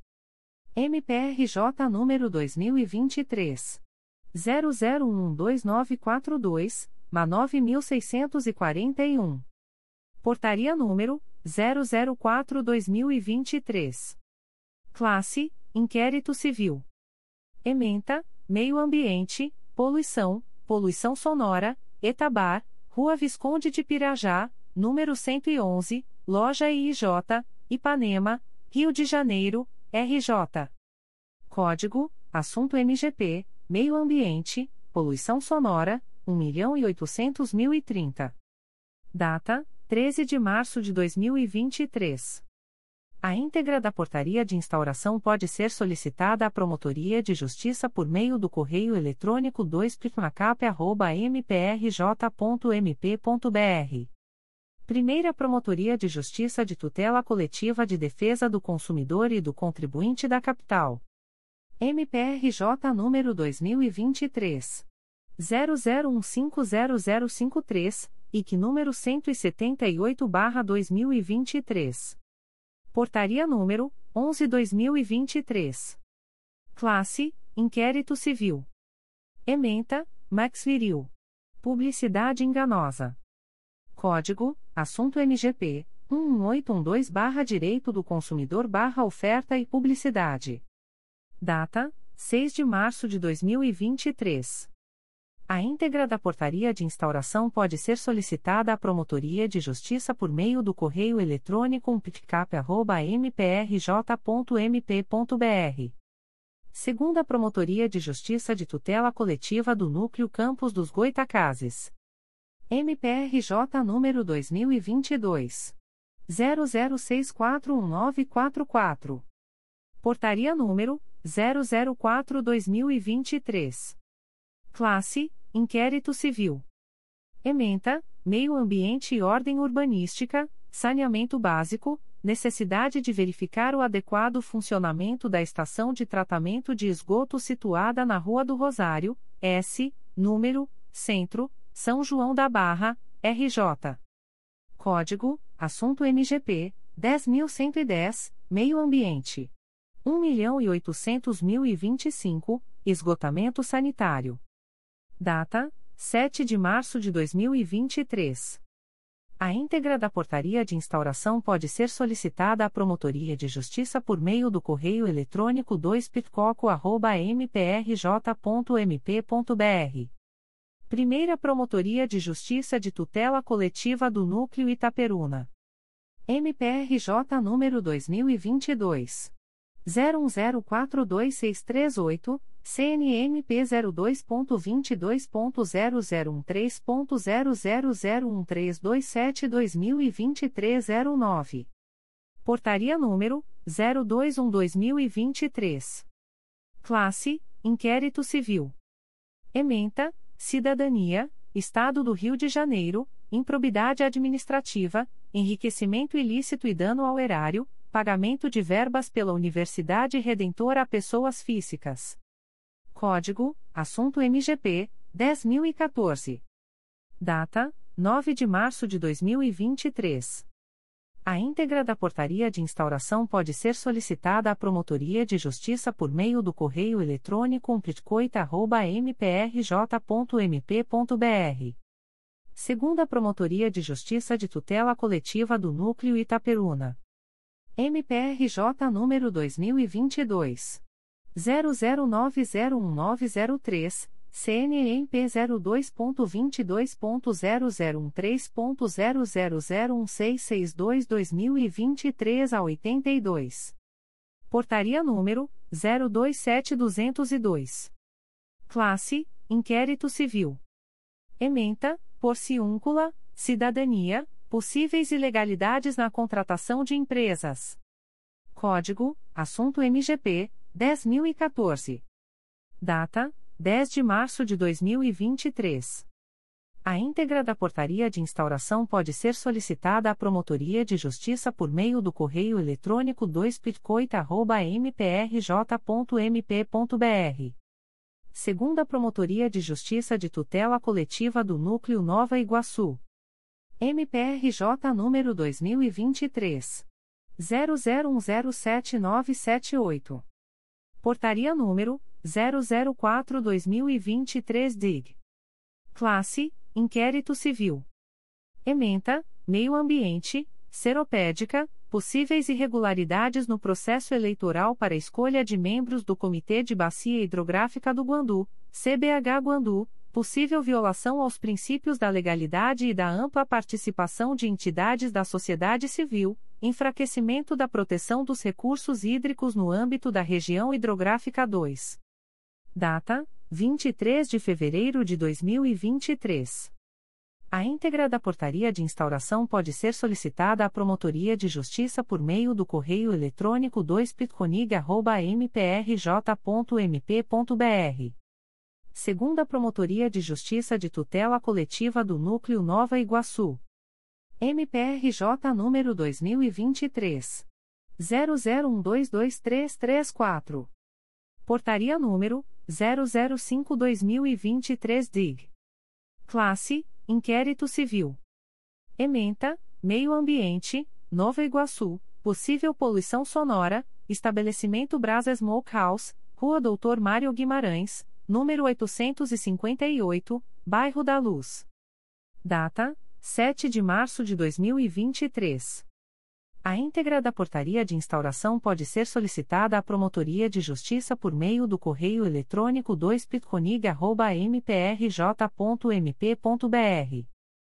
M P R J número dois mil e vinte e três. zero zero um dois nove quatro dois, M A nove mil seiscentos e quarenta e um. Portaria número zero zero quatro barra dois mil e vinte e três. Classe: Inquérito Civil. Ementa: Meio Ambiente, Poluição, Poluição Sonora, Etabar, Rua Visconde de Pirajá, número cento e onze, Loja I I J, Ipanema, Rio de Janeiro, R J. Código: Assunto M G P, Meio Ambiente, Poluição Sonora, um milhão e oitocentos mil e trinta. Data: treze de março de dois mil e vinte e três. A íntegra da portaria de instauração pode ser solicitada à Promotoria de Justiça por meio do correio eletrônico dois p m a c a p arroba m p r j ponto m p ponto b r. Primeira Promotoria de Justiça de Tutela Coletiva de Defesa do Consumidor e do Contribuinte da Capital. M P R J número dois mil e vinte e três. zero zero um cinco zero zero cinco três, I C número cento e setenta e oito barra dois mil e vinte e três. Portaria número onze barra dois mil e vinte e três. Classe: Inquérito Civil. Ementa: Max Viril. Publicidade enganosa. Código: Assunto M G P, um um oito um dois barra Direito do Consumidor barra Oferta e Publicidade. Data: seis de março de dois mil e vinte e três. A íntegra da portaria de instauração pode ser solicitada à Promotoria de Justiça por meio do correio eletrônico umptcap arroba m p r j ponto m p ponto b r. Segunda Promotoria de Justiça de Tutela Coletiva do Núcleo Campos dos Goitacazes. M P R J número dois mil e vinte e dois. zero zero seis quatro um nove quatro quatro. Portaria número zero zero quatro barra dois mil e vinte e três. Classe: Inquérito Civil. Ementa: Meio Ambiente e Ordem Urbanística, Saneamento Básico, necessidade de verificar o adequado funcionamento da estação de tratamento de esgoto situada na Rua do Rosário, S, número, Centro, São João da Barra, R J. Código: Assunto M G P, dez mil cento e dez, Meio Ambiente. um milhão e oitocentos mil e vinte e cinco, Esgotamento Sanitário. Data: sete de março de dois mil e vinte e três. A íntegra da portaria de instauração pode ser solicitada à Promotoria de Justiça por meio do correio eletrônico dois p t coco arroba m p r j ponto m p ponto b r. Primeira Promotoria de Justiça de Tutela Coletiva do Núcleo Itaperuna. M P R J número dois mil e vinte e dois. zero um zero quatro dois seis três oito, C N M P zero dois ponto vinte e dois ponto zero zero um três ponto zero zero zero um três dois sete dois mil e vinte e três zero nove. Portaria número zero dois um barra dois mil e vinte e três. Classe: Inquérito Civil. Ementa: Cidadania, Estado do Rio de Janeiro, Improbidade Administrativa, Enriquecimento Ilícito e Dano ao Erário, Pagamento de verbas pela Universidade Redentora a pessoas físicas. Código: Assunto M G P, dez mil e quatorze. Data: nove de março de dois mil e vinte e três. A íntegra da portaria de instauração pode ser solicitada à Promotoria de Justiça por meio do correio eletrônico umptcoita arroba m p r j ponto m p ponto b r. Segunda Promotoria de Justiça de Tutela Coletiva do Núcleo Itaperuna. M P R J número dois mil e vinte e dois. zero zero nove zero um nove zero três, C N M P zero dois ponto vinte e dois ponto zero zero um três ponto zero zero zero um seis seis dois dois mil e vinte e três a oitenta e dois. Portaria número zero dois sete duzentos e dois. Classe: Inquérito Civil. Ementa: Porciúncula, Cidadania, possíveis ilegalidades na contratação de empresas. Código: Assunto M G P, dez mil e quatorze. Data: dez de março de dois mil e vinte e três. A íntegra da portaria de instauração pode ser solicitada à Promotoria de Justiça por meio do correio eletrônico dois p t coita arroba m p r j ponto m p ponto b r. Segunda Promotoria de Justiça de Tutela Coletiva do Núcleo Nova Iguaçu. M P R J número dois mil e vinte e três. zero zero um zero sete nove sete oito. Portaria número zero zero quatro barra dois mil e vinte e três D I G. Classe: Inquérito Civil. Ementa: Meio Ambiente, Seropédica, possíveis irregularidades no processo eleitoral para escolha de membros do Comitê de Bacia Hidrográfica do Guandu, C B H Guandu, possível violação aos princípios da legalidade e da ampla participação de entidades da sociedade civil, enfraquecimento da proteção dos recursos hídricos no âmbito da região hidrográfica dois. Data: vinte e três de fevereiro de dois mil e vinte e três. A íntegra da portaria de instauração pode ser solicitada à Promotoria de Justiça por meio do correio eletrônico dois pitconig arroba m p r j ponto m p ponto b r. Segunda Promotoria de Justiça de Tutela Coletiva do Núcleo Nova Iguaçu. M P R J número dois mil e vinte e três. zero zero um dois dois três três quatro. Portaria número zero zero cinco barra dois mil e vinte e três D I G. Classe: Inquérito Civil. Ementa: Meio Ambiente, Nova Iguaçu, possível poluição sonora, estabelecimento Brasa Smokehouse, Rua Doutor Mário Guimarães, número oitocentos e cinquenta e oito, Bairro da Luz. Data: sete de março de dois mil e vinte e três. A íntegra da portaria de instauração pode ser solicitada à Promotoria de Justiça por meio do correio eletrônico dois pitconig arroba m p r j ponto m p ponto b r.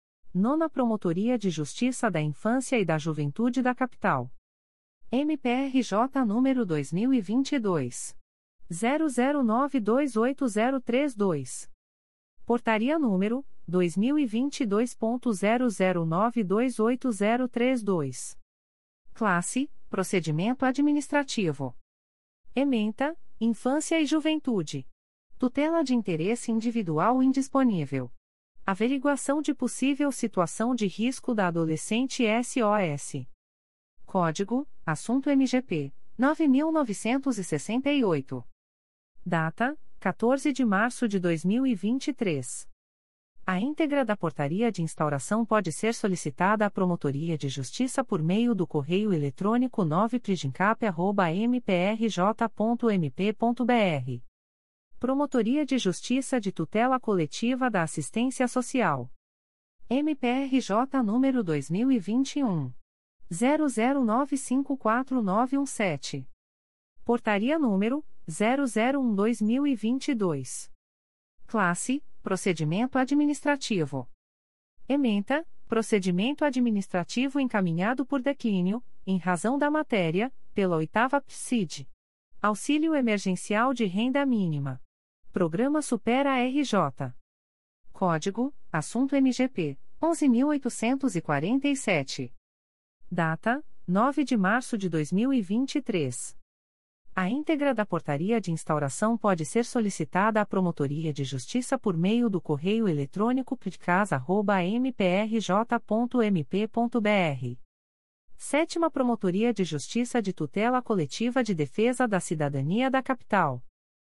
Nona Promotoria de Justiça da Infância e da Juventude da Capital. M P R J número dois mil e vinte e dois. zero zero nove dois oito zero três dois. Portaria número dois mil e vinte e dois ponto zero zero nove dois oito zero três dois. Classe: Procedimento Administrativo. Ementa: Infância e Juventude. Tutela de interesse individual indisponível. Averiguação de possível situação de risco da adolescente S O S. Código: Assunto M G P nove mil novecentos e sessenta e oito. Data: quatorze de março de dois mil e vinte e três. A íntegra da portaria de instauração pode ser solicitada à Promotoria de Justiça por meio do correio eletrônico nove prigincap arroba m p r j ponto m p ponto b r. Promotoria de Justiça de Tutela Coletiva da Assistência Social. M P R J número dois mil e vinte e um. zero zero nove cinco quatro nove um sete. Portaria número zero zero um barra dois mil e vinte e dois. Classe: Procedimento Administrativo. Ementa: Procedimento administrativo encaminhado por declínio, em razão da matéria, pela oitava P S I D. Auxílio Emergencial de Renda Mínima. Programa Supera R J. Código: Assunto M G P onze mil oitocentos e quarenta e sete. Data: nove de março de dois mil e vinte e três. A íntegra da portaria de instauração pode ser solicitada à Promotoria de Justiça por meio do correio eletrônico pdcas arroba m p r j ponto m p ponto b r. Sétima Promotoria de Justiça de Tutela Coletiva de Defesa da Cidadania da Capital.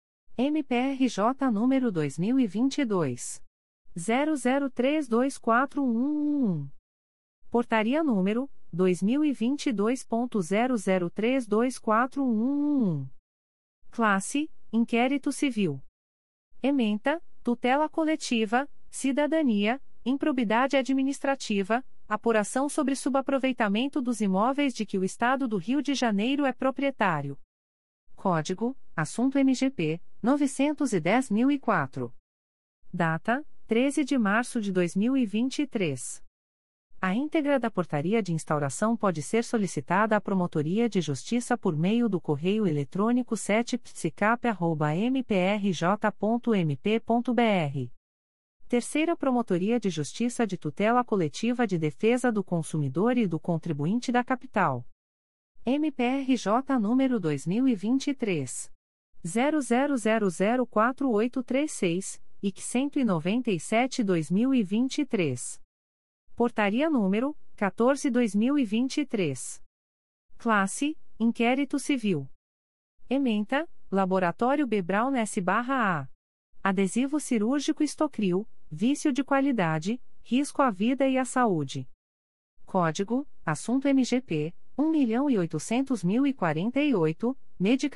M P R J número dois mil e vinte e dois. zero zero três dois quatro um um um. Portaria número dois mil e vinte e dois ponto zero zero três dois quatro um um um. Classe: Inquérito Civil. Ementa: Tutela Coletiva, Cidadania, Improbidade Administrativa, Apuração sobre subaproveitamento dos imóveis de que o Estado do Rio de Janeiro é proprietário. Código: Assunto M G P novecentos e dez mil e quatro. Data: treze de março de dois mil e vinte e três. A íntegra da portaria de instauração pode ser solicitada à Promotoria de Justiça por meio do correio eletrônico sete psicap arroba m p r j ponto m p ponto b r. Terceira Promotoria de Justiça de Tutela Coletiva de Defesa do Consumidor e do Contribuinte da Capital. M P R J número dois mil e vinte e três. zero zero zero zero quatro oito três seis, I C cento e noventa e sete barra dois mil e vinte e três. Portaria número quatorze barra dois mil e vinte e três. Classe: Inquérito Civil. Ementa: Laboratório B. Brown S/A. Adesivo cirúrgico Estocril, vício de qualidade, risco à vida e à saúde. Código: Assunto M G P um milhão e oitocentos mil e quarenta e oito,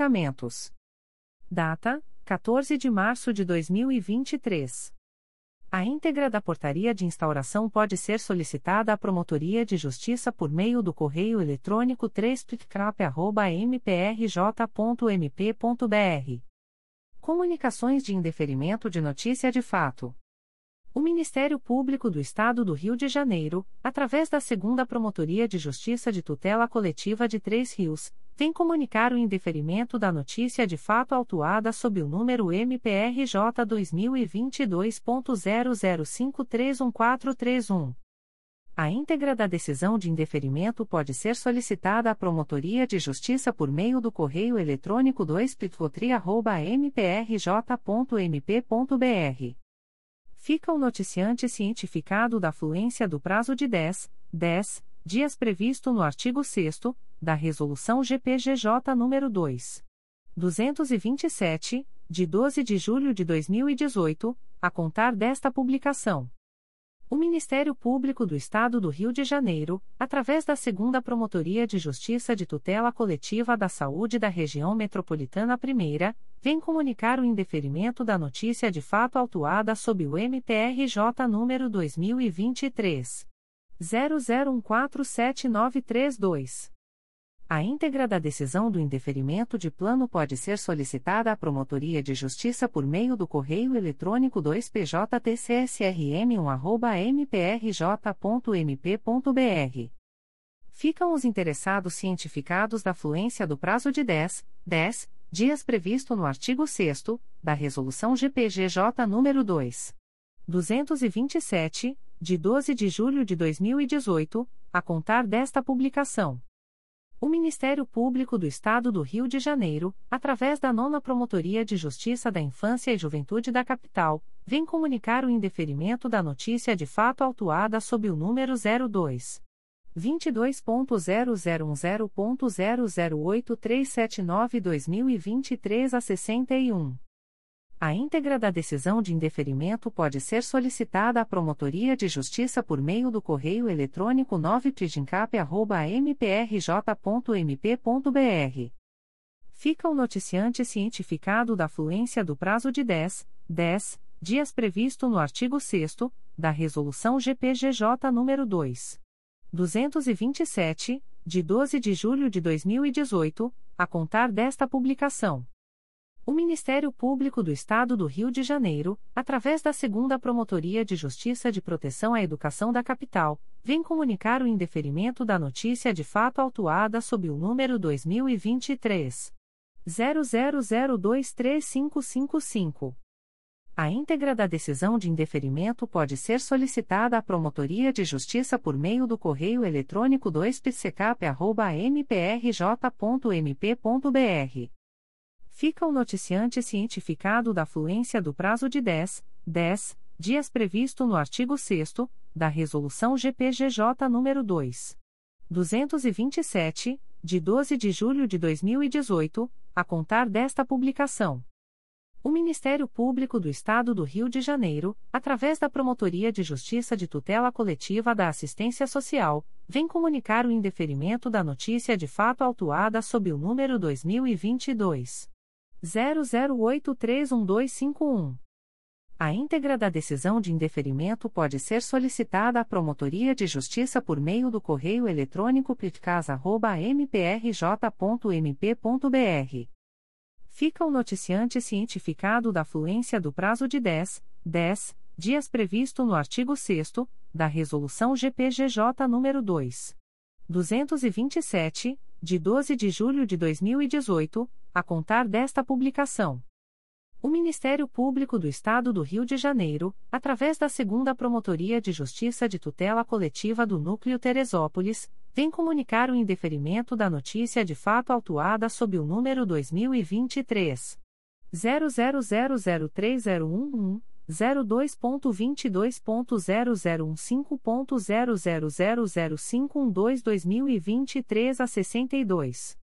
Medicamentos. Data: quatorze de março de dois mil e vinte e três. A íntegra da portaria de instauração pode ser solicitada à Promotoria de Justiça por meio do correio eletrônico três p c a p arroba m p r j ponto m p ponto b r. Comunicações de indeferimento de notícia de fato. O Ministério Público do Estado do Rio de Janeiro, através da segunda Promotoria de Justiça de Tutela Coletiva de Três Rios, vem comunicar o indeferimento da notícia de fato autuada sob o número M P R J dois mil e vinte e dois ponto zero zero cinco três um quatro três um. A íntegra da decisão de indeferimento pode ser solicitada à Promotoria de Justiça por meio do correio eletrônico dois p c o t r i arroba m p r j ponto m p ponto b r. Fica o noticiante cientificado da fluência do prazo de dez, dez dias previsto no artigo sexto da Resolução G P G J nº dois mil duzentos e vinte e sete, de doze de julho de dois mil e dezoito, a contar desta publicação. O Ministério Público do Estado do Rio de Janeiro, através da segunda Promotoria de Justiça de Tutela Coletiva da Saúde da Região Metropolitana I, vem comunicar o indeferimento da notícia de fato autuada sob o M P R J número dois mil e vinte e três ponto zero zero um quatro sete nove três dois. A íntegra da decisão do indeferimento de plano pode ser solicitada à Promotoria de Justiça por meio do correio eletrônico dois p j t c s r m um arroba m p r j ponto m p ponto b r. Ficam os interessados cientificados da fluência do prazo de dez, dez dias previsto no artigo sexto da Resolução G P G J nº dois mil duzentos e vinte e sete, de doze de julho de dois mil e dezoito, a contar desta publicação. O Ministério Público do Estado do Rio de Janeiro, através da nona Promotoria de Justiça da Infância e Juventude da Capital, vem comunicar o indeferimento da notícia de fato autuada sob o número zero dois, vinte e dois ponto zero zero um zero ponto zero zero oito três sete nove barra dois mil e vinte e três a sessenta e um. A íntegra da decisão de indeferimento pode ser solicitada à Promotoria de Justiça por meio do correio eletrônico nove p g n c a p arroba m p r j ponto m p ponto b r. Fica o noticiante cientificado da fluência do prazo de dez, dez dias previsto no artigo sexto da Resolução G P G J nº dois mil duzentos e vinte e sete, de doze de julho de dois mil e dezoito, a contar desta publicação. O Ministério Público do Estado do Rio de Janeiro, através da segunda Promotoria de Justiça de Proteção à Educação da Capital, vem comunicar o indeferimento da notícia de fato autuada sob o número dois mil e vinte e três ponto zero zero zero dois três cinco cinco cinco. A íntegra da decisão de indeferimento pode ser solicitada à Promotoria de Justiça por meio do correio eletrônico dois p c c a p arroba m p r j ponto m p ponto b r. Fica o noticiante cientificado da fluência do prazo de dez, dez dias previsto no artigo sexto da Resolução G P G J nº dois mil duzentos e vinte e sete, de doze de julho de dois mil e dezoito, a contar desta publicação. O Ministério Público do Estado do Rio de Janeiro, através da Promotoria de Justiça de Tutela Coletiva da Assistência Social, vem comunicar o indeferimento da notícia de fato autuada sob o número dois mil e vinte e dois ponto zero zero oito três um dois cinco um. A íntegra da decisão de indeferimento pode ser solicitada à Promotoria de Justiça por meio do correio eletrônico pitcas arroba m p r j ponto m p ponto b r. Fica o noticiante cientificado da fluência do prazo de dez, dez dias previsto no artigo sexto da Resolução G P G J nº dois mil duzentos e vinte e sete, de doze de julho de dois mil e dezoito, a contar desta publicação. O Ministério Público do Estado do Rio de Janeiro, através da segunda Promotoria de Justiça de Tutela Coletiva do Núcleo Teresópolis, vem comunicar o indeferimento da notícia de fato autuada sob o número dois mil e vinte e três ponto zero zero zero zero três zero um um, zero dois ponto vinte e dois ponto zero zero um cinco ponto zero zero zero zero cinco um dois barra dois mil e vinte e três a sessenta e dois.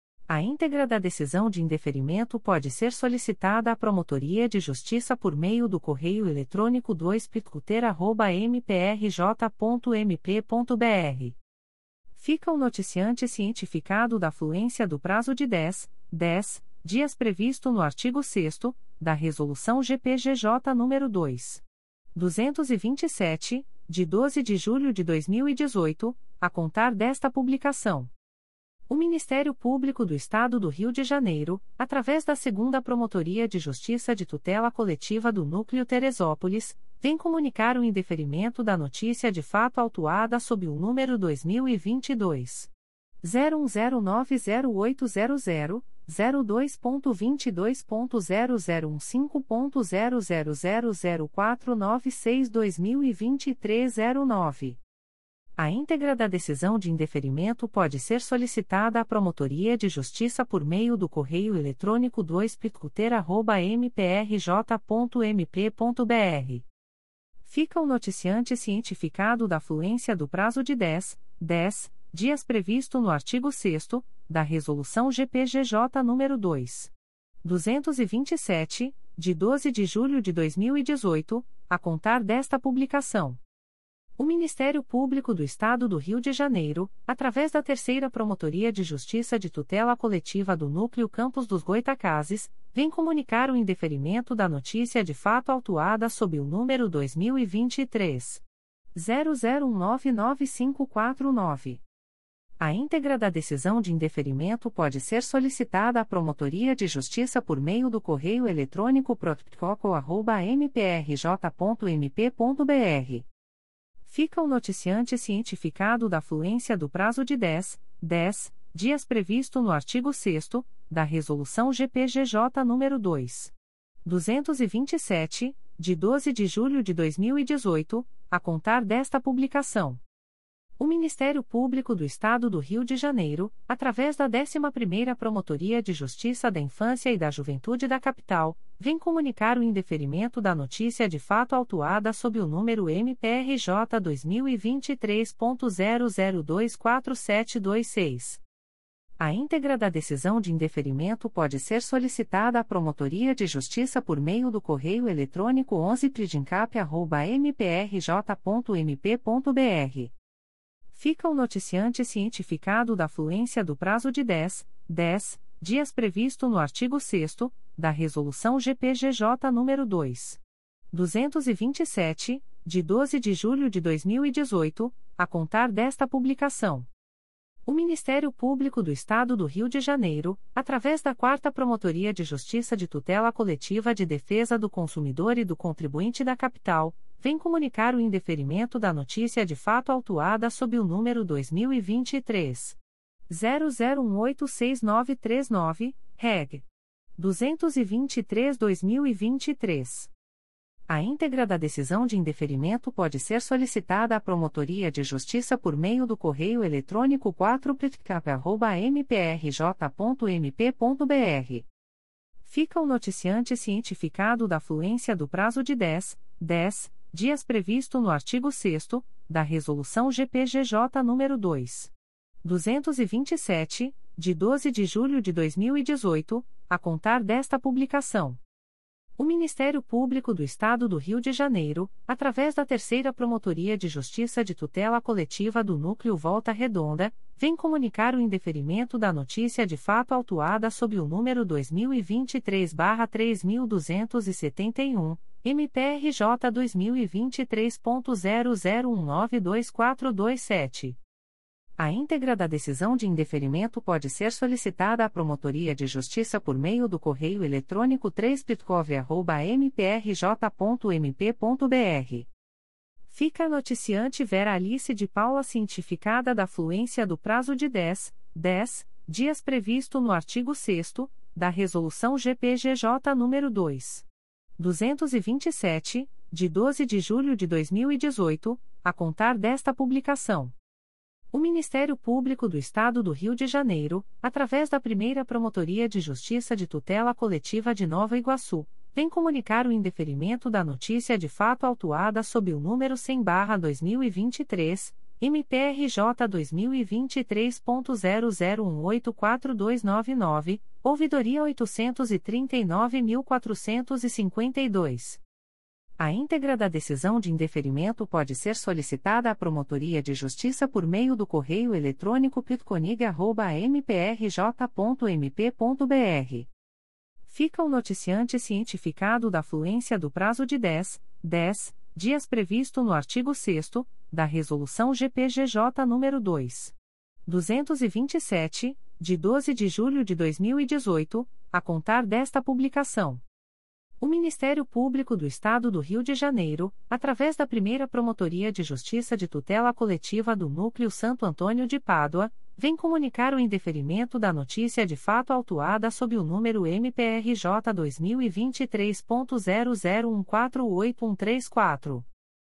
A íntegra da decisão de indeferimento pode ser solicitada à Promotoria de Justiça por meio do correio eletrônico dois p c u t e r arroba m p r j ponto m p ponto b r. Fica o noticiante cientificado da fluência do prazo de dez, dez dias previsto no artigo sexto da Resolução G P G J nº dois duzentos e vinte e sete, de doze de julho de dois mil e dezoito, a contar desta publicação. O Ministério Público do Estado do Rio de Janeiro, através da segunda Promotoria de Justiça de Tutela Coletiva do Núcleo Teresópolis, vem comunicar o indeferimento da notícia de fato autuada sob o número dois mil e vinte e dois zero um zero nove zero oito zero zero, zero dois ponto vinte e dois ponto zero zero um cinco ponto zero zero zero zero quatro nove seis dois mil e vinte e três zero nove. A íntegra da decisão de indeferimento pode ser solicitada à Promotoria de Justiça por meio do correio eletrônico dois picoteira arroba m p r j ponto m p ponto b r. Fica o noticiante cientificado da fluência do prazo de dez, dez dias previsto no artigo sexto da Resolução G P G J nº dois mil duzentos e vinte e sete, de doze de julho de dois mil e dezoito, a contar desta publicação. O Ministério Público do Estado do Rio de Janeiro, através da Terceira Promotoria de Justiça de Tutela Coletiva do Núcleo Campos dos Goitacazes, vem comunicar o indeferimento da notícia de fato autuada sob o número dois mil e vinte e três zero zero um nove nove cinco quatro nove. A íntegra da decisão de indeferimento pode ser solicitada à Promotoria de Justiça por meio do correio eletrônico protocolo arroba m p r j ponto m p ponto b r. Fica o noticiante cientificado da fluência do prazo de dez, dez dias previsto no artigo sexto da Resolução G P G J nº dois mil duzentos e vinte e sete, de doze de julho de dois mil e dezoito, a contar desta publicação. O Ministério Público do Estado do Rio de Janeiro, através da décima primeira Promotoria de Justiça da Infância e da Juventude da Capital, vem comunicar o indeferimento da notícia de fato autuada sob o número M P R J dois mil e vinte e três ponto zero zero dois quatro sete dois seis. A íntegra da decisão de indeferimento pode ser solicitada à Promotoria de Justiça por meio do correio eletrônico onze pridincap arroba m p r j ponto m p ponto b r. Fica o noticiante cientificado da fluência do prazo de dez, dez dias previsto no artigo sexto da Resolução G P G J nº dois mil duzentos e vinte e sete, de doze de julho de dois mil e dezoito, a contar desta publicação. O Ministério Público do Estado do Rio de Janeiro, através da quarta Promotoria de Justiça de Tutela Coletiva de Defesa do Consumidor e do Contribuinte da Capital, vem comunicar o indeferimento da notícia de fato autuada sob o número dois mil e vinte e três zero zero um oito seis nove três nove, reg. duzentos e vinte e três barra dois mil e vinte e três. A íntegra da decisão de indeferimento pode ser solicitada à Promotoria de Justiça por meio do correio eletrônico quatro pidincap arroba m p r j ponto m p ponto b r. Fica o noticiante cientificado da fluência do prazo de dez, dez dias previsto no artigo sexto da Resolução G P G J nº dois mil duzentos e vinte e sete, de doze de julho de dois mil e dezoito, a contar desta publicação. O Ministério Público do Estado do Rio de Janeiro, através da Terceira Promotoria de Justiça de Tutela Coletiva do Núcleo Volta Redonda, vem comunicar o indeferimento da notícia de fato autuada sob o número dois mil e vinte e três barra três mil duzentos e setenta e um, M P R J dois mil e vinte e três ponto zero zero um nove dois quatro dois sete. A íntegra da decisão de indeferimento pode ser solicitada à Promotoria de Justiça por meio do correio eletrônico três pitcov arroba m p r j ponto m p ponto b r. Fica a noticiante Vera Alice de Paula cientificada da fluência do prazo de dez, dez dias previsto no artigo sexto da Resolução G P G J nº dois mil duzentos e vinte e sete, de doze de julho de dois mil e dezoito, a contar desta publicação. O Ministério Público do Estado do Rio de Janeiro, através da primeira Promotoria de Justiça de Tutela Coletiva de Nova Iguaçu, vem comunicar o indeferimento da notícia de fato autuada sob o número cem barra dois mil e vinte e três, M P R J dois mil e vinte e três ponto zero zero um oito quatro dois nove nove, ouvidoria oitocentos e trinta e nove mil quatrocentos e cinquenta e dois. A íntegra da decisão de indeferimento pode ser solicitada à Promotoria de Justiça por meio do correio eletrônico pitconig arroba m p r j ponto m p ponto b r. Fica o noticiante cientificado da fluência do prazo de dez, dez dias previsto no artigo sexto da Resolução G P G J nº dois mil duzentos e vinte e sete, de doze de julho de dois mil e dezoito, a contar desta publicação. O Ministério Público do Estado do Rio de Janeiro, através da Primeira Promotoria de Justiça de Tutela Coletiva do Núcleo Santo Antônio de Pádua, vem comunicar o indeferimento da notícia de fato autuada sob o número M P R J dois mil e vinte e três ponto zero zero um quatro oito um três quatro.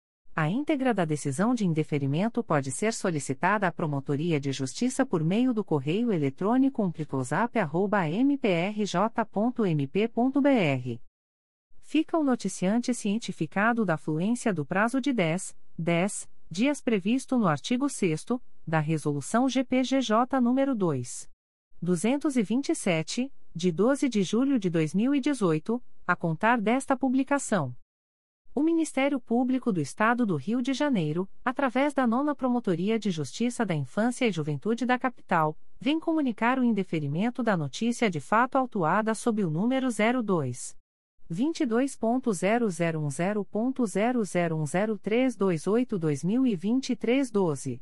A íntegra da decisão de indeferimento pode ser solicitada à Promotoria de Justiça por meio do correio eletrônico umplicosap arroba m p r j ponto m p ponto b r. Fica o noticiante cientificado da fluência do prazo de dez, dez dias previsto no artigo sexto da Resolução G P G J nº dois mil duzentos e vinte e sete, de doze de julho de dois mil e dezoito, a contar desta publicação. O Ministério Público do Estado do Rio de Janeiro, através da nona Promotoria de Justiça da Infância e Juventude da Capital, vem comunicar o indeferimento da notícia de fato autuada sob o número zero dois, vinte e dois ponto zero zero um zero ponto zero zero um zero três dois oito barra dois mil e vinte e três doze.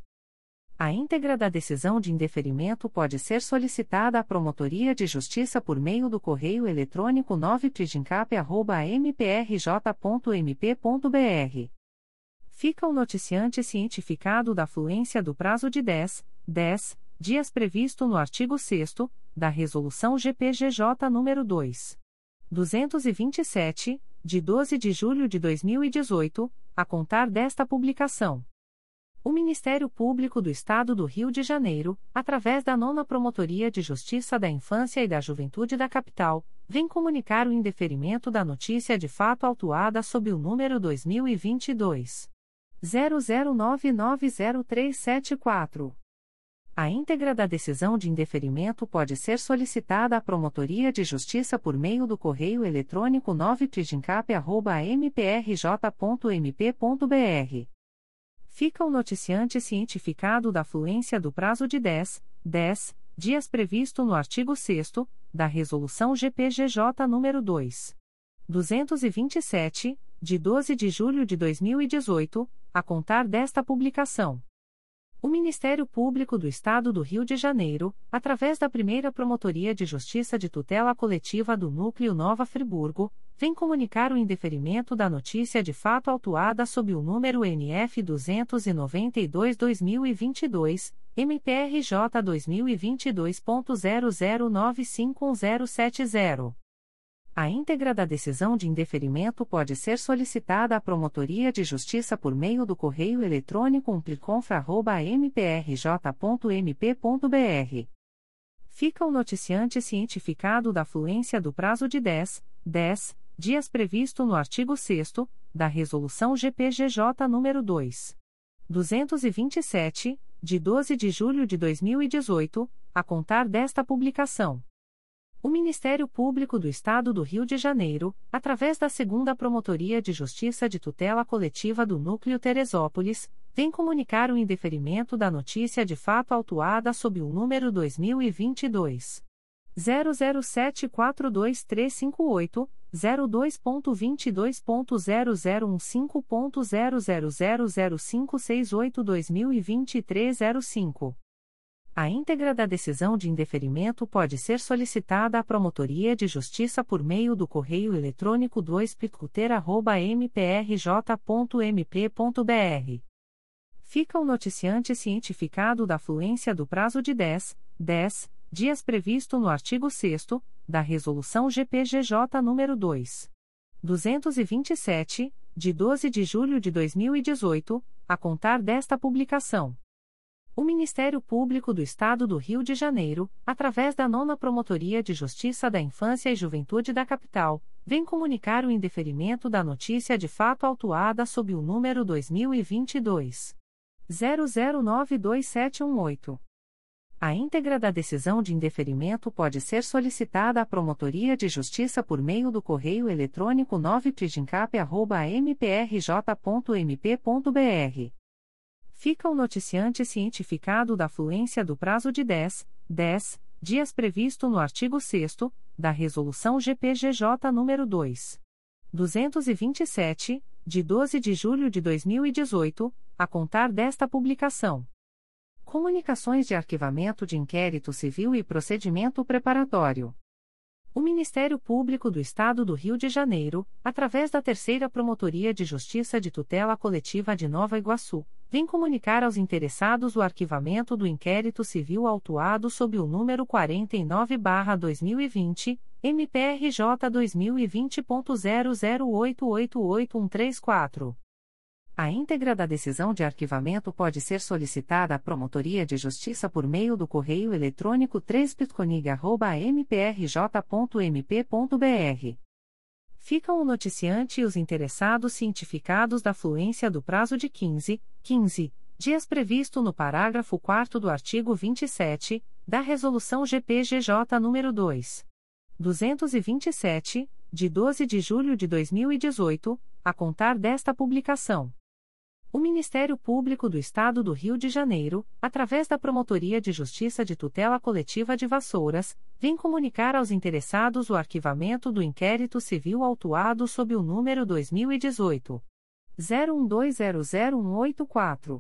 A íntegra da decisão de indeferimento pode ser solicitada à Promotoria de Justiça por meio do correio eletrônico nove prigincap arroba m p r j ponto m p ponto b r. Fica o noticiante cientificado da fluência do prazo de dez, dez dias previsto no artigo sexto da Resolução G P G J nº dois mil duzentos e vinte e sete, de doze de julho de dois mil e dezoito, a contar desta publicação. O Ministério Público do Estado do Rio de Janeiro, através da nona Promotoria de Justiça da Infância e da Juventude da Capital, vem comunicar o indeferimento da notícia de fato autuada sob o número dois mil e vinte e dois, zero zero nove nove zero três sete quatro. A íntegra da decisão de indeferimento pode ser solicitada à Promotoria de Justiça por meio do correio eletrônico nove prigincap arroba m p r j ponto m p ponto b r. Fica o noticiante cientificado da fluência do prazo de dez, dez dias previsto no artigo sexto da Resolução G P G J nº dois mil duzentos e vinte e sete, de doze de julho de dois mil e dezoito, a contar desta publicação. O Ministério Público do Estado do Rio de Janeiro, através da Primeira Promotoria de Justiça de Tutela Coletiva do Núcleo Nova Friburgo, vem comunicar o indeferimento da notícia de fato autuada sob o número N F duzentos e noventa e dois barra dois mil e vinte e dois, M P R J dois mil e vinte e dois ponto zero zero nove cinco um zero sete zero. A íntegra da decisão de indeferimento pode ser solicitada à Promotoria de Justiça por meio do correio eletrônico umpliconfra arroba m p r j ponto m p ponto b r. Fica o noticiante cientificado da fluência do prazo de dez, dez dias previsto no artigo sexto da Resolução G P G J nº dois mil duzentos e vinte e sete, de doze de julho de dois mil e dezoito, a contar desta publicação. O Ministério Público do Estado do Rio de Janeiro, através da segunda Promotoria de Justiça de Tutela Coletiva do Núcleo Teresópolis, vem comunicar o indeferimento da notícia de fato autuada sob o número dois mil e vinte e dois, zero zero sete quatro dois três cinco oito, zero dois ponto vinte e dois ponto zero zero um cinco ponto zero zero zero zero cinco seis oito barra dois mil e vinte e três zero cinco. A íntegra da decisão de indeferimento pode ser solicitada à Promotoria de Justiça por meio do correio eletrônico dois picoteira arroba m p r j ponto m p ponto b r. Fica o noticiante cientificado da fluência do prazo de dez, dez dias previsto no artigo sexto da Resolução G P G J nº dois mil duzentos e vinte e sete, de doze de julho de dois mil e dezoito, a contar desta publicação. O Ministério Público do Estado do Rio de Janeiro, através da nona Promotoria de Justiça da Infância e Juventude da Capital, vem comunicar o indeferimento da notícia de fato autuada sob o número dois mil e vinte e dois, zero zero nove dois sete um oito. A íntegra da decisão de indeferimento pode ser solicitada à Promotoria de Justiça por meio do correio eletrônico nove prigincap arroba m p r j ponto m p ponto b r. Fica o noticiante cientificado da fluência do prazo de dez, dez dias previsto no artigo sexto da Resolução G P G J nº dois mil duzentos e vinte e sete, de doze de julho de dois mil e dezoito, a contar desta publicação. Comunicações de arquivamento de inquérito civil e procedimento preparatório. O Ministério Público do Estado do Rio de Janeiro, através da Terceira Promotoria de Justiça de Tutela Coletiva de Nova Iguaçu, vem comunicar aos interessados o arquivamento do inquérito civil autuado sob o número quarenta e nove barra dois mil e vinte, M P R J dois mil e vinte ponto zero zero oito oito oito um três quatro. A íntegra da decisão de arquivamento pode ser solicitada à Promotoria de Justiça por meio do correio eletrônico três pitconig arroba m p r j ponto m p ponto b r. Ficam o noticiante e os interessados cientificados da fluência do prazo de quinze, quinze dias previsto no parágrafo quarto do artigo vinte e sete, da Resolução G P G J nº dois mil duzentos e vinte e sete, de doze de julho de dois mil e dezoito, a contar desta publicação. O Ministério Público do Estado do Rio de Janeiro, através da Promotoria de Justiça de Tutela Coletiva de Vassouras, vem comunicar aos interessados o arquivamento do inquérito civil autuado sob o número dois mil e dezoito. zero um dois zero zero um oito quatro.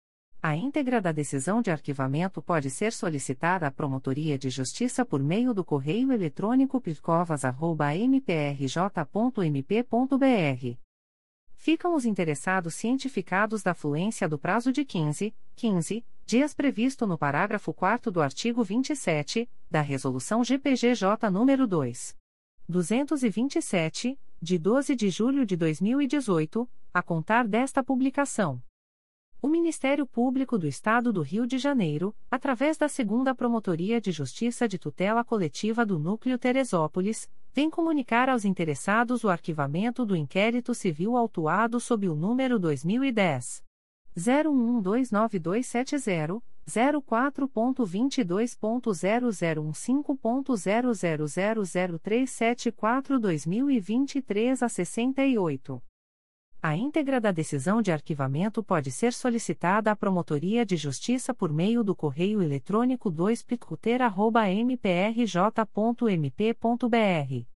A íntegra da decisão de arquivamento pode ser solicitada à Promotoria de Justiça por meio do correio eletrônico pircovas arroba m p r j ponto m p ponto b r. Ficam os interessados cientificados da fluência do prazo de quinze, quinze dias previsto no parágrafo quarto do artigo vinte e sete, da Resolução G P G J nº dois mil duzentos e vinte e sete, de doze de julho de dois mil e dezoito, a contar desta publicação. O Ministério Público do Estado do Rio de Janeiro, através da Segunda Promotoria de Justiça de Tutela Coletiva do Núcleo Teresópolis, vem comunicar aos interessados o arquivamento do inquérito civil autuado sob o número dois mil e dez. zero um dois nove dois sete zero, zero quatro ponto vinte e dois ponto zero zero um cinco ponto zero zero zero zero três sete quatro dois mil e vinte e três a sessenta e oito. A íntegra da decisão de arquivamento pode ser solicitada à Promotoria de Justiça por meio do correio eletrônico dois pitcoter arroba m p r j ponto m p ponto b r.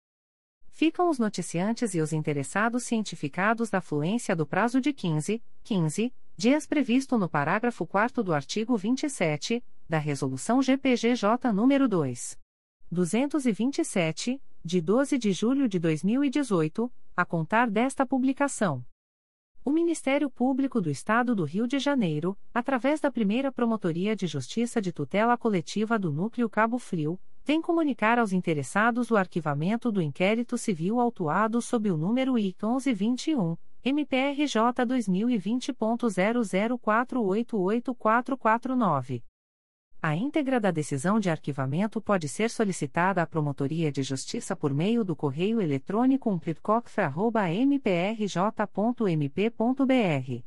Ficam os noticiantes e os interessados cientificados da fluência do prazo de quinze, quinze dias previsto no parágrafo quarto do artigo vinte e sete, da Resolução G P G J nº dois mil duzentos e vinte e sete, de doze de julho de dois mil e dezoito, a contar desta publicação. O Ministério Público do Estado do Rio de Janeiro, através da Primeira Promotoria de Justiça de Tutela Coletiva do Núcleo Cabo Frio, vem comunicar aos interessados o arquivamento do inquérito civil autuado sob o número I C onze vinte e um, M P R J dois mil e vinte ponto zero zero quatro oito oito quatro quatro nove. A íntegra da decisão de arquivamento pode ser solicitada à Promotoria de Justiça por meio do correio eletrônico umplitcof arroba m p r j ponto m p ponto b r.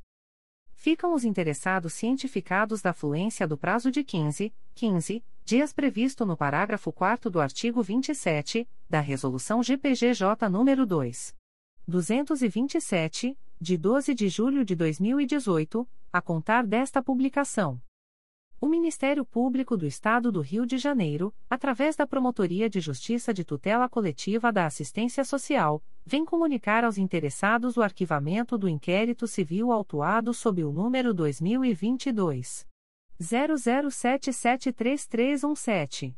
Ficam os interessados cientificados da fluência do prazo de quinze, quinze dias previsto no parágrafo quarto do artigo vinte e sete, da Resolução G P G J nº dois mil duzentos e vinte e sete, de doze de julho de dois mil e dezoito, a contar desta publicação. O Ministério Público do Estado do Rio de Janeiro, através da Promotoria de Justiça de Tutela Coletiva da Assistência Social, vem comunicar aos interessados o arquivamento do inquérito civil autuado sob o número dois mil e vinte e dois. zero zero sete sete três três um sete.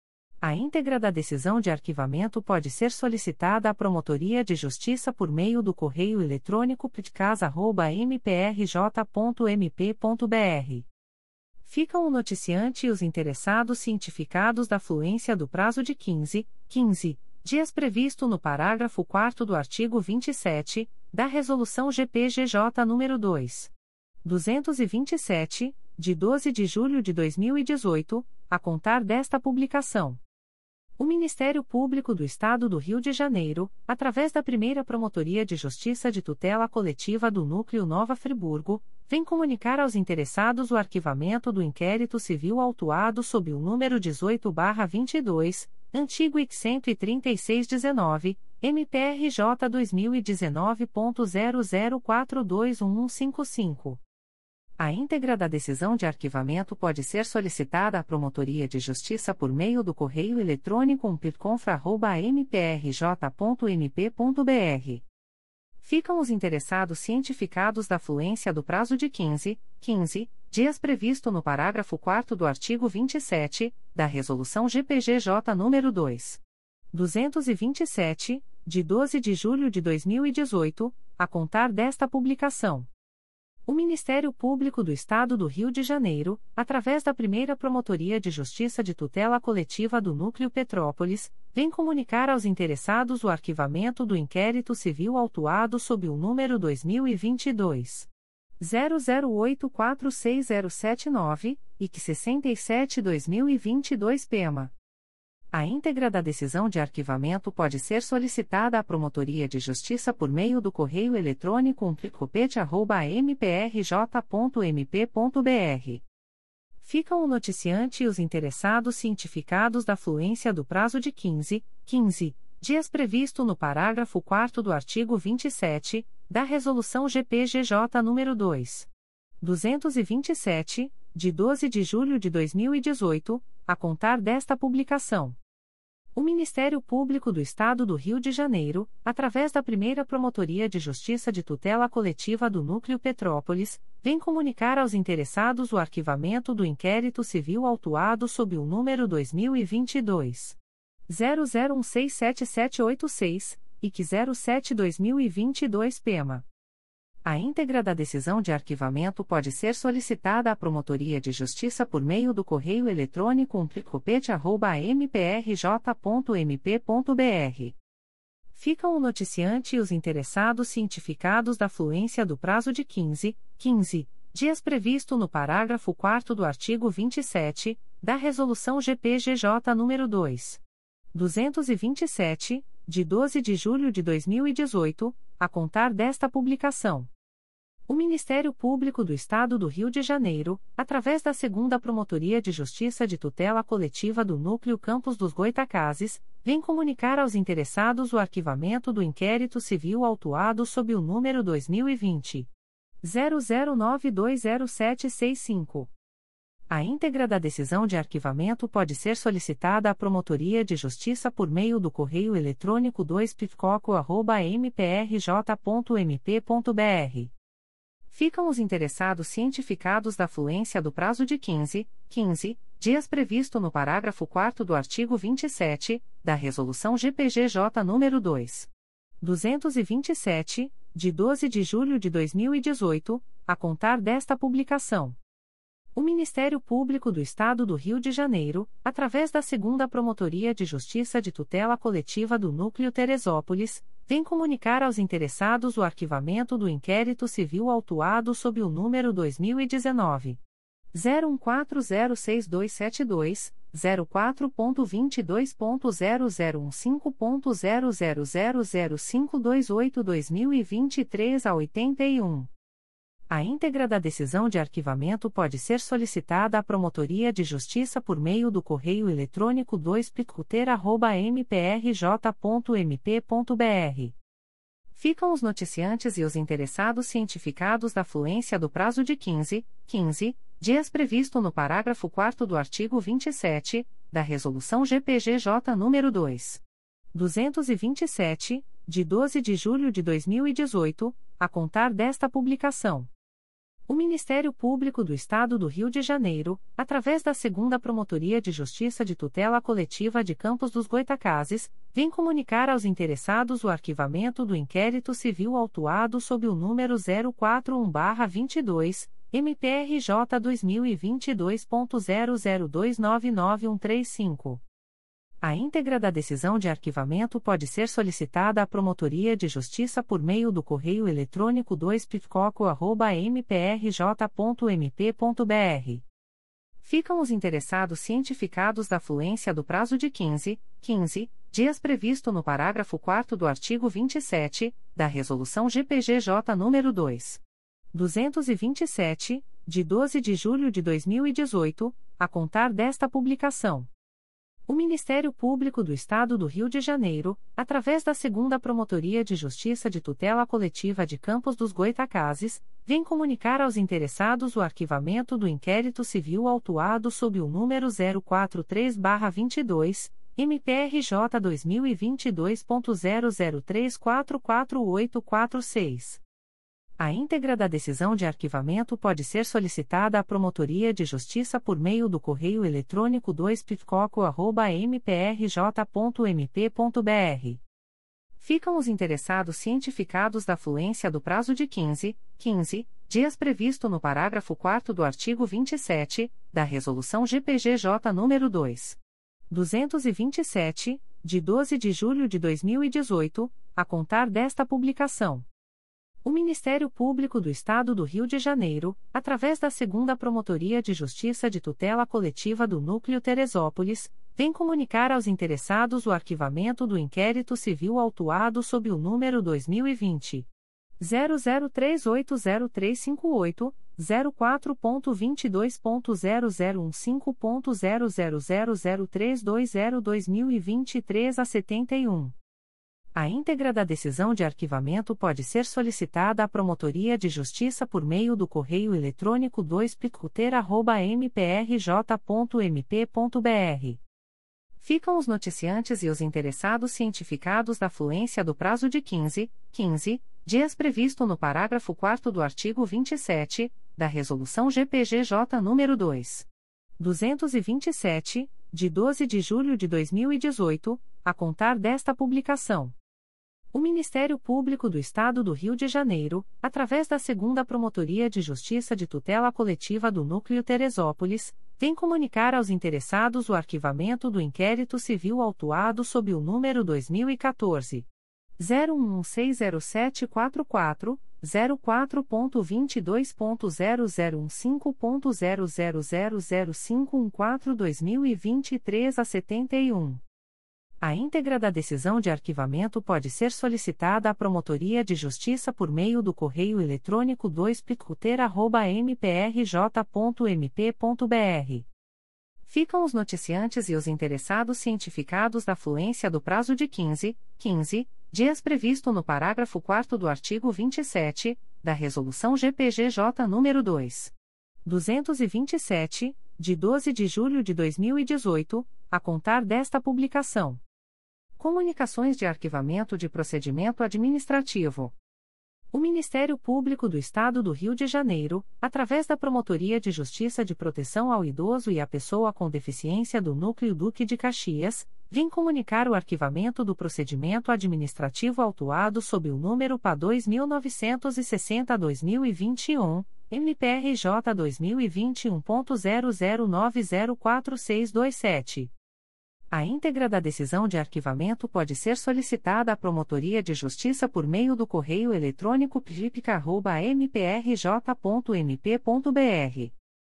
A íntegra da decisão de arquivamento pode ser solicitada à Promotoria de Justiça por meio do correio eletrônico pitcas arroba m p r j ponto m p ponto b r. Ficam o noticiante e os interessados cientificados da fluência do prazo de quinze, quinze dias previsto no parágrafo quarto do artigo vinte e sete, da Resolução G P G J nº dois mil duzentos e vinte e sete, de doze de julho de dois mil e dezoito, a contar desta publicação. O Ministério Público do Estado do Rio de Janeiro, através da Primeira Promotoria de Justiça de Tutela Coletiva do Núcleo Nova Friburgo, vem comunicar aos interessados o arquivamento do inquérito civil autuado sob o número dezoito barra vinte e dois, antigo I C cento e trinta e seis dezenove, M P R J dois mil e dezenove ponto zero zero quatro dois um um cinco cinco. A íntegra da decisão de arquivamento pode ser solicitada à Promotoria de Justiça por meio do correio eletrônico umplitconf arroba m p r j ponto m p ponto b r. Ficam os interessados cientificados da fluência do prazo de quinze, quinze dias previsto no parágrafo quarto do artigo vinte e sete, da Resolução G P G J nº dois mil duzentos e vinte e sete, de doze de julho de dois mil e dezoito, a contar desta publicação. O Ministério Público do Estado do Rio de Janeiro, através da Primeira Promotoria de Justiça de Tutela Coletiva do Núcleo Petrópolis, vem comunicar aos interessados o arquivamento do inquérito civil autuado sob o número dois mil e vinte e dois zero zero oito quatro seis zero sete nove, I C sessenta e sete barra dois mil e vinte e dois PEMA. A íntegra da decisão de arquivamento pode ser solicitada à Promotoria de Justiça por meio do correio eletrônico umplicopete arroba m p r j ponto m p ponto b r. Ficam o noticiante e os interessados cientificados da fluência do prazo de quinze, quinze dias previsto no parágrafo quarto do artigo vinte e sete, da Resolução G P G J nº dois mil duzentos e vinte e sete, de doze de julho de dois mil e dezoito, a contar desta publicação. O Ministério Público do Estado do Rio de Janeiro, através da Primeira Promotoria de Justiça de Tutela Coletiva do Núcleo Petrópolis, vem comunicar aos interessados o arquivamento do inquérito civil autuado sob o número dois mil e vinte e dois zero zero um seis sete sete oito seis, I C zero sete barra dois mil e vinte e dois PEMA. A íntegra da decisão de arquivamento pode ser solicitada à Promotoria de Justiça por meio do correio eletrônico umplicopete arroba m p r j ponto m p ponto b r. Ficam o noticiante e os interessados cientificados da fluência do prazo de quinze, quinze dias previsto no parágrafo quarto do artigo vinte e sete, da Resolução G P G J nº dois mil duzentos e vinte e sete, de doze de julho de dois mil e dezoito, a contar desta publicação. O Ministério Público do Estado do Rio de Janeiro, através da Segunda Promotoria de Justiça de Tutela Coletiva do Núcleo Campos dos Goytacazes, vem comunicar aos interessados o arquivamento do inquérito civil autuado sob o número dois mil e vinte zero zero nove dois zero sete seis cinco. A íntegra da decisão de arquivamento pode ser solicitada à Promotoria de Justiça por meio do correio eletrônico dois pitcoco arroba m p r j ponto m p ponto b r. Ficam os interessados cientificados da fluência do prazo de quinze, quinze dias previsto no parágrafo quarto do artigo vinte e sete, da Resolução G P G J nº dois mil duzentos e vinte e sete, de doze de julho de dois mil e dezoito, a contar desta publicação. O Ministério Público do Estado do Rio de Janeiro, através da Segunda Promotoria de Justiça de Tutela Coletiva do Núcleo Teresópolis, vem comunicar aos interessados o arquivamento do inquérito civil autuado sob o número dois mil e dezenove zero um quatro zero seis dois sete dois, zero quatro ponto vinte e dois ponto zero zero um cinco ponto zero zero zero zero cinco dois oito barra dois mil e vinte e três a oitenta e um. A íntegra da decisão de arquivamento pode ser solicitada à Promotoria de Justiça por meio do correio eletrônico dois pitcoter arroba m p r j ponto m p ponto b r. Ficam os noticiantes e os interessados cientificados da fluência do prazo de quinze, quinze dias previsto no parágrafo quarto do artigo vinte e sete, da Resolução G P G J nº dois mil duzentos e vinte e sete, de doze de julho de dois mil e dezoito, a contar desta publicação. O Ministério Público do Estado do Rio de Janeiro, através da Segunda Promotoria de Justiça de Tutela Coletiva de Campos dos Goytacazes, vem comunicar aos interessados o arquivamento do inquérito civil autuado sob o número zero quatro um barra vinte e dois, M P R J dois mil e vinte e dois ponto zero zero dois nove nove um três cinco. A íntegra da decisão de arquivamento pode ser solicitada à Promotoria de Justiça por meio do correio eletrônico dois pitcoco arroba m p r j ponto m p ponto b r. Ficam os interessados cientificados da fluência do prazo de quinze, quinze dias previsto no parágrafo quarto do artigo vinte e sete, da Resolução G P G J nº dois mil duzentos e vinte e sete, de doze de julho de dois mil e dezoito, a contar desta publicação. O Ministério Público do Estado do Rio de Janeiro, através da Segunda Promotoria de Justiça de Tutela Coletiva de Campos dos Goytacazes, vem comunicar aos interessados o arquivamento do inquérito civil autuado sob o número zero quatro três barra vinte e dois, M P R J dois mil e vinte e dois ponto zero zero três quatro quatro oito quatro seis. A íntegra da decisão de arquivamento pode ser solicitada à Promotoria de Justiça por meio do correio eletrônico dois pitcoco arroba m p r j ponto m p ponto b r. Ficam os interessados cientificados da fluência do prazo de quinze, quinze dias previsto no parágrafo quarto do artigo vinte e sete, da Resolução G P G J nº dois mil duzentos e vinte e sete, de doze de julho de dois mil e dezoito, a contar desta publicação. O Ministério Público do Estado do Rio de Janeiro, através da segunda Promotoria de Justiça de Tutela Coletiva do Núcleo Teresópolis, vem comunicar aos interessados o arquivamento do inquérito civil autuado sob o número dois mil e vinte zero zero três oito zero três cinco oito, zero quatro ponto vinte e dois ponto zero zero um cinco ponto zero zero zero zero três dois zero dois mil e vinte e três a setenta e um. A íntegra da decisão de arquivamento pode ser solicitada à Promotoria de Justiça por meio do correio eletrônico dois picoter arroba m p r j ponto m p ponto b r. Ficam os noticiantes e os interessados cientificados da fluência do prazo de quinze, quinze dias previsto no parágrafo quarto do artigo vinte e sete, da Resolução G P G J nº dois mil duzentos e vinte e sete, de doze de julho de dois mil e dezoito, a contar desta publicação. O Ministério Público do Estado do Rio de Janeiro, através da segunda Promotoria de Justiça de Tutela Coletiva do Núcleo Teresópolis, vem comunicar aos interessados o arquivamento do inquérito civil autuado sob o número dois mil e quatorze. zero um um seis zero sete quatro quatro, zero quatro ponto vinte e dois ponto zero zero um cinco ponto zero zero zero zero cinco um quatro dois mil e vinte e três a setenta e um. A íntegra da decisão de arquivamento pode ser solicitada à Promotoria de Justiça por meio do correio eletrônico dois picoter arroba m p r j ponto m p ponto b r. Ficam os noticiantes e os interessados cientificados da fluência do prazo de quinze, quinze dias previsto no parágrafo quarto do artigo vinte e sete, da Resolução G P G J nº dois mil duzentos e vinte e sete, de doze de julho de dois mil e dezoito, a contar desta publicação. Comunicações de arquivamento de procedimento administrativo. O Ministério Público do Estado do Rio de Janeiro, através da Promotoria de Justiça de Proteção ao Idoso e à Pessoa com Deficiência do Núcleo Duque de Caxias, vem comunicar o arquivamento do procedimento administrativo autuado sob o número P A dois mil novecentos e sessenta barra dois mil e vinte e um, M P R J dois mil e vinte e um ponto zero zero nove zero quatro seis dois sete. A íntegra da decisão de arquivamento pode ser solicitada à Promotoria de Justiça por meio do correio eletrônico p g i p arroba m p r j ponto m p ponto b r.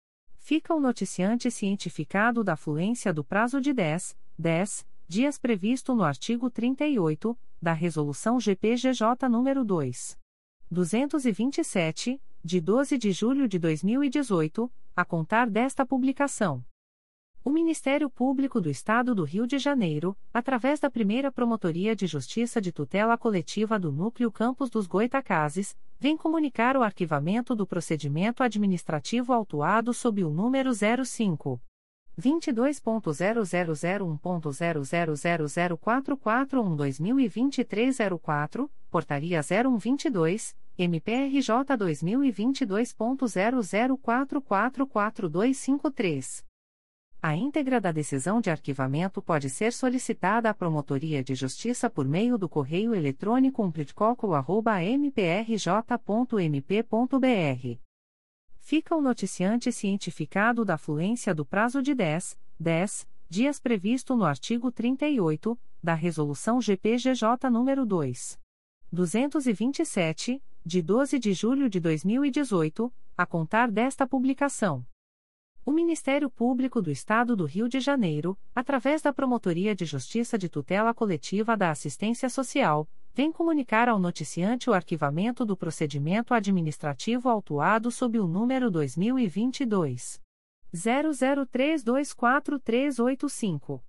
Fica o noticiante cientificado da fluência do prazo de dez, dez dias previsto no artigo trinta e oito, da Resolução G P G J nº dois mil duzentos e vinte e sete, de doze de julho de dois mil e dezoito, a contar desta publicação. O Ministério Público do Estado do Rio de Janeiro, através da primeira Promotoria de Justiça de Tutela Coletiva do Núcleo Campos dos Goitacazes, vem comunicar o arquivamento do procedimento administrativo autuado sob o número zero cinco. vinte e dois ponto zero zero zero um ponto zero zero zero zero quatro quatro um barra dois mil e vinte e três zero quatro, Portaria zero um vinte e dois, M P R J dois mil e vinte e dois ponto zero zero quatro quatro quatro dois cinco três. A íntegra da decisão de arquivamento pode ser solicitada à Promotoria de Justiça por meio do correio eletrônico umplitcoco arroba m p r j ponto m p ponto b r. Fica o noticiante cientificado da fluência do prazo de dez, dez dias previsto no artigo trinta e oito, da Resolução G P G J nº dois mil duzentos e vinte e sete, de doze de julho de dois mil e dezoito, a contar desta publicação. O Ministério Público do Estado do Rio de Janeiro, através da Promotoria de Justiça de Tutela Coletiva da Assistência Social, vem comunicar ao noticiante o arquivamento do procedimento administrativo autuado sob o número dois mil e vinte e dois zero zero três dois quatro três oito cinco.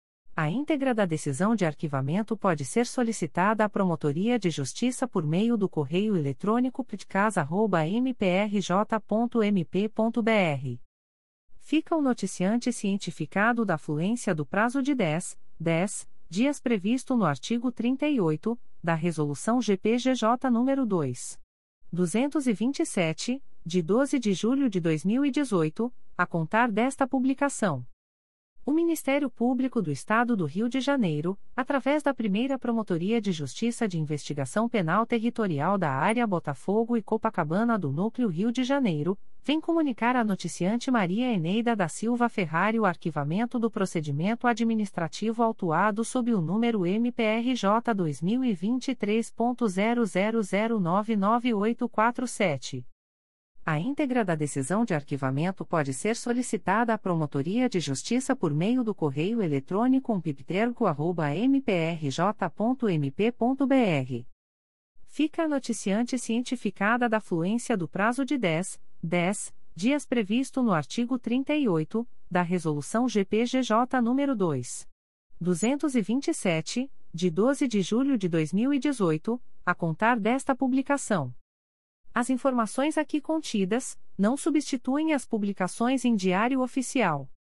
A íntegra da decisão de arquivamento pode ser solicitada à Promotoria de Justiça por meio do correio eletrônico ptcas arroba m p r j ponto m p ponto b r. Fica o noticiante cientificado da fluência do prazo de dez, dez, dias previsto no artigo trinta e oito, da Resolução G P G J nº dois mil duzentos e vinte e sete, de doze de julho de dois mil e dezoito, a contar desta publicação. O Ministério Público do Estado do Rio de Janeiro, através da Primeira Promotoria de Justiça de Investigação Penal Territorial da Área Botafogo e Copacabana do Núcleo Rio de Janeiro, vem comunicar à noticiante Maria Eneida da Silva Ferrari o arquivamento do procedimento administrativo autuado sob o número M P R J dois mil e vinte e três ponto zero zero zero nove nove oito quatro sete. A íntegra da decisão de arquivamento pode ser solicitada à Promotoria de Justiça por meio do correio eletrônico umpipterco arroba m p r j ponto m p ponto b r. Fica a noticiante cientificada da fluência do prazo de dez, dez dias previsto no artigo trinta e oito, da Resolução G P G J nº dois mil duzentos e vinte e sete, de doze de julho de dois mil e dezoito, a contar desta publicação. As informações aqui contidas não substituem as publicações em Diário Oficial.